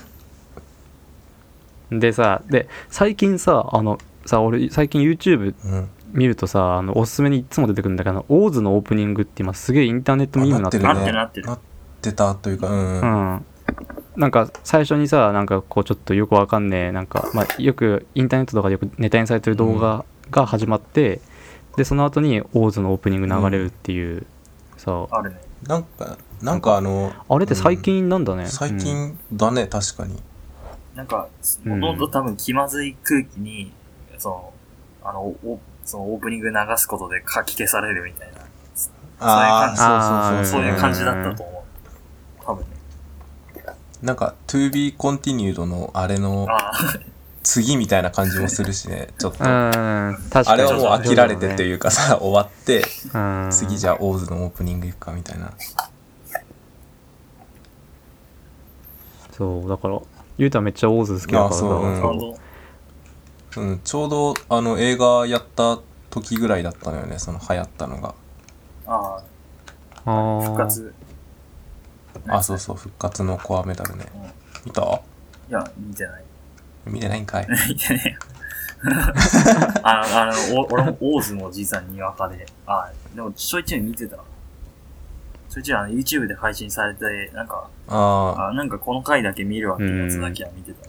でさ、で最近さ、あのさ、俺最近 YouTube 見るとさ、うん、あのおすすめにいつも出てくるんだけど、オーズのオープニングって今すげえインターネットミームになってるね。なってるなってるなってたというか、うん、 うん、なんか最初にさ、なんかこうちょっとよくわかんねえ、なんかまあよくインターネットとかでよくネタにされてる動画が始まって、うん、でその後にオーズのオープニング流れるっていう、うん、さあるね。 なんかなんかあのあれって最近なんだね、うん、 最近だね、確かに。 なんかもともと多分気まずい空気に、うん、そのあのおそのオープニング流すことでかき消されるみたいな、 ああ、そういう感じ、そうそうそういう感じだったと思う。多分ね。 なんか to be continued のあれの次みたいな感じもするしね、ちょっと。あれはもう飽きられてというかさ、終わって、次じゃあオーズのオープニング行くかみたいな。 そう、だから、ゆうためっちゃオーズ好きだからさ、 うん、うん、ちょうどあの映画やった時ぐらいだったのよね、その流行ったのが。 ああ。 復活。 あ、そうそう、復活のコアメダルね。うん、見た？いや、見てない。 見てないんかい。 見てねえよ。あの、あの、俺もオーズの実はにわかで、あ、でもちょいちょい見てた。ちょいちょいあの YouTube で配信されて、なんか、 ああ、なんかこの回だけ見るわっていうやつだけは見てた。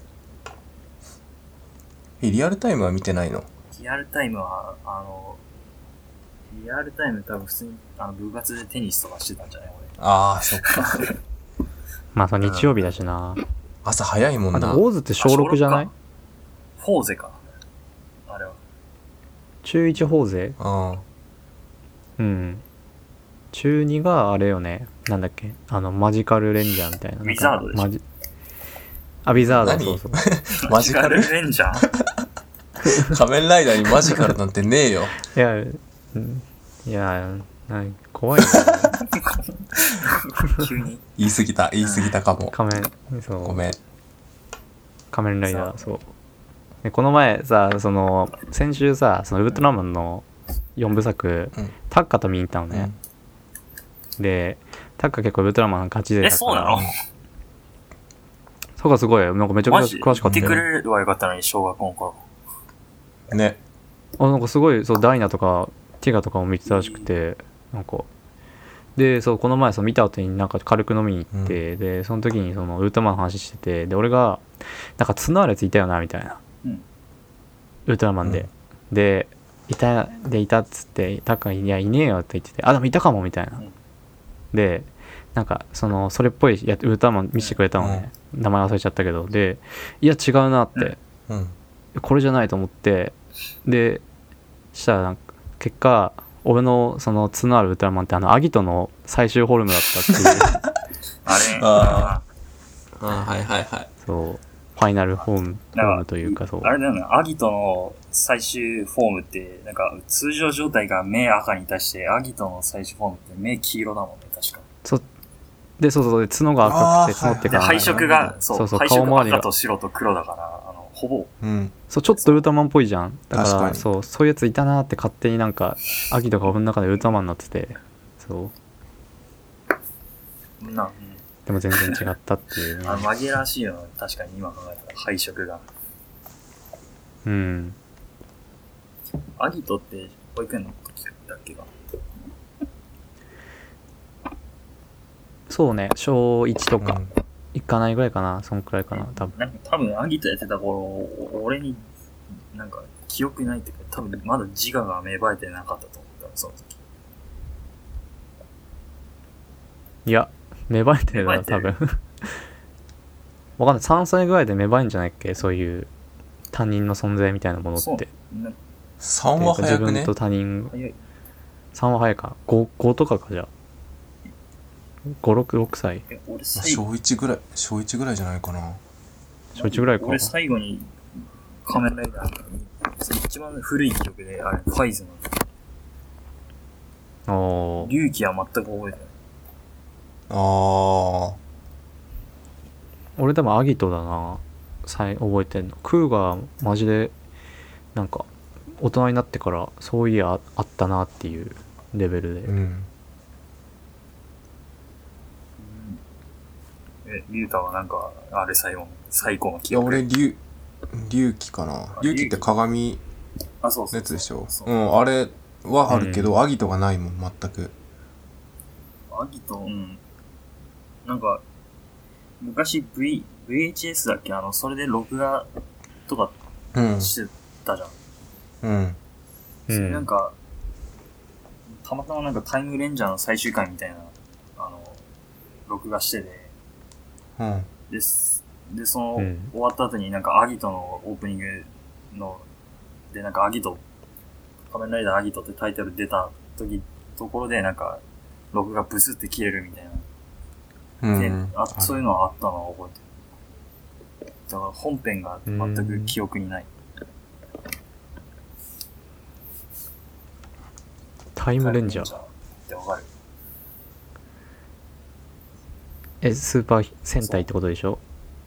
え、リアルタイムは見てないの？ リアルタイムは、あの、リアルタイム多分普通にあの部活でテニスとかしてたんじゃない俺。 ああ、そっか。 まあさ、日曜日だしな。 朝早いもんな。 あとオーズって小ろくじゃない？ フォーゼか。あれは。 中いちフォーゼ？ ああ。 うん。中にがあれよね。なんだっけ？あの、マジカルレンジャーみたいな。 ウィザードでしょ。 マジあ、ウィザード、そうそう。 マジカルレンジャー仮面ライダーにマジカルなんてねえよ。 いや、うん、いや、なん怖いよ、ね。 急に言い過ぎた、言い過ぎたかも。 仮面、そう。 ごめん。 仮面ライダー、そう。でこの前さ、その、先週さ、そのウルトラマンのよんぶさく、うん、タッカと見に行ったのね。うん、で、タッカ結構ウルトラマンガチで。 え、そうなの？ そうか、すごい。なんかめちゃくちゃ詳しかったよ。 言ってくれればよかったのに、小学校の頃。 ね。 あ、なんかすごい、そう、ダイナとか、ティガとかも見てたらしくて、なんか、で、そう、この前、そう、見た後になんか軽く飲みに行って、うん、で、その時にそのウルトラマンの話してて、で、俺が、なんか角あるやついたよな、みたいな。うん、ウルトラマンで。うん、で、いた、で、いたっつって、タッカが、いや、いねえよって言ってて、あ、でもいたかも、みたいな。うん、で、なんか、その、それっぽいやウルトラマン見せてくれたのね。うん、名前忘れちゃったけど、で、いや、違うなって。 うん、 これじゃないと思って、で、したらなんか、結果、俺のその角あるウルトラマンってあのアギトの最終フォルムだったっていうあれああはいはいはいそうファイナルフォーム、フォームというかそう。 あれだよね、アギトの最終フォームって、なんか通常状態が目赤に対して、アギトの最終フォームって目黄色だもんね、確か。 そで、そうそう、で角が赤くて、角ってか、 配色が、そう、 そうそう配色が赤と白と黒だから、あの、ほぼ。 うん。 そう、ちょっとウルトラマンっぽいじゃん。だから、 確かにそう、そういうやついたなーって勝手になんか、アギトが俺の中でウルトラマンになってて、そう。 な、うん。 でも全然違ったっていう、ね。 あ、紛らわしいよ、確かに今考えたら、配色が。 うん。 アギトって保育園の時だっけか。 そうね、しょういちとか、 うん、 いかないぐらいかな、そんくらいかな、多分。 なんか多分アギトやってた頃、俺に、なんか記憶ないっていうか、多分まだ自我が芽生えてなかったと思った、その時。 いや、芽生えてるな、多分。わかんない、さんさいぐらいで芽生えんじゃないっけ、そういう他人の存在みたいなものって。 さんは早くね。 自分と他人。早い。さんは早いか。ご、ごとかか、じゃあ。ご、ろく、ろくさい。 小いちぐらい、小いちぐらいじゃないかな。 小いちぐらいか。 俺最後に仮面ライダー、一番古い記憶で、あれ、ファイズなの。 あー。龍騎は全く覚えてない。 あー。 俺多分アギトだな。さい覚えてんの。クーがマジで、なんか、大人になってからそういやあったなっていうレベルで、うん、 え、リュウタはなんかあれ最後の最高の記憶。 いや俺リュ龍騎かな。龍騎って鏡のやつでしょ。うんあれはあるけど、うん、アギトがないもん全く。 アギトうんなんか昔 V VHS だっけあのそれで録画とかしてたじゃん。 うん。 それなんか、うん、たまたまなんかタイムレンジャーの最終回みたいな、あの、録画してて、 うん。 です。で、その、うん、終わった後になんかアギトのオープニングの、でなんかアギト、仮面ライダーアギトってタイトル出た時、ところでなんか、録画ブスって切れるみたいな。で、うん、あ、そういうのはあったのは覚えてる。だから本編が全く記憶にない。 タイムレンジャーってわかる？ え、スーパー戦隊ってことでしょ？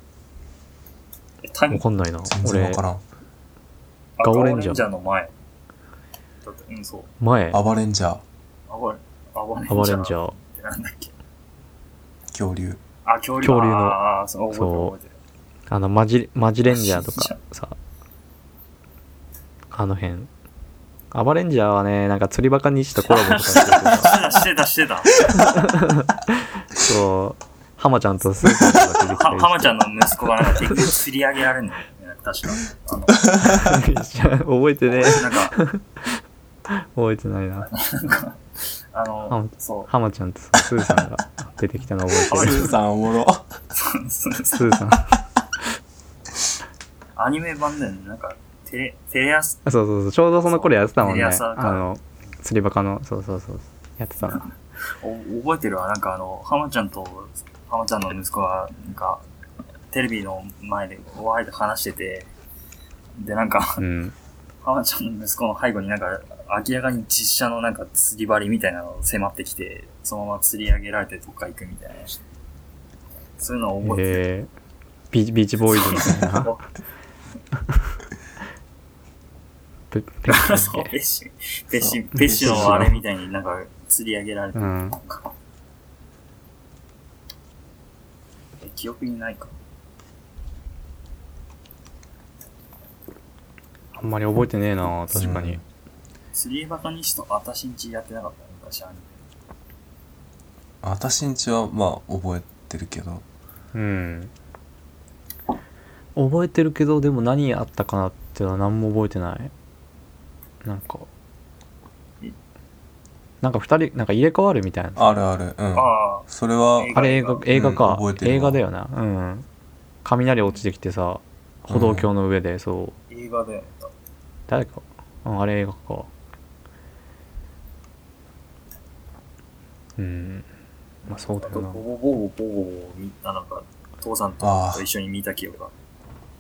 わかんないな。 全然わからん。 ガオレンジャー。ガオレンジャーの前。だって、うん、そう。 前。 アバレンジャー。 アバレ、アバレンジャー。 アバレンジャー。 ってなんだっけ？ 恐竜。 あ、恐竜。 恐竜の。 ああ、そう、覚えてる覚えてる。 あの、マジ、マジレンジャーとかさ。あの辺。アバレンジャーはね、なんか釣りバカ西とコラボとかしてた。してた、してた、してた。そう、ハマちゃんとスーパーとか出てきたりして。 ハマちゃんの息子がなんか敵に釣り上げられるんだよね、確か。あの覚えてねなんか、 覚えてないな。 なんか、あの、そう。 ハマちゃんとスーさんが出てきたの覚えてる。 スーさんおもろ。 スーさん。 アニメ版だよね、なんか、テレ、テレ朝。 そうそうそう、ちょうどその頃やってたもんね。 テレ朝あの、釣りバカの、そうそうそう、やってたの。 覚えてるわ、なんかあの、ハマちゃんと、ハマちゃんの息子が、なんか、テレビの前でわーって話してて、で、なんか、うん、ハマちゃんの息子の背後になんか、明らかに実写のなんか釣り針みたいなのを迫ってきて、そのまま釣り上げられてどっか行くみたいな。そういうのを覚えてる。 えー、ビーチ、ビーチボーイズみたいな。ペペッシペッシペッシペッシのあれみたいになんか釣り上げられてる、うん、え記憶にないかあんまり覚えてねえな確かに。 釣りバカにしとあたしんちやってなかった昔アニメ。 あたしんちはまあ覚えてるけどうん覚えてるけどでも何あったかなってのは何も覚えてない。なんかなんか二人なんか入れ替わるみたいな。 あるあるうんあそれはあれ映画映画か、うん、映画だよな。うん雷落ちてきてさ歩道橋の上で、うん、そう映画だよね誰か、うん、あれ映画かうんまあそうだよな。 ボボボボボボボ見たなんか父さんと一緒に見た記憶が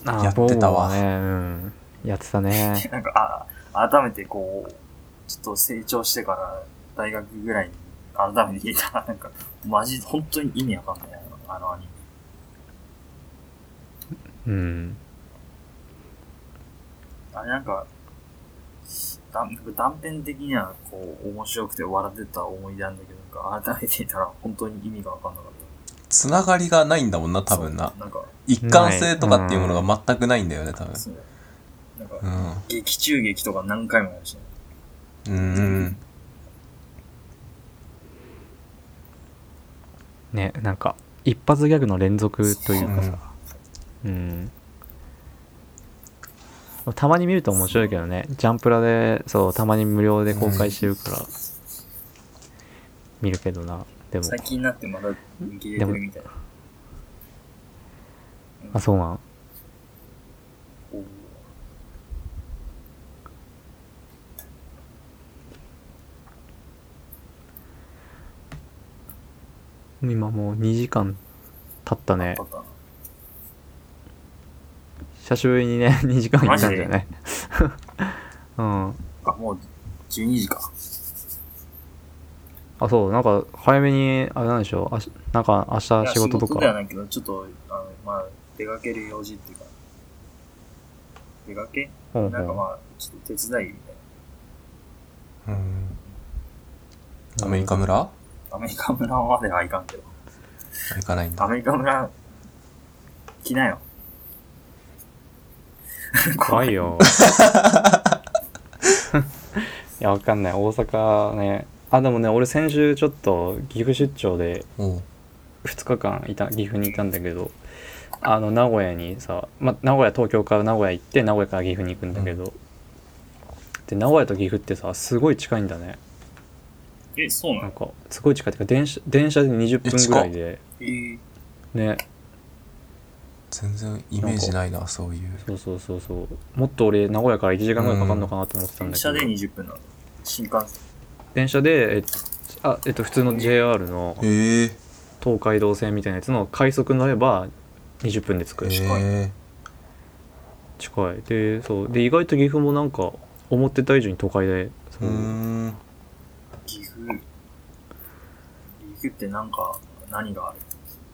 あやってたわボーはね、うん、やってたね。 なんか、あ、改めてこう、ちょっと成長してから大学ぐらいに改めて聞いたら、なんか、マジ、本当に意味わかんないな、あのアニメ。 うん。 あれなんか、断断片的にはこう、面白くて笑ってた思い出なんだけど、なんか改めて言ったら本当に意味がわかんなかった。 つながりがないんだもんな、多分な。 なんか一貫性とかっていうものが全くないんだよね、多分。 そうなんか、 うん。 劇中劇とか何回もやるしね。 うーん。 ね、なんか、一発ギャグの連続というかさ、うん。たまに見ると面白いけどね、ジャンプラで、そう、たまに無料で公開してるから、見るけどな。でも。 最近になってまだ人気出てるみたいな。 あ、そうなん。今もうにじかん経ったね。久しぶりにね、にじかん行ったんじゃないうん。 あ、もうじゅうにじか。 あ、そう、なんか早めに、あれなんでしょう、あしなんか明日仕事とか。 仕事ではないけど、ちょっと、あの、まあ、出かける用事っていうか、出かけほうほうなんかまあ、ちょっと手伝いみたいな。 うん。アメリカ村？ アメリカ村まではいかんけど。 行かないんだ。 アメリカ村、来なよ。 怖いよ。いや、わかんない。大阪ね。あ、でもね、俺先週ちょっと岐阜出張でふつかかんいた、岐阜にいたんだけど、あの、名古屋にさ、ま、名古屋、東京から名古屋行って、名古屋から岐阜に行くんだけど、うん、で、名古屋と岐阜ってさ、すごい近いんだね。 え、そうなの？ なんか、すごい近い。てか、電車、電車でにじゅっぷんぐらいで、 えー、 ね。 全然イメージないな、そういう。 そうそうそうそう。もっと俺、名古屋からいちじかんぐらいかかるのかなと思ってたんだけど。 電車でにじゅっぷんなの？新幹線？ 電車で、えっと、あ、えっと、普通の ジェイアール の東海道線みたいなやつの快速に乗ればにじゅっぷんで着く。 近い。 近い。で、そう。で、意外と岐阜もなんか、思ってた以上に都会で、そう。 うーん。 岐阜。岐阜ってなんか、何がある？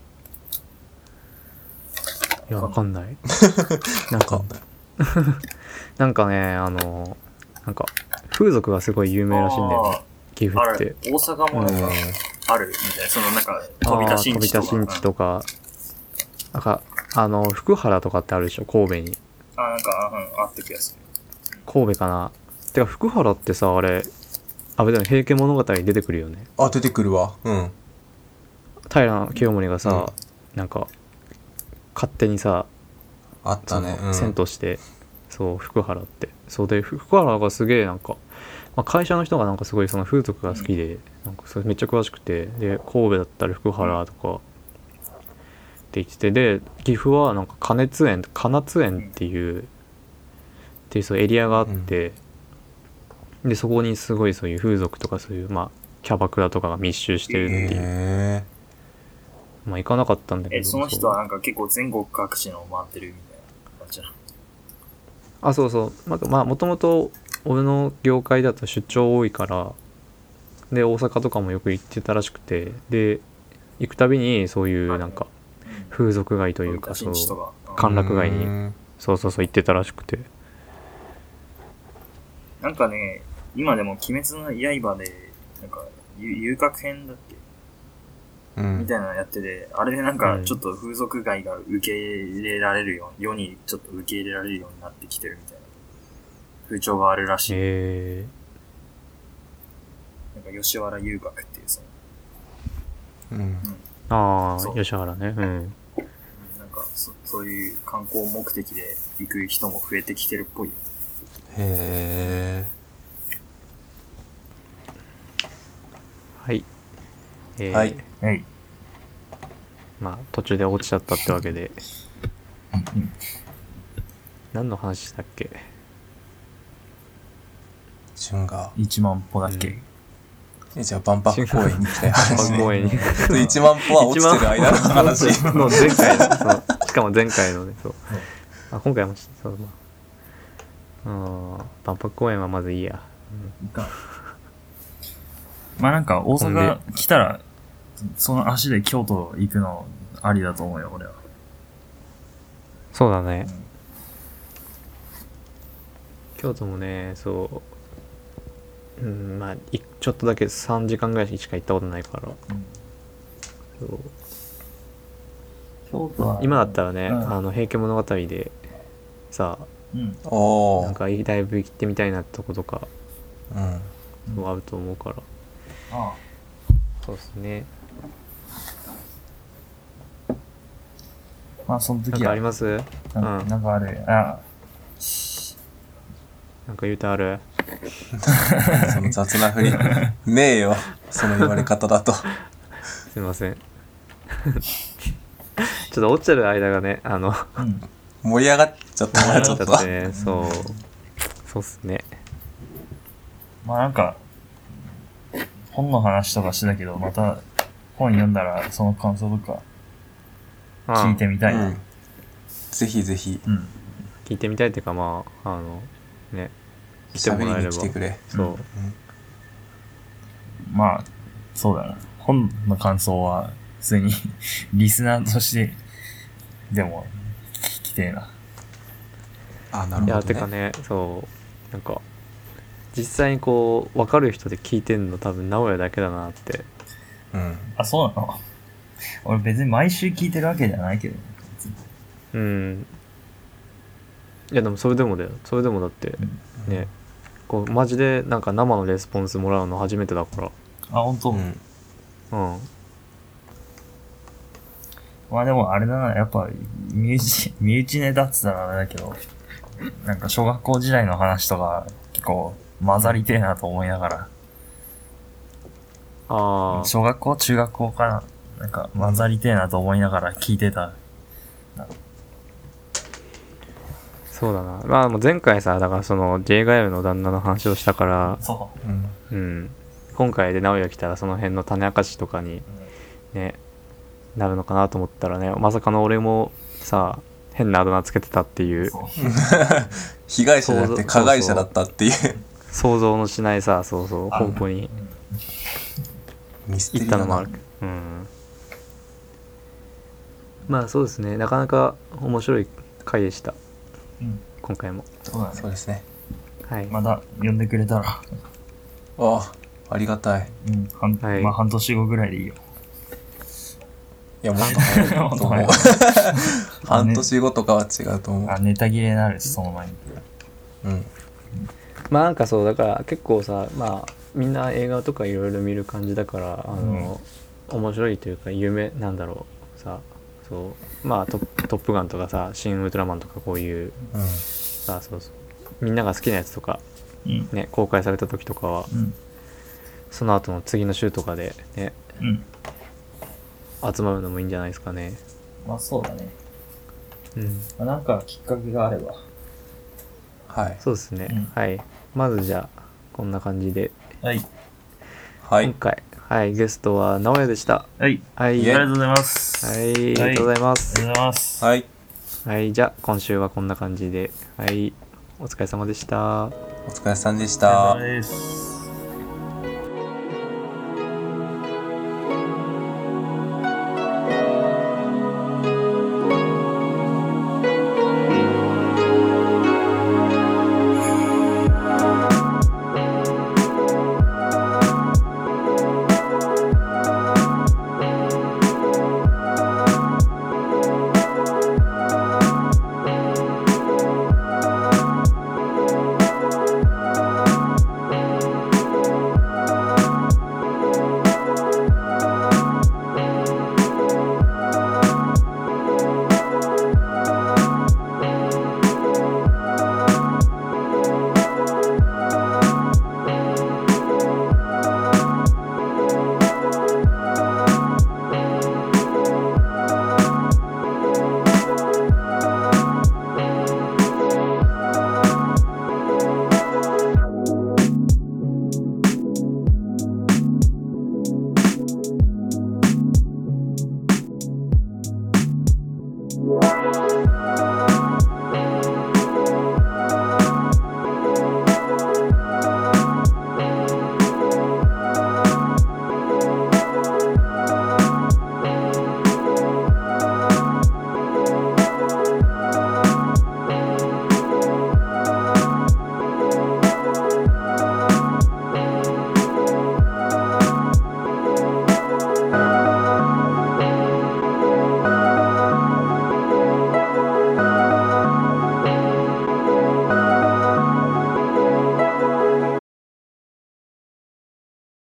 いや、わかんない。なんか、なんかね、あの、なんか、風俗がすごい有名らしいんだよね。岐阜って。 大阪もなんかあるみたいな、そのなんか、飛び出しんちとか。 飛び出しんちとか、なんか、あの、福原とかってあるでしょ、神戸に。 あ、なんか、うん、あって気がする。 神戸かな。てか、福原ってさ、あれ、あれだよね、平家物語に出てくるよね。 あ、出てくるわ。うん。 平清盛がさ、うん、なんか、勝手にさ、 あったね。うん、 遷都して、そう、福原って。そうで、福原がすげえなんか、まあ、会社の人がなんかすごいその風俗が好きで、なんかそれめっちゃ詳しくて、で、神戸だったら福原とかって言ってて、で、岐阜はなんか金津園、金津園っていう、っていうそうエリアがあって、うん、で、そこにすごいそういう風俗とかそういう、まあ、キャバクラとかが密集してるっていう。 へーまあ、行かなかったんだけど。 え、その人はなんか結構全国各地の回ってるみたいな感じなの？ あ、そうそう。まあ、もともと俺の業界だと出張多いから、で、大阪とかもよく行ってたらしくて、で、行くたびにそういうなんか、風俗街というか、そう、歓楽街に、そうそうそう行ってたらしくて。 なんかね、今でも鬼滅の刃で、なんか、遊郭編だっけ、うん、みたいなのやってて、あれでなんかちょっと風俗街が受け入れられるよう、世にちょっと受け入れられるようになってきてるみたいな風潮があるらしい。 へー。なんか吉原遊郭っていうその、 うん。うん、 ああ、吉原ね。うん。 なんかそ、そういう観光目的で行く人も増えてきてるっぽいよ。 へー。はい。えー、 はい。 はい。 まあ、途中で落ちちゃったってわけで。何の話したっけ？ 順が。 一万歩だっけ？うん、 え、じゃあ、万博公園に来たい話、ね。 万博公園に。 一万歩は落ちてる間の話。 の前回の、そう。しかも前回のね、そう。 あ今回もそうまあうん万博公園はまずいいや、 いかんまあなんか大阪来たらその足で京都行くのありだと思うよ俺は。 そうだね、うん、京都もねそううんまあちょっとだけさんじかんぐらいしか行ったことないから、うん、そう京都は今だったらね、 うん、 あの平家物語でさ、 うん、 なんかだいぶ行ってみたいなってとことか、 うん、 そうあると思うから、 ああそうですね。 まあその時はなんかあります？うん。 なんかある。ああなんか言うてある？ その雑なふりねえよ、その言われ方だと。 すいません。ちょっと落ちてる間がね、あの、 うん、 盛り上がっちゃったからちょっと。 ちょっとね、そう、そうっすね。 まあなんか本の話とかしてたけど、また本読んだらその感想とか聞いてみたいな。 うん、ぜひぜひ、 うん。 聞いてみたいっていうか、まああのね、 来てもらえれば。喋りに来てくれ。 そう。うん、 まあそうだな。本の感想は普通にリスナーとしてでも聞きてえな。 あ、なるほど、ね。 いやてかね、そうなんか実際にこう分かる人で聞いてんの多分直哉だけだなって。 うん。 あ、そうなの？俺別に毎週聞いてるわけじゃないけど。 うん。いやでもそれでもだよ。それでもだってね、うん、こうマジでなんか生のレスポンスもらうの初めてだから。 あ、本当。うん。うん。まあでもあれだな、やっぱ身内身内ネタっつったらあれだけど、なんか小学校時代の話とか結構混ざりてえなと思いながら。 ああ。 小学校中学校かな、なんか混ざりてえなと思いながら聞いてた。 そうだな。まあ前回さ、だからその J ガエルの旦那の話をしたから、 そう。 うん。うん、今回で直哉来たらその辺の種明かしとかにね、うん、なるのかなと思ったらね、まさかの俺もさ、変なあだ名つけてたっていう。 被害者じゃなくて加害者だったっていう。 想像のしないさ、そうそう、方向に行ったのもある。うん。まあそうですね、なかなか面白い回でした。うん、今回も。 そうだね。そうですね。 はい。 また呼んでくれたら。ああ、ありがたい。 うん、半、はい、まあ半年後ぐらいでいいよ。 いや、もっと早いと思う。半年後とかは違うと思う。 あ、ネタ切れになるし、その前に。 うん。 まあなんかそう、だから結構さ、まあみんな映画とかいろいろ見る感じだから、あの、うん、面白いというか有名なんだろうさ、そうまあトップ、トップガンとかさ、シン・ウルトラマンとかこういう、うん、さ、そうそうみんなが好きなやつとか、うん、ね、公開された時とかは、うん、その後の次の週とかでね、うん、集まるのもいいんじゃないですかね。 まあそうだね。 うん。 まあ、なんかきっかけがあれば。 はい。 そうですね。うん、はい。まずじゃあこんな感じで。 はい。 はい。 今回はいゲストは直哉でした。 はい。 はい。 ありがとうございます。 はい。ありがとうございます。 ありがとうございます。 はい。 はい。じゃあ今週はこんな感じで。はい。お疲れ様でした。 お疲れ様でした。 お疲れ様です。Wow.